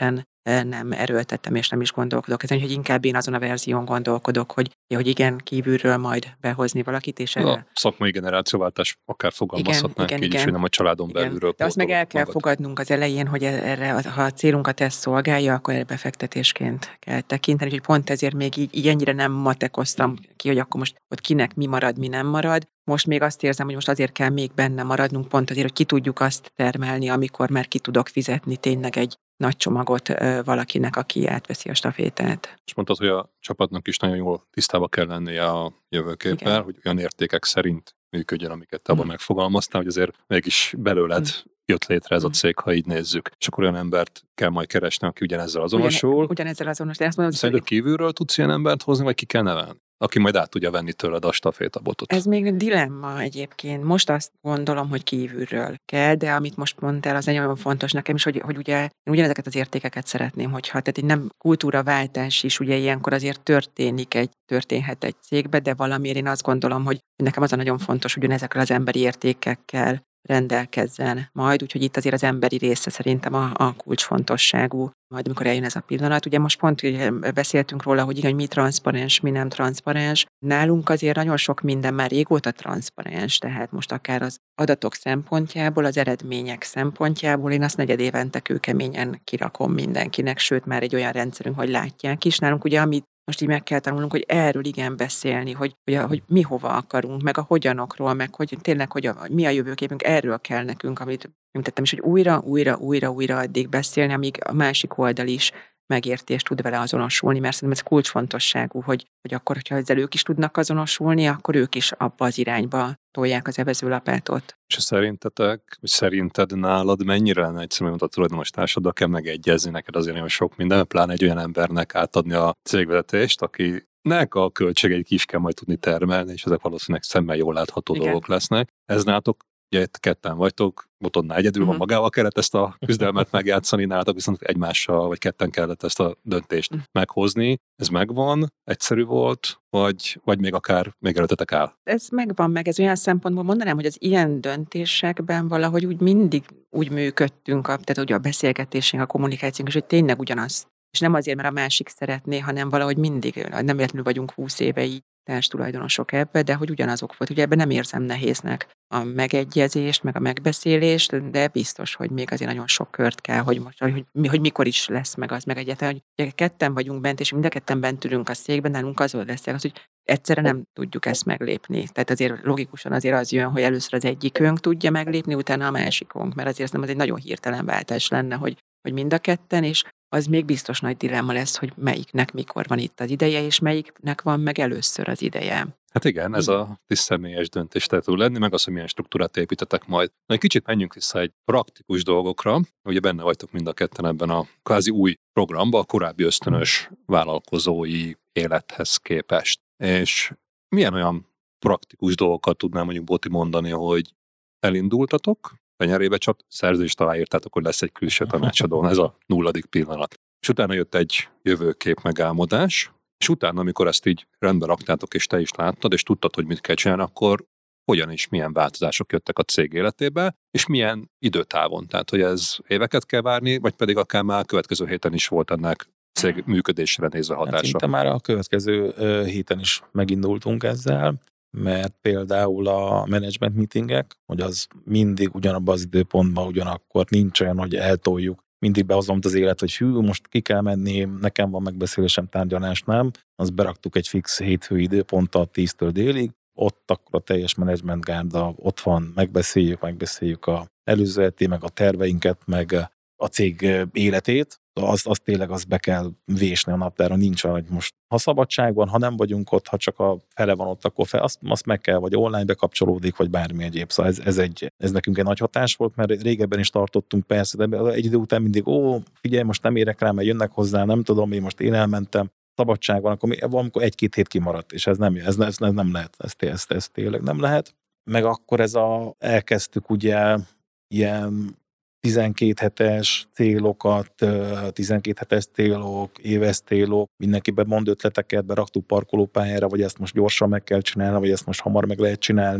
nem erőltettem, és nem is gondolkodok ezen, hogy inkább én azon a verzión gondolkodok, hogy, hogy igen, kívülről majd behozni valakit, és erre... A szakmai generációváltás akár fogalmazhatnánk igen, így igen, is, hogy nem a családon igen. belülről. De azt meg el kell magad. fogadnunk az elején, hogy erre, ha a célunkat ezt szolgálja, akkor erre befektetésként kell tekinteni, hogy pont ezért még így, így ennyire nem matekoztam ki, hogy akkor most ott kinek mi marad, mi nem marad. Most még azt érzem, hogy most azért kell még benne maradnunk, pont azért, hogy ki tudjuk azt termelni, amikor már ki tudok fizetni tényleg egy nagy csomagot valakinek, aki átveszi a stafétát. És mondtad, hogy a csapatnak is nagyon jól tisztába kell lennie a jövőképpel, igen. hogy olyan értékek szerint működjön, amiket te abban mm. megfogalmaztál, hogy azért mégis belőled mm. jött létre ez a cég, ha így nézzük. És akkor olyan embert kell majd keresni, aki ugyanezzel azonosul. Ugyan, ugyanezzel azonos, de azt mondom, szerinted kívülről tudsz ilyen embert hozni, vagy ki kell nevelni? Aki majd át tudja venni tőled a stafétabotot. Ez még dilemma egyébként. Most azt gondolom, hogy kívülről kell, de amit most mondtál, az egy nagyon fontos nekem is, hogy, hogy ugye én ugyanezeket az értékeket szeretném, hogyha tehát egy nem kultúraváltás is, ugye ilyenkor azért történik egy, történhet egy cégbe, de valamiért én azt gondolom, hogy nekem az a nagyon fontos, hogy ugyanezekkel az emberi értékekkel rendelkezzen majd, úgyhogy itt azért az emberi része szerintem a, a kulcsfontosságú, majd amikor eljön ez a pillanat. Ugye most pont ugye beszéltünk róla, hogy igen, hogy mi transzparens, mi nem transzparens. Nálunk azért nagyon sok minden már régóta transzparens, tehát most akár az adatok szempontjából, az eredmények szempontjából, én azt negyed évente kőkeményen kirakom mindenkinek, sőt már egy olyan rendszerünk, hogy látják is. Nálunk ugye, amit most így meg kell tanulnunk, hogy erről igen beszélni, hogy, hogy, hogy mi hova akarunk, meg a hogyanokról, meg hogy tényleg, hogy, a, hogy mi a jövőképünk, erről kell nekünk, amit említettem is, hogy újra, újra, újra, újra addig beszélni, amíg a másik oldal is megértést tud vele azonosulni, mert szerintem ez kulcsfontosságú, hogy, hogy akkor, hogyha ezzel ők is tudnak azonosulni, akkor ők is abba az irányba tolják az evezőlapátot. És szerintetek, vagy szerinted nálad mennyire lenne egyszerűen, mint a tulajdonos társaddal kell megegyezni neked azért nagyon sok minden, pláne egy olyan embernek átadni a cégvezetést, akinek a költségeit is kell majd tudni termelni, és ezek valószínűleg szemmel jól látható Igen. dolgok lesznek. Ez nálatok, ugye itt ketten vagytok, Botonnál egyedül uh-huh. van magával kellett ezt a küzdelmet megjátszani, nálatok viszont egymással, vagy ketten kellett ezt a döntést uh-huh. meghozni. Ez megvan, egyszerű volt, vagy, vagy még akár még előttetek áll? Ez megvan, meg ez olyan szempontból mondanám, hogy az ilyen döntésekben valahogy úgy mindig úgy működtünk, tehát ugye a beszélgetésünk, a kommunikációnk, és hogy tényleg ugyanaz. És nem azért, mert a másik szeretné, hanem valahogy mindig, nem véletlenül vagyunk húsz éve így társtulajdonosok ebbe, de hogy ugyanazok volt. Ugye ebben nem érzem nehéznek a megegyezést, meg a megbeszélést, de biztos, hogy még azért nagyon sok kört kell, hogy most, hogy, hogy mikor is lesz meg az, meg egyáltalán, hogy ketten vagyunk bent, és mind a ketten bent ülünk a székben, nálunk az lesz, az, hogy egyszerre nem tudjuk ezt meglépni. Tehát azért logikusan azért az jön, hogy először az egyikünk tudja meglépni, utána a másikunk, mert azért nem az egy nagyon hirtelen váltás lenne, hogy, hogy mind a ketten, és az még biztos nagy dilemma lesz, hogy melyiknek mikor van itt az ideje, és melyiknek van meg először az ideje. Hát igen, ez a ti személyes döntés tud lenni, meg az, hogy milyen struktúrát építetek majd. Na, egy kicsit menjünk vissza egy praktikus dolgokra. Ugye benne vagytok mind a ketten ebben a kvázi új programba, a korábbi ösztönös vállalkozói élethez képest. És milyen olyan praktikus dolgokat tudnám mondjuk Boti mondani, hogy elindultatok, penyerébe csak szerződést aláírtátok, hogy lesz egy külső tanácsadó, ez a nulladik pillanat. És utána jött egy jövőkép megálmodás, és utána, amikor ezt így rendbe raktátok, és te is láttad, és tudtad, hogy mit kell csinálni, akkor hogyan és milyen változások jöttek a cég életébe, és milyen időtávon. Tehát, hogy ez éveket kell várni, vagy pedig akár már a következő héten is volt ennek cég működésre nézve hatása. Hát szinte már a következő héten is megindultunk ezzel, mert például a management meetingek, hogy az mindig ugyanabban az időpontban, ugyanakkor nincs olyan, hogy eltoljuk. Mindig behozom az élet, hogy fű, most ki kell menni, nekem van megbeszélésem, tárgyalás nem. Azt beraktuk egy fix hétfő időponttal tíztől délig. Ott akkor a teljes menedzsment gárda ott van, megbeszéljük, megbeszéljük a előző heti, meg a terveinket, meg a cég életét. Azt az tényleg azt be kell vésni a naptára, nincs olyan, hogy most ha szabadság van, ha nem vagyunk ott, ha csak a fele van ott, akkor fel, azt, azt meg kell, vagy online bekapcsolódik, vagy bármi egyéb. Szóval ez, ez, egy, ez nekünk egy nagy hatás volt, mert régebben is tartottunk persze, de egy idő után mindig, ó, figyelj, most nem érek rá, mert jönnek hozzá, nem tudom, én most én elmentem, szabadság van, akkor valamikor egy-két hét kimaradt, és ez nem, ez, ez, ez nem lehet, ez, ez, ez tényleg nem lehet. Meg akkor ez a, elkezdtük ugye ilyen tizenkét hetes célokat, tizenkét hetes célok, éves célok, mindenki bemond ötleteket, beraktuk parkolópályára, vagy ezt most gyorsan meg kell csinálni, vagy ezt most hamar meg lehet csinálni.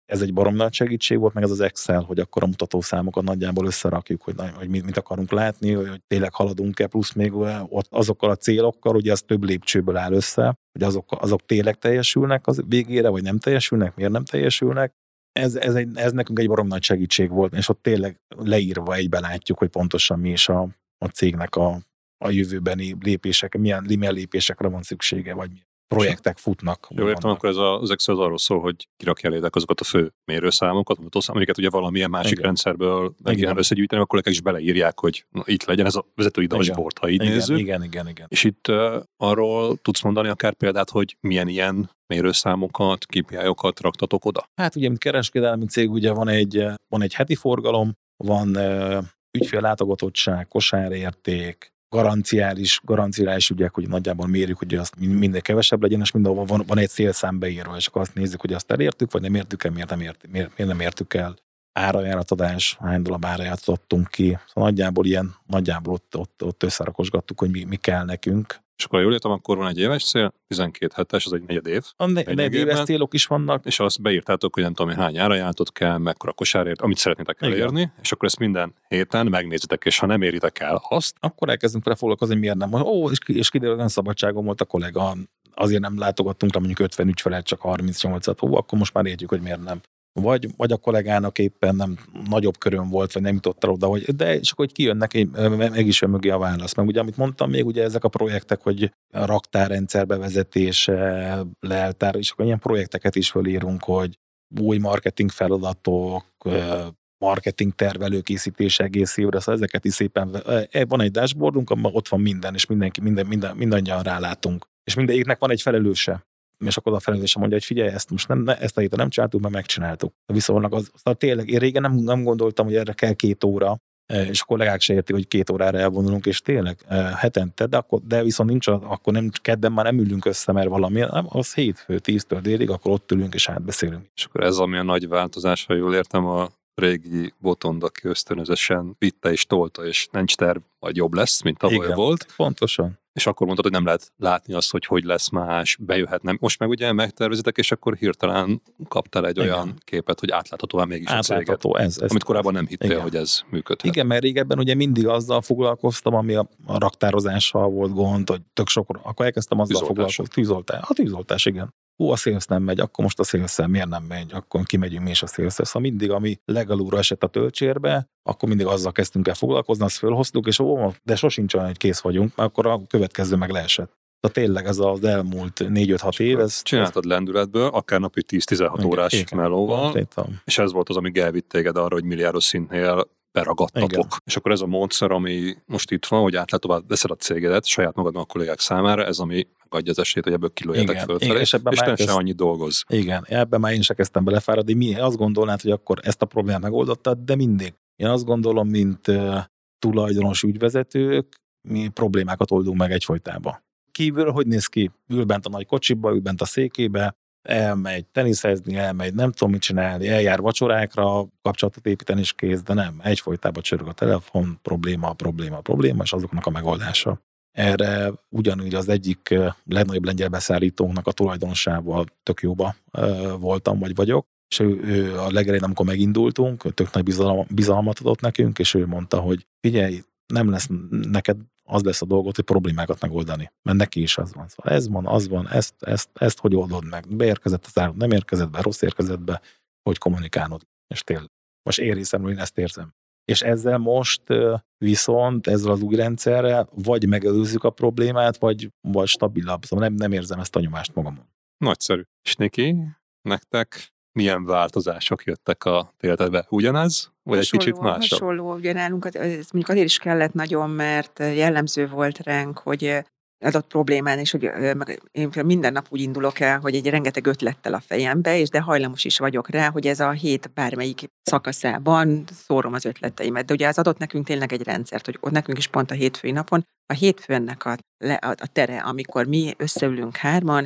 Ez egy barom nagy segítség volt, meg ez az Excel, hogy akkor a mutatószámokat nagyjából összerakjuk, hogy, hogy mit, mit akarunk látni, hogy tényleg haladunk-e, plusz még ott azokkal a célokkal, ugye az több lépcsőből áll össze, hogy azok, azok tényleg teljesülnek az végére, vagy nem teljesülnek, miért nem teljesülnek. Ez, ez, egy, ez nekünk egy barom nagy segítség volt, és ott tényleg leírva egyben látjuk, hogy pontosan mi is a, a cégnek a, a jövőbeni lépések, milyen, milyen lépésekre van szüksége, vagy milyen projektek futnak. Jól értem, akkor ez a, az Excel az arról szól, hogy kirakja elétek azokat a fő mérőszámokat, amiket ugye valamilyen másik igen. rendszerből meg kéne összegyűjteni, akkor ők is beleírják, hogy na, itt legyen ez a vezetői dashboard, ha így igen, nézzük. Igen, igen, igen. És itt uh, arról tudsz mondani akár példát, hogy milyen ilyen mérőszámokat, ká pé í-okat raktatok oda? Hát ugye, mint kereskedelmi cég, ugye van egy, van egy heti forgalom, van uh, ügyfél látogatottság, kosárérték, garanciális, garanciális ügyek, hogy nagyjából mérjük, hogy azt minden kevesebb legyen, és mindenhol van, van egy célszám beírva, és akkor azt nézzük, hogy azt elértük, vagy nem értük el, miért nem, ért, miért, miért nem értük el. Árajánlatadás, hány darab árajánlatot adtunk ki. Szóval nagyjából ilyen, nagyjából ott, ott, ott összerakosgattuk, hogy mi, mi kell nekünk. És akkor jól értem, akkor van egy éves cél, tizenkét hetes, az egy negyed év. A ne, negyed éves célok is vannak. És azt beírtátok, hogy nem tudom, hány árajánlatot kell, mekkora kosárért, amit szeretnétek elérni, igen. És akkor ezt minden héten megnézitek, és ha nem éritek el azt, akkor elkezdünk vele foglalkozni, miért nem. Ó, és, és kiderül, hogy szabadságom volt a kollega, azért nem látogattunk rá mondjuk ötven ügyfelet, csak harmincnyolcat, ó, akkor most már értjük, hogy miért nem. Vagy, vagy a kollégának éppen nem nagyobb körön volt, vagy nem jutott el oda, hogy, de és akkor hogy kijönnek, meg is jön mögé a válasz. Meg ugye, amit mondtam még, ugye ezek a projektek, hogy a raktárrendszer bevezetése, leltár, és akkor ilyen projekteket is fölírunk, hogy új marketing feladatok, marketing terv előkészítése egész évre, szóval ezeket is szépen, van egy dashboardunk, ahol ott van minden, és mindenki, minden, minden, mindannyian rálátunk. És mindegyiknek van egy felelőse. És akkor a felelőse mondja, hogy figyelj, ezt most nem, ezt a héten nem csináltuk, mert megcsináltuk. Viszont az, az tényleg, én régen nem, nem gondoltam, hogy erre kell két óra, és a kollégák se értik, hogy két órára elvonulunk, és tényleg hetente, de, akkor, de viszont nincs, akkor nem, kedden már nem ülünk össze, mert valami, nem, az hétfő, tíztől délig, akkor ott ülünk és átbeszélünk. És akkor ez ami a nagy változás, ha jól értem, a régi Botond, aki ösztönözösen vitte és tolta, és nincs terv, vagy jobb lesz, mint tavaly igen, volt. Pontosan. És akkor mondtad, hogy nem lehet látni azt, hogy hogy lesz más, bejöhet, nem. Most meg ugye megtervezitek, és akkor hirtelen kaptál egy igen. olyan képet, hogy átláthatóan mégis átlátható, a céget. Ez, ez, amit korábban nem hittél, igen. hogy ez működhet. Igen, mert régebben ugye mindig azzal foglalkoztam, ami a, a raktározással volt gond, hogy tök sok, akkor elkezdtem azzal foglalkozni. Tűzoltás. A tűzoltás, igen. Ó, a szélsz nem megy, akkor most a szélszel miért nem megy, akkor kimegyünk mi is a szélszel. Szóval mindig, ami legalúra esett a töltsérbe, akkor mindig azzal kezdtünk el foglalkozni, azt fölhoztuk, és ó, de sosincs olyan, hogy kész vagyunk, mert akkor a következő meg leesett. Tehát tényleg ez az elmúlt négy-öt-hat év. Ez, csináltad lendületből, akár napi tíz-tizenhat órás igen, melóval, konkrétan. És ez volt az, ami elvitt téged arra, hogy milliárdos szintnél beragadtatok. Igen. És akkor ez a módszer, ami most itt van, hogy átlátóvá veszed a cégedet saját magadnak a kollégák számára, ez ami megadja az esélyt, hogy ebből kilőjetek fölfelé, és, és nem se annyi dolgoz. Igen, ebben már én se kezdtem belefáradni. Mi azt gondolnád, hogy akkor ezt a problémát megoldottad, de mindig. Én azt gondolom, mint uh, tulajdonos ügyvezetők, mi problémákat oldunk meg egyfolytában. Kívül, hogy néz ki? Ül bent a nagy kocsiba, ül bent a székébe, elmegy teniszezni, elmegy nem tudom mit csinálni, eljár vacsorákra, kapcsolatot építeni is kész, de nem, egyfolytában csörög a telefon, probléma, probléma, probléma, és azoknak a megoldása. Erre ugyanúgy az egyik legnagyobb lengyel beszállítónknak a tulajdonosával tök jóba voltam, vagy vagyok, és ő, ő a legelején, amikor megindultunk, tök nagy bizalom, bizalmat adott nekünk, és ő mondta, hogy figyelj, nem lesz neked az lesz a dolgot, hogy problémákat megoldani. Mert neki is az van. Szóval ez van, az van, ezt, ezt, ezt hogy oldod meg? Beérkezett az áru, nem érkezett be, rossz érkezett be, hogy kommunikálnod. És tényleg, most én részemről én ezt érzem. És ezzel most viszont, ezzel az új rendszerrel vagy megelőzzük a problémát, vagy, vagy stabilabb. Szóval nem, nem érzem ezt a nyomást magamon. Nagyszerű. És Niki, nektek milyen változások jöttek a életedbe? Ugyanez? Vagy hasonló, egy kicsit másabb? Hasonló, ugye nálunk ez mondjuk azért is kellett nagyon, mert jellemző volt ránk, hogy adott problémán, és hogy én minden nap úgy indulok el, hogy egy rengeteg ötlettel a fejembe, és de hajlamos is vagyok rá, hogy ez a hét bármelyik szakaszában szórom az ötleteimet. De ugye az adott nekünk tényleg egy rendszert, hogy ott nekünk is pont a hétfői napon, a hétfőnnek a, a, a tere, amikor mi összeülünk hárman,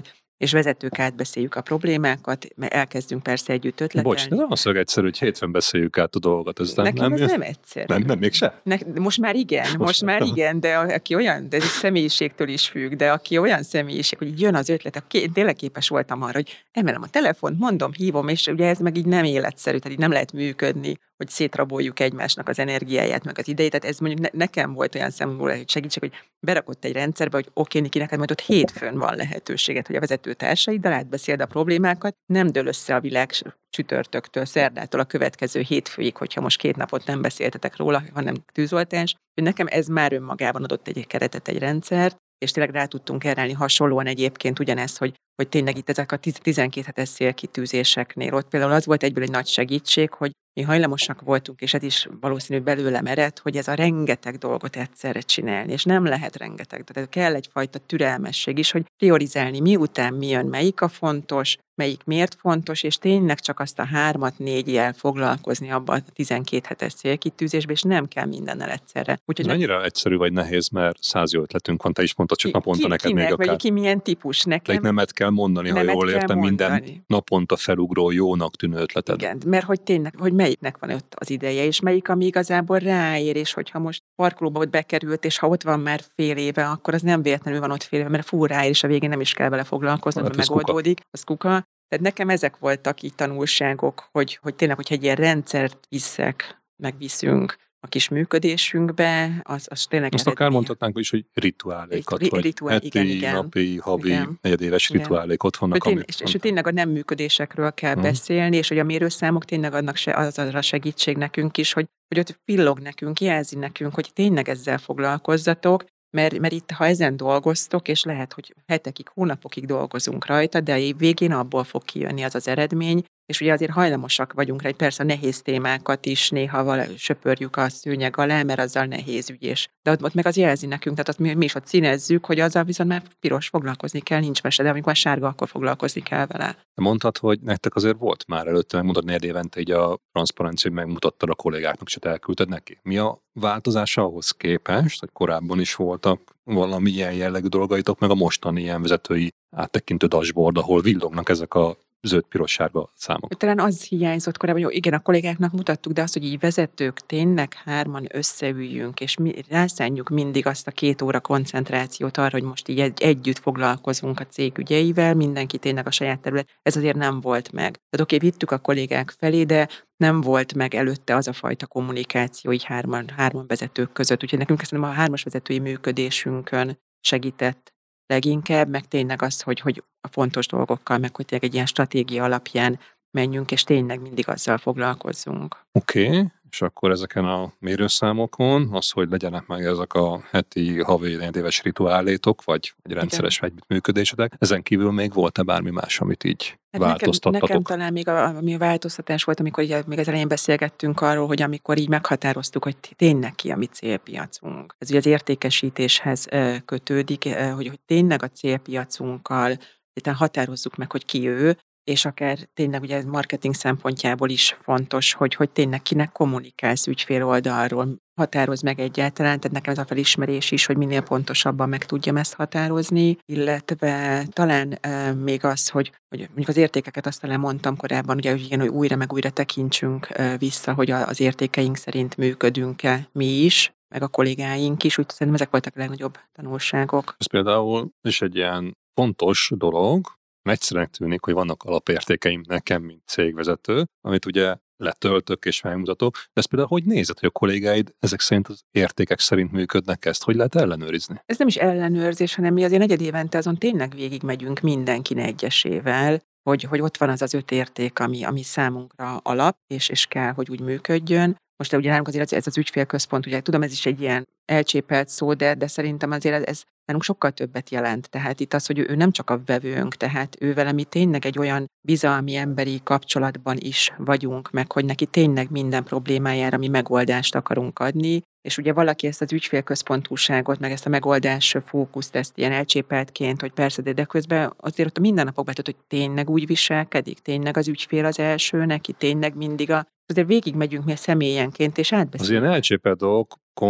és vezetők átbeszéljük a problémákat, mert elkezdünk persze együtt ötletelni. Bocs, de az egyszerű, hogy hétfőn beszéljük át a dolgot. Ez nem, Nekem nem, ez nem egyszerű. Nem, nem, mégse? Ne, most már igen, most, most már igen, de aki olyan, de ez személyiségtől is függ, de aki olyan személyiség, hogy jön az ötlet, akkor tényleg képes voltam arra, hogy emelem a telefont, mondom, hívom, és ugye ez meg így nem életszerű, tehát így nem lehet működni, hogy szétraboljuk egymásnak az energiáját, meg az idejét. Tehát ez mondjuk ne, nekem volt olyan számomra, hogy segítség, hogy berakott egy rendszerbe, hogy oké, Niki, neked majd ott hétfőn van lehetőséget, hogy a vezetőtársaiddal átbeszéld a problémákat, nem dől össze a világ csütörtöktől, szerdától a következő hétfőig, hogyha most két napot nem beszéltetek róla, hanem tűzoltás, hogy nekem ez már önmagában adott egy keretet, egy rendszert, és tényleg rá tudtunk erre állni hasonlóan egyébként ugyanezt, hogy, hogy tényleg itt ezek a tizenkét hetes célkitűzéseknél ott például az volt egyből egy nagy segítség, hogy mi hajlamosak voltunk, és ez is valószínű belőlem ered, hogy ez a rengeteg dolgot egyszerre csinálni, és nem lehet rengeteg, tehát kell egyfajta türelmesség is, hogy priorizálni, miután mi jön, melyik a fontos, melyik miért fontos, és tényleg csak azt a hármat, négyjel foglalkozni abban a tizenkét hetes célkitűzésbe, és nem kell mindennel egyszerre. Úgyhogy mennyire ne... egyszerű vagy nehéz, mert száz jó ötletünk van, te is mondtad, csak ki, naponta ki, neked kinek, még akár. Vagy ki milyen típus nekem. De nemet kell mondani, ha jól értem, mondani. Minden naponta felugró, jónak tűnő ötleted. Igen, mert hogy tényleg, hogy melyiknek van ott az ideje, és melyik, ami igazából ráér, és hogyha most parkolóba ott bekerült, és ha ott van már fél éve, akkor az nem véletlenül van ott fél éve, mert fú ráér, és a végén nem is kell vele foglalkozni, hát mert megoldódik, kuka. Az kuka. Tehát nekem ezek voltak így tanulságok, hogy, hogy tényleg, hogyha egy ilyen rendszert viszek, megviszünk a kis működésünkbe, az, az tényleg... Azt akár mondhatnánk is, hogy rituálékat, Rit- vagy rituál, heti, igen, igen. napi, havi, igen. negyedéves igen. rituálék ott vannak. Tény, és, és tényleg a nem működésekről kell hmm. beszélni, és hogy a mérőszámok tényleg adnak se, az arra segítség nekünk is, hogy, hogy ott pillog nekünk, jelzi nekünk, hogy tényleg ezzel foglalkozzatok, Mert, mert itt, ha ezen dolgoztok, és lehet, hogy hetekig, hónapokig dolgozunk rajta, de a év végén abból fog kijönni az az eredmény, és ugye azért hajlamosak vagyunk rá, hogy persze a nehéz témákat is néha vala, söpörjük a szőnyeg alá, mert azzal nehéz ügyés. De ott, ott meg az jelzi nekünk, tehát ott mi, mi is ott színezzük, hogy azzal viszont már piros foglalkozni kell, nincs mese, de amikor a sárga, akkor foglalkozni kell vele. Mondtad, hogy nektek azért volt már előtte, megmutatni négy évente így a transzparencia, hogy megmutattad a kollégáknak, és elküldted neki. Mi a változása ahhoz képest, hogy korábban is voltak valami ilyen jellegű dolgaitok, meg a mostani ilyen vezetői áttekintő dashboard, ahol villognak ezek a zöld-piros-sárga számok. Talán az hiányzott korábban, hogy igen, a kollégáknak mutattuk, de azt, hogy így vezetők tényleg hárman összeüljünk, és mi rászánjuk mindig azt a két óra koncentrációt arra, hogy most így egy, együtt foglalkozunk a cég ügyeivel, mindenki tényleg a saját terület. Ez azért nem volt meg. Tehát oké, vittük a kollégák felé, de nem volt meg előtte az a fajta kommunikáció így hárman, hárman vezetők között. Úgyhogy nekünk szerintem a hármas vezetői működésünkön segített leginkább, meg tényleg az, hogy, hogy a fontos dolgokkal, meg hogy tényleg egy ilyen stratégia alapján menjünk, és tényleg mindig azzal foglalkozzunk. Oké, okay. És akkor ezeken a mérőszámokon az, hogy legyenek meg ezek a heti, havi, éves rituálétok, vagy egy rendszeres együttműködésetek, ezen kívül még volt-e bármi más, amit így hát változtattatok? Nekem, nekem talán még a, ami a változtatás volt, amikor így, még az elején beszélgettünk arról, hogy amikor így meghatároztuk, hogy tényleg ki a mi célpiacunk. Ez ugye az értékesítéshez kötődik, hogy, hogy tényleg a célpiacunkkal határozzuk meg, hogy ki ő, és akár tényleg ugye marketing szempontjából is fontos, hogy, hogy tényleg kinek kommunikálsz ügyfél oldalról, határoz meg egyáltalán, tehát nekem ez a felismerés is, hogy minél pontosabban meg tudjam ezt határozni, illetve talán e, még az, hogy, hogy mondjuk az értékeket azt talán mondtam korábban, ugye, hogy igen, hogy újra meg újra tekintsünk e, vissza, hogy a, az értékeink szerint működünk-e mi is, meg a kollégáink is, úgy szerintem ezek voltak a legnagyobb tanulságok. Ez például is egy ilyen fontos dolog, egyszerűen tűnik, hogy vannak alapértékeim nekem, mint cégvezető, amit ugye letöltök és megmutatok, de ez például hogy nézed, hogy a kollégáid ezek szerint az értékek szerint működnek, ezt hogy lehet ellenőrizni? Ez nem is ellenőrzés, hanem mi azért negyed évente azon tényleg végigmegyünk mindenki egyesével, hogy, hogy ott van az az öt érték, ami, ami számunkra alap, és, és kell, hogy úgy működjön. Most ugye nálunk azért ez az ügyfélközpont, ugye tudom, ez is egy ilyen elcsépelt szó, de, de szerintem azért ez nálunk sokkal többet jelent. Tehát itt az, hogy ő nem csak a vevőnk, tehát ő vele mi tényleg egy olyan bizalmi emberi kapcsolatban is vagyunk, meg hogy neki tényleg minden problémájára mi megoldást akarunk adni, és ugye valaki ezt az ügyfélközpontúságot, meg ezt a megoldás fókuszt, ezt ilyen elcsépeltként, hogy persze, de, de közben azért ott a mindennapokban tudod, hogy tényleg úgy viselkedik, tényleg az ügyfél az első, neki tényleg mindig a azért végig megyünk mi személyenként, és átbeszélünk. Az ilyen elcsépelt dolgokon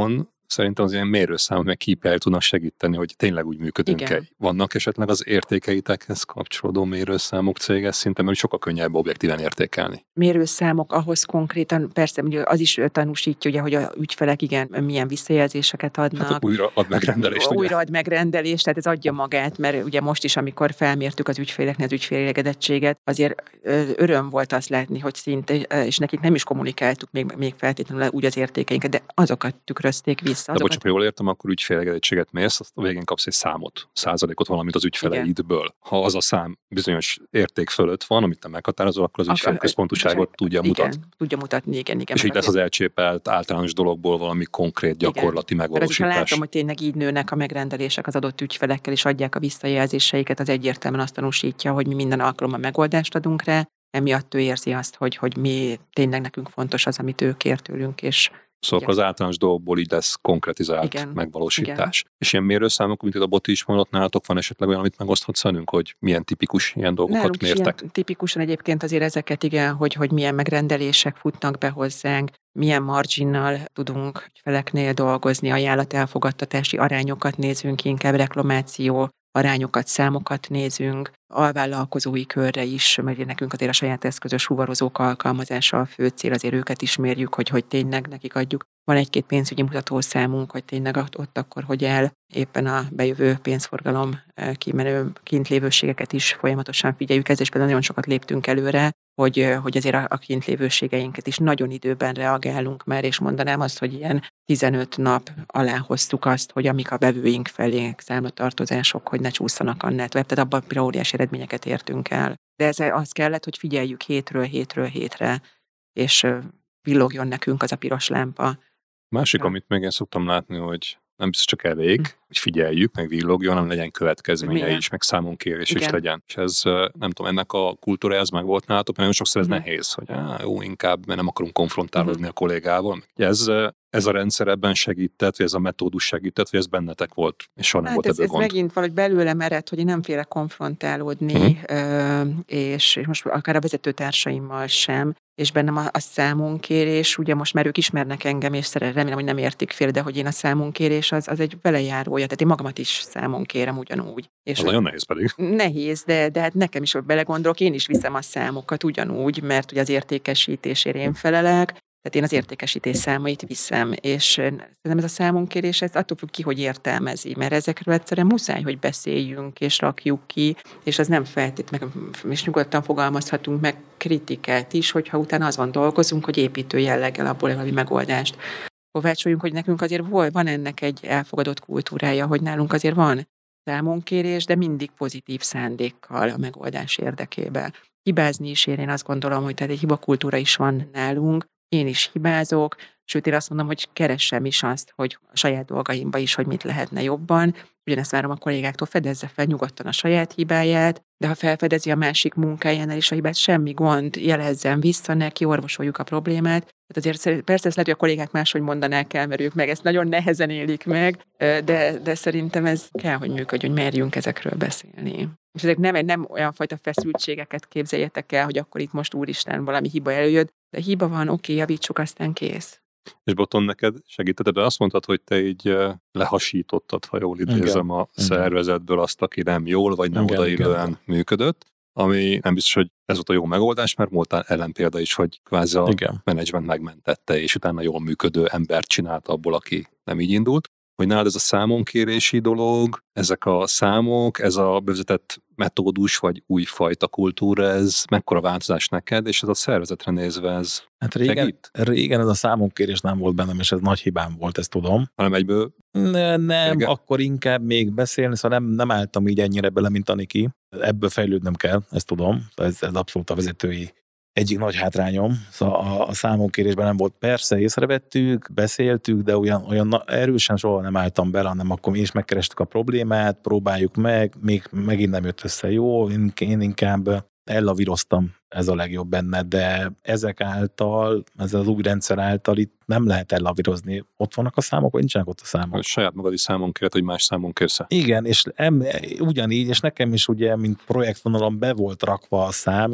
szerintem az ilyen mérőszámok meg ká pé í tudnak segíteni, hogy tényleg úgy működünk-e. Vannak esetleg az értékeitekhez kapcsolódó mérőszámok céges szinten, mert sokkal könnyebb objektíven értékelni. Mérőszámok ahhoz konkrétan, persze az is tanúsítja, ugye, hogy a ügyfelek igen, milyen visszajelzéseket adnak. Hát újra ad megrendelést. Újra ad megrendelést, tehát ez adja magát, mert ugye most is, amikor felmértük az ügyféleknek az ügyfélegedettséget, azért öröm volt azt látni, hogy szinte, és nekik nem is kommunikáltuk még, még feltétlenül úgy az értékeinket, de azokat tükrözték vissza. De bocs, ha jól értem, akkor ügyfélegedettséget mérsz, azt a végén kapsz egy számot, százalékot valamit az ügyfeleidből. Ha az a szám bizonyos érték fölött van, amit te meghatározol, akkor az ügyfélközpontúságot tudja mutatni. Igen, tudja mutatni, igen, igen. És így lesz az elcsépelt általános dologból valami konkrét gyakorlati igen. megvalósítás. Mert látom, hogy tényleg így nőnek a megrendelések az adott ügyfelekkel, és adják a visszajelzéseiket, az egyértelműen azt tanúsítja, hogy mi minden alkalommal megoldást adunk rá, emiatt ő érzi azt, hogy, hogy mi tényleg nekünk fontos az, amit ő kér tőlünk, és Szóval az általános dolgokból így lesz konkretizált igen. megvalósítás. Igen. És ilyen mérőszámok, mint itt a Boti is mondott, nálatok van esetleg olyan, amit megoszthatsz velünk, hogy milyen tipikus ilyen dolgokat nálunk mértek? Ilyen tipikusan egyébként azért ezeket igen, hogy, hogy milyen megrendelések futnak be hozzánk, milyen marginnal tudunk feleknél dolgozni, ajánlat elfogadtatási arányokat nézünk, inkább reklamáció arányokat, számokat nézünk, alvállalkozói körre is, mert nekünk azért a saját eszközös fuvarozók alkalmazása a fő cél, azért őket is mérjük, hogy, hogy tényleg nekik adjuk. Van egy-két pénzügyi mutatószámunk, hogy tényleg ott akkor, hogy el éppen a bejövő pénzforgalom kimenő kintlévőségeket is folyamatosan figyeljük. Ezzel is például nagyon sokat léptünk előre, hogy, hogy azért a, a kintlévőségeinket is nagyon időben reagálunk már, és mondanám azt, hogy ilyen tizenöt nap alá hoztuk azt, hogy amik a vevőink felé számlatartozások, hogy ne csúszanak annál tovább, tehát abban például óriási eredményeket értünk el. De ez az kellett, hogy figyeljük hétről hétről hétre, és villogjon nekünk az a piros lámpa. Másik, ja. amit még én szoktam látni, hogy nem biztos csak elég, hm. hogy figyeljük, meg villogjon, hanem legyen következménye is, meg számonkérés is legyen. És ez, nem tudom, ennek a kultúra ez meg volt nálatok, mert nagyon sokszor ez hm. nehéz, hogy á, jó, inkább, mert nem akarunk konfrontálódni hm. a kollégával. Ez, ez a rendszer ebben segített, vagy ez a metódus segített, vagy ez bennetek volt, és soha nem hát volt ez, ebből ez gond. megint valahogy belőlem ered, hogy én nem félek konfrontálódni, hm. és, és most akár a vezetőtársaimmal sem, és bennem a, a számonkérés, ugye most már ők ismernek engem, és szeret, remélem, hogy nem értik fél, de hogy én a számonkérés az, az egy velejárója, tehát én magamat is számon kérem ugyanúgy. És az nagyon nehéz pedig. Nehéz, de, de hát nekem is, hogy belegondolok, én is viszem a számokat ugyanúgy, mert ugye az értékesítésért én felelek, tehát én az értékesítés számait viszem, és szerintem ez a számonkérés, ez attól függ ki, hogy értelmezi, mert ezekről egyszerűen muszáj, hogy beszéljünk, és rakjuk ki, és az nem feltétlenül, és nyugodtan fogalmazhatunk meg kritikát is, hogyha utána azon dolgozunk, hogy építő jelleggel abból valami megoldást kovácsoljunk, hogy nekünk azért van ennek egy elfogadott kultúrája, hogy nálunk azért van számonkérés, de mindig pozitív szándékkal a megoldás érdekében. Hibázni is ér, én azt gondolom, hogy tehát egy hibakultúra is van nálunk, én is hibázok, sőt én azt mondom, hogy keressem is azt, hogy a saját dolgaimba is, hogy mit lehetne jobban. Ugyanezt várom a kollégáktól, fedezze fel nyugodtan a saját hibáját, de ha felfedezi a másik munkájánál is a hibát, semmi gond, jelezzen vissza neki, orvosoljuk a problémát. Tehát azért persze ezt lehet, hogy a kollégák máshogy mondanák el, mert ők meg ezt nagyon nehezen élik meg, de, de szerintem ez kell, hogy működjön, hogy merjünk ezekről beszélni. És ezek nem, nem olyan fajta feszültségeket képzeljetek el, hogy akkor itt most úristen valami hiba előjött, de hiba van, oké, javítsuk, aztán kész. És Boton, neked segítetted, de azt mondtad, hogy te így lehasítottad, ha jól idézem, a igen. szervezetből azt, aki nem jól, vagy nem odaillően működött, ami nem biztos, hogy ez volt a jó megoldás, mert voltál ellenpélda is, hogy kvázi a igen. menedzsment megmentette, és utána jól működő embert csinálta abból, aki nem így indult. Hogy nálad ez a számonkérési dolog, ezek a számok, ez a bevezetett metódus, vagy újfajta kultúra, ez mekkora változás neked, és ez a szervezetre nézve ez hát régen, régen ez a számonkérés nem volt bennem, és ez nagy hibám volt, ezt tudom. Hanem egyből? Ne, nem, régen? Akkor inkább még beszélni, szóval nem, nem álltam így ennyire bele, mint Aniki. Ebből fejlődnöm kell, ezt tudom. Ez, ez abszolút a vezetői egyik nagy hátrányom, szóval a, a számonkérésben nem volt. Persze észrevettük, beszéltük, de olyan, olyan erősen soha nem álltam bele, hanem akkor mi is megkerestük a problémát, próbáljuk meg, még megint nem jött össze jó, én, én inkább ellavíroztam, ez a legjobb benne, de ezek által, ez az új rendszer által itt nem lehet ellavírozni. Ott vannak a számok, vagy nincsenek ott a számok? A saját magad is számon kérhet, hogy más számon kérsz. Igen, és em, ugyanígy, és nekem is ugye, mint projektvonalon be volt rakva a szám, és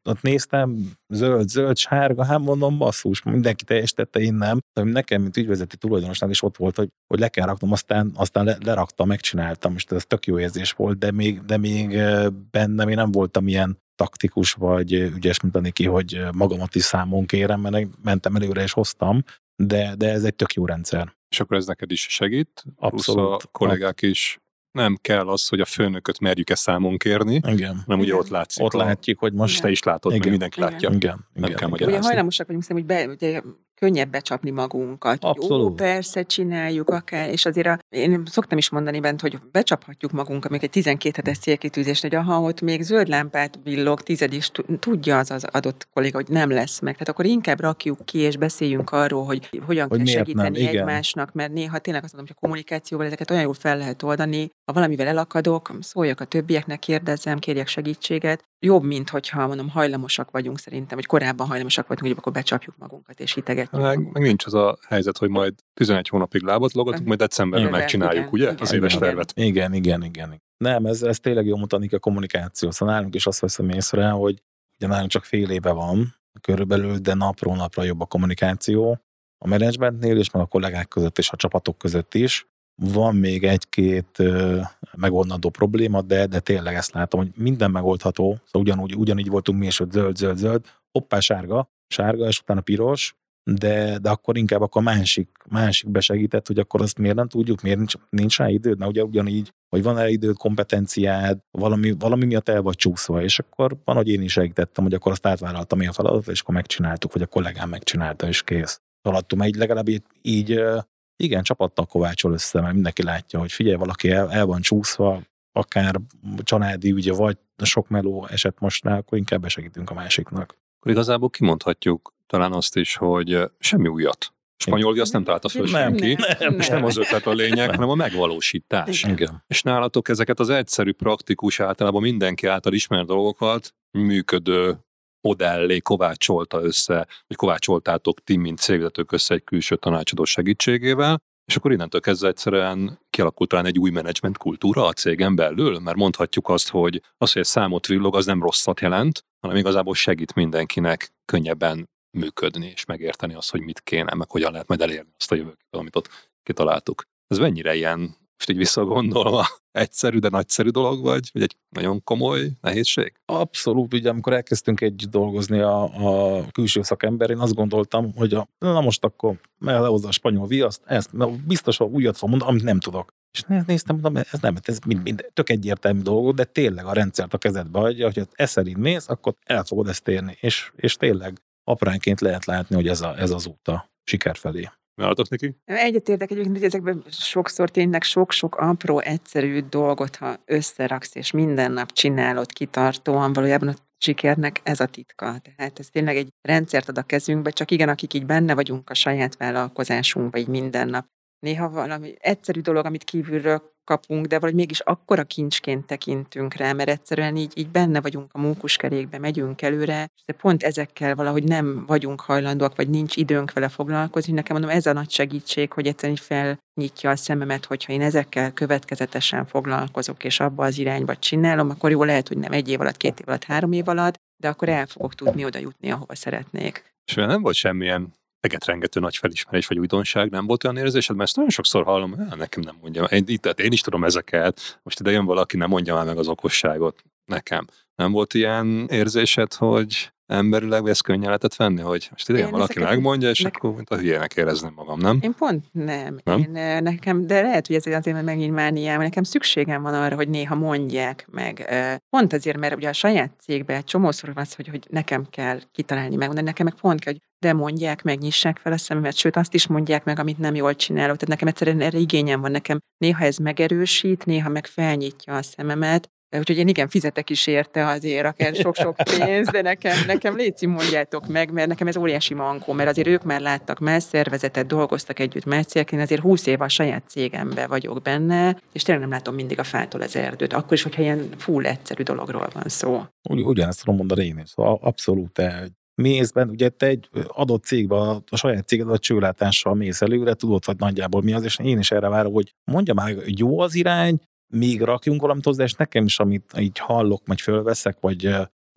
ott néztem, zöld, zöld, sárga, hát mondom, basszus, mindenki teljesítette, én nem. De nekem, mint ügyvezető tulajdonosnak is ott volt, hogy, hogy le kell raknom, aztán, aztán le, leraktam, megcsináltam, és ez tök jó érzés volt, de még, de még bennem én nem voltam ilyen taktikus vagy ügyes, mint Aniki, hogy magamat is számon kérem, mert mentem előre és hoztam, de, de ez egy tök jó rendszer. És akkor ez neked is segít, Abszolút. plusz a kollégák is. Nem kell az, hogy a főnököt merjük-e számon kérni, Igen. hanem ugye ott látszik. Ott a... látjuk, hogy most... Te is látod, meg mindenki Igen. látja. Igen. Nem Igen. kell Igen. magyarázni. Ugye hajlamosak vagyunk szerintem, hogy be, ugye, könnyebb becsapni magunkat. Abszolút. Jó, persze, csináljuk akár, és azért a, én szoktam is mondani bent, hogy becsaphatjuk magunkat, még egy tizenkét hetes célkitűzést, hogy aha, ott még zöld lámpát villog, tized is tudja az az adott kolléga, hogy nem lesz meg. Tehát akkor inkább rakjuk ki, és beszéljünk arról, hogy hogyan Hogy kell miért segíteni nem, egymásnak, mert néha tényleg azt mondom, hogy a kommunikációval ezeket olyan jól fel lehet oldani, ha valamivel elakadok, szóljak a többieknek, kérdezzem, kérjek segítséget. Jobb, mint hogyha mondom, hajlamosak vagyunk szerintem, vagy korábban hajlamosak vagyunk, hogy akkor becsapjuk magunkat és hitegetjük. Meg, meg nincs az a helyzet, hogy majd tizenegy hónapig lábat logatunk, majd decemberben Igen, megcsináljuk, igen, ugye? igen, Az éves igen. tervet. Igen, igen, igen. Nem, ez, ez tényleg jól mutanik a kommunikáció. Szóval nálunk is azt veszem észre, hogy ugye nálunk csak fél éve van körülbelül, de napról napra jobb a kommunikáció a menedzsmentnél és meg a kollégák között és a csapatok között is. Van még egy-két ö, megoldandó probléma, de, de tényleg ezt látom, hogy minden megoldható. Szóval ugyanúgy, ugyanígy voltunk mi is, hogy zöld, zöld, zöld, hoppá, sárga, sárga, és utána piros, de, de akkor inkább akkor másik, másik besegített, hogy akkor azt miért nem tudjuk, miért nincs, nincs rá időd, na ugye ugyanígy, hogy van-e időd, kompetenciád, valami, valami miatt el vagy csúszva, és akkor van, hogy én is segítettem, hogy akkor azt átvállaltam én a feladatot, és akkor megcsináltuk, vagy a kollégám megcsinálta, és kész. Haladtunk egy legalább így, így igen, csapattal kovácsol össze, mert mindenki látja, hogy figyelj, valaki el, el van csúszva, akár családi ügye, vagy sok meló esett mostnál, akkor inkább besegítünk a másiknak. Akkor igazából kimondhatjuk talán azt is, hogy semmi újat. Spanyol viaszt nem találta föl Nem, senki, nem, és nem. nem az ötlet a lényeg, hanem a megvalósítás. Igen. És nálatok ezeket az egyszerű, praktikus, általában mindenki által ismert dolgokat működő modellé kovácsolta össze, vagy kovácsoltátok ti, mint cégvezetők össze egy külső tanácsadó segítségével, és akkor innentől kezdve egyszerűen kialakult talán egy új menedzsment kultúra a cégen belül, mert mondhatjuk azt, hogy az, hogy egy számot villog, az nem rosszat jelent, hanem igazából segít mindenkinek könnyebben működni, és megérteni azt, hogy mit kéne, meg hogyan lehet majd elérni azt a jövőképet, amit ott kitaláltuk. Ez mennyire ilyen, most így visszagondolva, egyszerű, de nagyszerű dolog vagy, vagy egy nagyon komoly nehézség? Abszolút, ugye amikor elkezdtünk együtt dolgozni a, a külső szakember, én azt gondoltam, hogy a, na most akkor lehozza a spanyol viaszt, ezt na, biztos, hogy újat fog mondani, amit nem tudok. És néztem, mondom, ez nem, ez mind, mind, tök egyértelmű dolog, de tényleg a rendszert a kezedbe adja, hogy e szerint mész, akkor el fogod ezt érni. És, és tényleg apránként lehet látni, hogy ez, a, ez az út a siker felé. Nálatok neki? Egyetértek egyébként, hogy ezekben sokszor tényleg sok-sok apró, egyszerű dolgot, ha összeraksz, és minden nap csinálod kitartóan, valójában a sikernek ez a titka. Tehát ez tényleg egy rendszert ad a kezünkbe, csak igen, akik így benne vagyunk a saját vállalkozásunkba, így minden nap. Néha valami egyszerű dolog, amit kívülről kapunk, de valahogy mégis akkora kincsként tekintünk rá, mert egyszerűen így, így benne vagyunk a mókuskerékbe, megyünk előre, de pont ezekkel valahogy nem vagyunk hajlandóak, vagy nincs időnk vele foglalkozni. Nekem mondom, ez a nagy segítség, hogy egyszerűen felnyitja a szememet, hogyha én ezekkel következetesen foglalkozok, és abba az irányba csinálom, akkor jó lehet, hogy nem egy év alatt, két év alatt, három év alatt, de akkor el fogok tudni oda jutni, ahova szeretnék. És olyan nem volt semmilyen egetrengető nagy felismerés vagy újdonság, nem volt olyan érzésed, mert ezt nagyon sokszor hallom, hogy nekem nem mondja, én, tehát én is tudom ezeket, most ide jön valaki, nem mondja már meg az okosságot nekem. Nem volt ilyen érzésed, hogy emberileg ezt könnyen lehetett venni, hogy most ide jön Én valaki ezeket megmondja, és nek- akkor mint a hülyének érezném magam, nem? Én pont nem. Nem? Én, eh, nekem, de lehet, hogy ez azért mert megint mániám, nekem szükségem van arra, hogy néha mondják meg. Eh, Pont azért, mert ugye a saját cégben csomószor van az, hogy, hogy nekem kell kitalálni meg, de nekem meg pont kell, hogy de mondják meg, nyissák fel a szememet, sőt azt is mondják meg, amit nem jól csinálok. Tehát nekem egyszerűen erre igényem van, nekem néha ez megerősít, néha meg felnyitja a szememet. Úgyhogy én igen, fizetek is érte azért, akár sok-sok pénz, de nekem, nekem léci mondjátok meg, mert nekem ez óriási mankó, mert azért ők már láttak más szervezetet, dolgoztak együtt más cégek, én azért húsz év a saját cégemben vagyok benne, és tényleg nem látom mindig a fától az erdőt, akkor is, hogyha ilyen full egyszerű dologról van szó. Ugy, ugyanezt tudom mondani én is, szóval abszolút te mészben, ugye te egy adott cégben, a, a saját céged a csőlátással mész előre, tudod, vagy nagyjából mi az, és én is erre várok, hogy mondja már, hogy jó az irány, még rakjunk valamit hozzá, és nekem is, amit így hallok, vagy fölveszek, vagy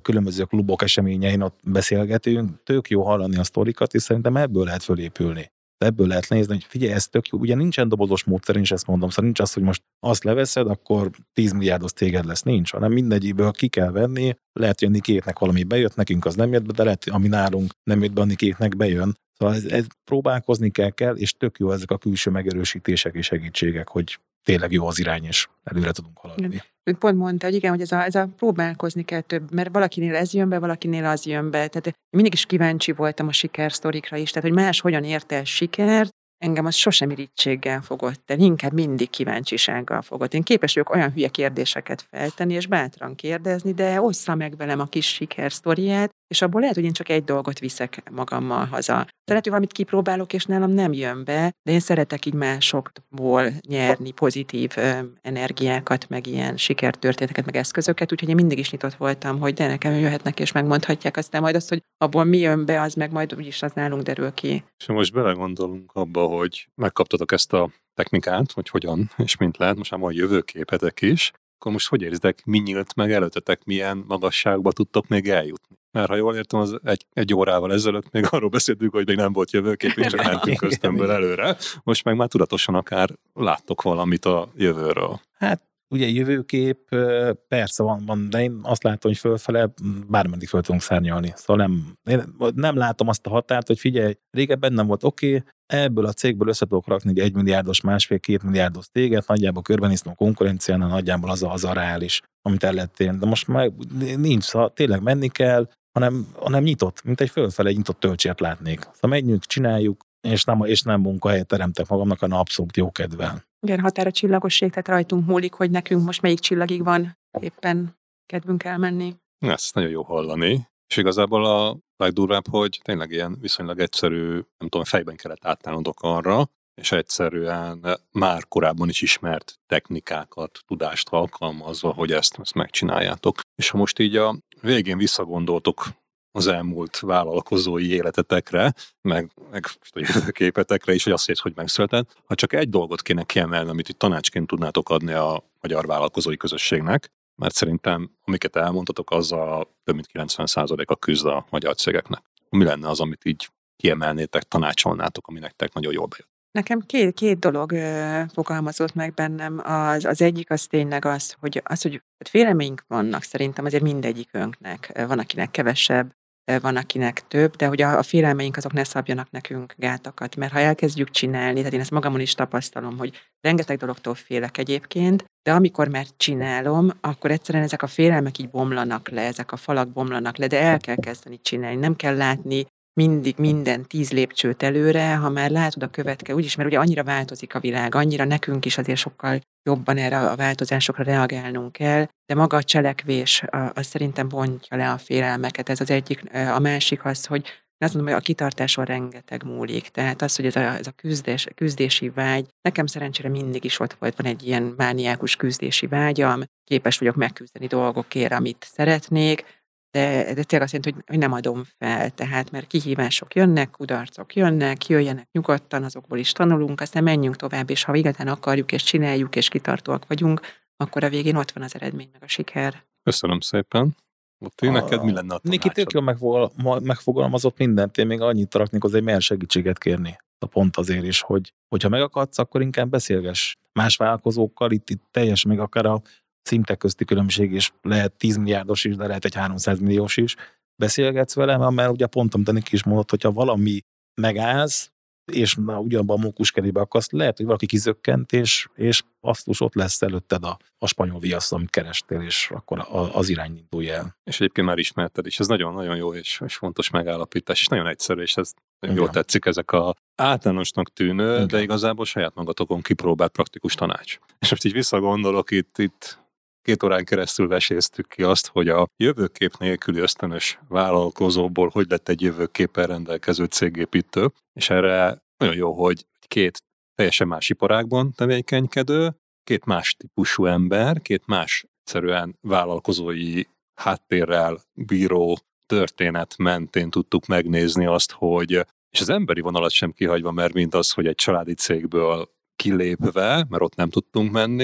különböző klubok eseményein ott beszélgetünk, tök jó hallani a sztorikat, és szerintem ebből lehet fölépülni. Ebből lehet nézni, hogy figyelj, ez tök jó. Ugye nincsen dobozos módszer, én is ezt mondom, szóval nincs az, hogy most azt leveszed, akkor tíz milliárdos céged lesz, nincs, hanem mindegyikből ki kell venni, lehet, hogy a Nikéknek valami bejött, nekünk az nem jött be, de lehet, ami nálunk nem jött be, a Nikéknek bejön. Szóval ez, ez próbálkozni kell, kell, és tök jó ezek a külső megerősítések és segítségek, hogy tényleg jó az irány, és előre tudunk haladni. Ön pont mondta, hogy igen, hogy ez a, ez a próbálkozni kell több, mert valakinél ez jön be, valakinél az jön be. Tehát mindig is kíváncsi voltam a sikersztorikra is, tehát hogy más hogyan érte el sikert, engem az sosem irítséggel fogott el, inkább mindig kíváncsisággal fogott. Én képes vagyok olyan hülye kérdéseket feltenni, és bátran kérdezni, de ossza meg velem a kis sikersztoriát, és abból lehet, hogy én csak egy dolgot viszek magammal haza. Lehet, hogy valamit kipróbálok, és nálam nem jön be, de én szeretek így másokból nyerni pozitív ö, energiákat, meg ilyen sikertörténeteket, meg eszközöket, úgyhogy én mindig is nyitott voltam, hogy de nekem jöhetnek és megmondhatják, aztán majd azt, hogy abból mi jön be, az meg majd úgyis az nálunk derül ki. És most belegondolunk abba, hogy megkaptatok ezt a technikát, hogy hogyan és mint lehet, most már van jövőképetek is, akkor most hogy érzitek, mi nyílt meg előttetek, milyen magasságba tudtok még eljutni? Mert ha jól értem, az egy, egy órával ezelőtt még arról beszéltünk, hogy még nem volt jövőkép, és csak mentünk köztönből előre. Most meg már tudatosan akár láttok valamit a jövőről. Hát ugye jövőkép persze van, van, de én azt látom, hogy fölfele bármeddig föl tudunk szárnyalni. Szóval nem, én nem látom azt a határt, hogy figyelj, régebben nem volt oké, okay, ebből a cégből össze tudok rakni egy egymilliárdos, másfél-két milliárdos céget, nagyjából körbenéztem a konkurenciánál, nagyjából az a, az a reális, amit el lehet érni. De most már nincs, szóval tényleg menni kell, hanem, hanem nyitott, mint egy fölfele egy nyitott töltsért látnék. Szóval menjünk, csináljuk, és nem, és nem munkahelyet teremtek magamnak, hanem abszolút jó kedvel. Igen, határa csillagosség, tehát rajtunk múlik, hogy nekünk most melyik csillagig van éppen kedvünk elmenni. Ezt nagyon jó hallani. És igazából a legdurvább, hogy tényleg ilyen viszonylag egyszerű, nem tudom, fejben kellett átállnodok arra, és egyszerűen már korábban is ismert technikákat, tudást alkalmazva, hogy ezt, ezt megcsináljátok. És ha most így a végén visszagondoltok az elmúlt vállalkozói életetekre, meg, meg a jövőképetekre is, hogy azt hisz, hogy megszületett. Ha csak egy dolgot kéne kiemelni, amit itt tanácsként tudnátok adni a magyar vállalkozói közösségnek, mert szerintem, amiket elmondtatok, az a több mint kilencven százaléka küzd a magyar cégeknek. Mi lenne az, amit így kiemelnétek, tanácsolnátok, ami nektek nagyon jól bejött? Nekem két, két dolog ö, fogalmazott meg bennem. Az, az egyik az tényleg az, hogy, az, hogy véleményünk vannak szerintem azért mindegyikünknek. Van, akinek kevesebb, van, akinek több, de hogy a, a félelmeink azok ne szabjanak nekünk gátakat, mert ha elkezdjük csinálni, tehát én ezt magamon is tapasztalom, hogy rengeteg dologtól félek egyébként, de amikor már csinálom, akkor egyszerűen ezek a félelmek így bomlanak le, ezek a falak bomlanak le, de el kell kezdeni csinálni, nem kell látni mindig minden tíz lépcsőt előre, ha már látod a következő, úgyis, mert ugye annyira változik a világ, annyira nekünk is azért sokkal jobban erre a változásokra reagálnunk kell, de maga a cselekvés, az szerintem bontja le a félelmeket. Ez az egyik, a másik az, hogy azt mondom, hogy a kitartáson rengeteg múlik. Tehát az, hogy ez a, ez a küzdés, küzdési vágy, nekem szerencsére mindig is ott volt, van egy ilyen mániákus küzdési vágyam, képes vagyok megküzdeni dolgokért, amit szeretnék, de, de tényleg azt jelenti, hogy, hogy nem adom fel, tehát mert kihívások jönnek, kudarcok jönnek, jöjjenek nyugodtan, azokból is tanulunk, aztán menjünk tovább, és ha igazán akarjuk, és csináljuk, és kitartóak vagyunk, akkor a végén ott van az eredmény, meg a siker. Köszönöm szépen. Otti, neked mi lenne a tanácsod? Niki tök jól megfogal, megfogalmazott mindent, én még annyit raknék hozzá, hogy mer segítséget kérni. A pont azért is, hogy hogyha megakadsz, akkor inkább beszélgess más vállalkozókkal, itt, itt teljes, még akár a szintek közti különbség is lehet tíz milliárdos is, de lehet egy háromszáz milliós is. Beszélgetsz velem, mert ugye pont, amit Niki is mondott, hogyha valami megállsz, és na, ugyanabban a mókuskerébe akarsz, lehet, hogy valaki kizökkent, és, és azt ott lesz előtted a, a spanyol viasz, amit kerestél, és akkor a, az irány indulj el. És egyébként már ismerted is, ez nagyon-nagyon jó és, és fontos megállapítás, és nagyon egyszerű, és ez nagyon jól tetszik, ezek a általánosnak tűnő, igen, de igazából saját magatokon kipróbált praktikus tanács. És most így visszagondolok, itt, itt két órán keresztül veséztük ki azt, hogy a jövőkép nélküli ösztönös vállalkozóból hogy lett egy jövőképpel rendelkező cégépítő, és erre nagyon jó, hogy két teljesen más iparágban tevékenykedő, két más típusú ember, két más egyszerűen vállalkozói háttérrel bíró történet mentén tudtuk megnézni azt, hogy, és az emberi vonalat sem kihagyva, mert mint az, hogy egy családi cégből kilépve, mert ott nem tudtunk menni,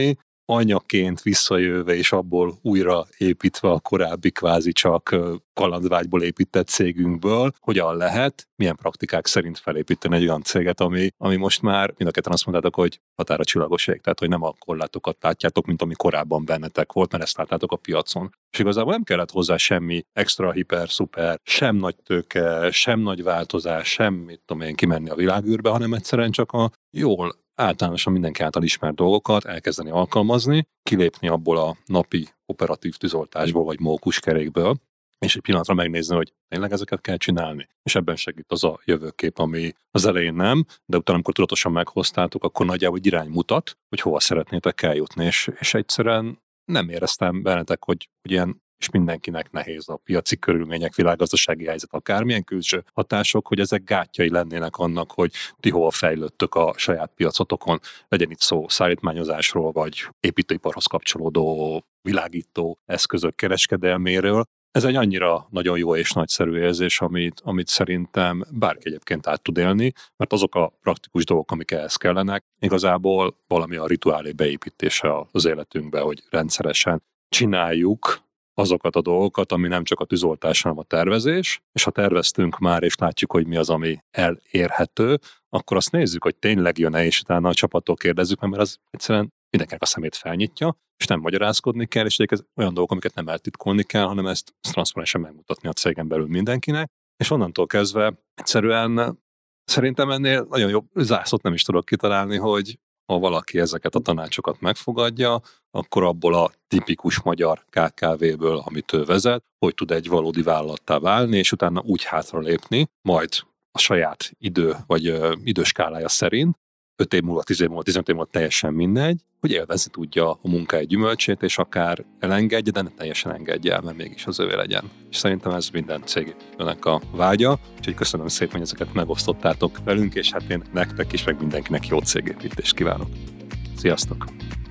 anyaként visszajöve és abból újra építve a korábbi kvázi csak kalandvágyból épített cégünkből, hogyan lehet, milyen praktikák szerint felépíteni egy olyan céget, ami, ami most már mind a ketten azt mondtátok, hogy határa csillagos ég, tehát hogy nem a korlátokat látjátok, mint ami korábban bennetek volt, mert ezt láttátok a piacon. És igazából nem kellett hozzá semmi extra, hiper, szuper, sem nagy tőke, sem nagy változás, sem, mit tudom én, kimenni a világűrbe, hanem egyszerűen csak a jól általánosan mindenki által ismert dolgokat elkezdeni alkalmazni, kilépni abból a napi operatív tűzoltásból vagy mókuskerékből, és egy pillanatra megnézni, hogy tényleg ezeket kell csinálni. És ebben segít az a jövőkép, ami az elején nem, de utána, amikor tudatosan meghoztátok, akkor nagyjából egy irány mutat, hogy hova szeretnétek eljutni. És, és egyszerűen nem éreztem bennetek, hogy, hogy ilyen és mindenkinek nehéz a piaci körülmények, világgazdasági helyzet, akármilyen külső hatások, hogy ezek gátjai lennének annak, hogy ti hol fejlődtök a saját piacotokon, legyen itt szó szállítmányozásról, vagy építőiparhoz kapcsolódó világító eszközök kereskedelméről. Ez egy annyira nagyon jó és nagyszerű érzés, amit, amit szerintem bárki egyébként át tud élni, mert azok a praktikus dolgok, amik ehhez kellenek, igazából valami a rituálé beépítése az életünkbe, hogy rendszeresen csináljuk azokat a dolgokat, ami nem csak a tűzoltás, hanem a tervezés, és ha terveztünk már, és látjuk, hogy mi az, ami elérhető, akkor azt nézzük, hogy tényleg jön-e, és utána a csapattól kérdezzük, mert az egyszerűen mindenkinek a szemét felnyitja, és nem magyarázkodni kell, és ez olyan dolgok, amiket nem eltitkolni kell, hanem ezt, ezt transzparensen megmutatni a cégen belül mindenkinek, és onnantól kezdve egyszerűen szerintem ennél nagyon jobb zászlót nem is tudok kitalálni, hogy ha valaki ezeket a tanácsokat megfogadja, akkor abból a tipikus magyar ká ká véből, amit ő vezet, hogy tud egy valódi vállalattá válni, és utána úgy hátralépni, majd a saját idő vagy ö, időskálája szerint, öt év múlva, tíz év múlva, tizenöt év múlva teljesen mindegy, hogy élvezni tudja a munkája gyümölcsét, és akár elengedje, de ne teljesen engedje el, mert mégis az övé legyen. És szerintem ez minden cégnek a vágya, úgyhogy köszönöm szépen, hogy ezeket megosztottátok velünk, és hát én nektek is, meg mindenkinek jó cégépítést kívánok. Sziasztok!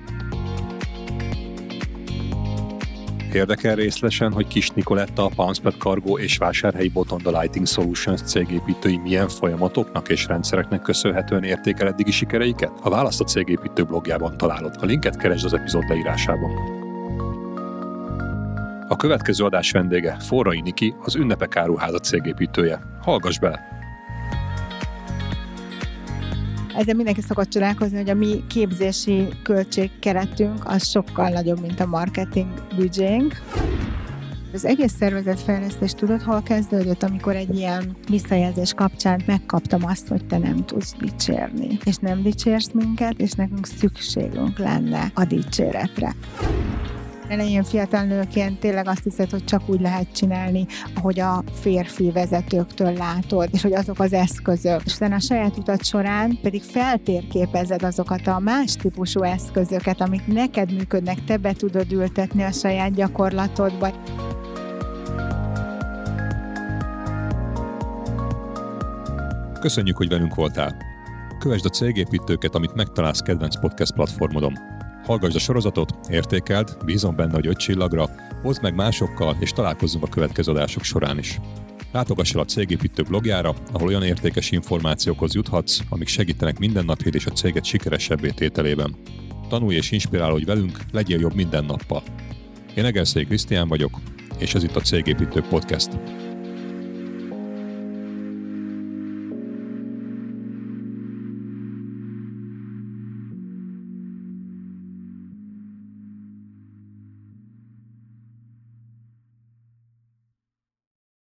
Érdekel részletesen, hogy Kis Nikoletta, a Pouncepad Cargo és Vásárhelyi Botonda Lighting Solutions cégépítői milyen folyamatoknak és rendszereknek köszönhetően értékel eddigi sikereiket? A választ a cégépítő blogjában találod. A linket keresd az epizód leírásában. A következő adás vendége Forrai Niki, az Ünnepek Áruháza cégépítője. Hallgass bele! Ezzel mindenki szokott csodálkozni, hogy a mi képzési költségkeretünk az sokkal nagyobb, mint a marketing büdzsénk. Az egész szervezetfejlesztés tudod, hol kezdődött, amikor egy ilyen visszajelzés kapcsán megkaptam azt, hogy te nem tudsz dicsérni. És nem dicsérsz minket, és nekünk szükségünk lenne a dicséretre. Elején fiatal nőként tényleg azt hiszed, hogy csak úgy lehet csinálni, ahogy a férfi vezetőktől látod, és hogy azok az eszközök. És utána a saját utat során pedig feltérképezed azokat a más típusú eszközöket, amik neked működnek, te be tudod ültetni a saját gyakorlatodba. Köszönjük, hogy velünk voltál! Kövesd a cégépítőket, amit megtalálsz kedvenc podcast platformodon. Hallgassd a sorozatot, értékeld, bízom benne, hogy öt csillagra, hozd meg másokkal, és találkozzunk a következő adások során is. Látogass el a Cégépítő blogjára, ahol olyan értékes információkhoz juthatsz, amik segítenek mindennapjét és a céget sikeresebbé tételében. Tanulj és inspirálódj velünk, legyél jobb minden nappal. Én Egerszegi Krisztián vagyok, és ez itt a Cégépítő Podcast.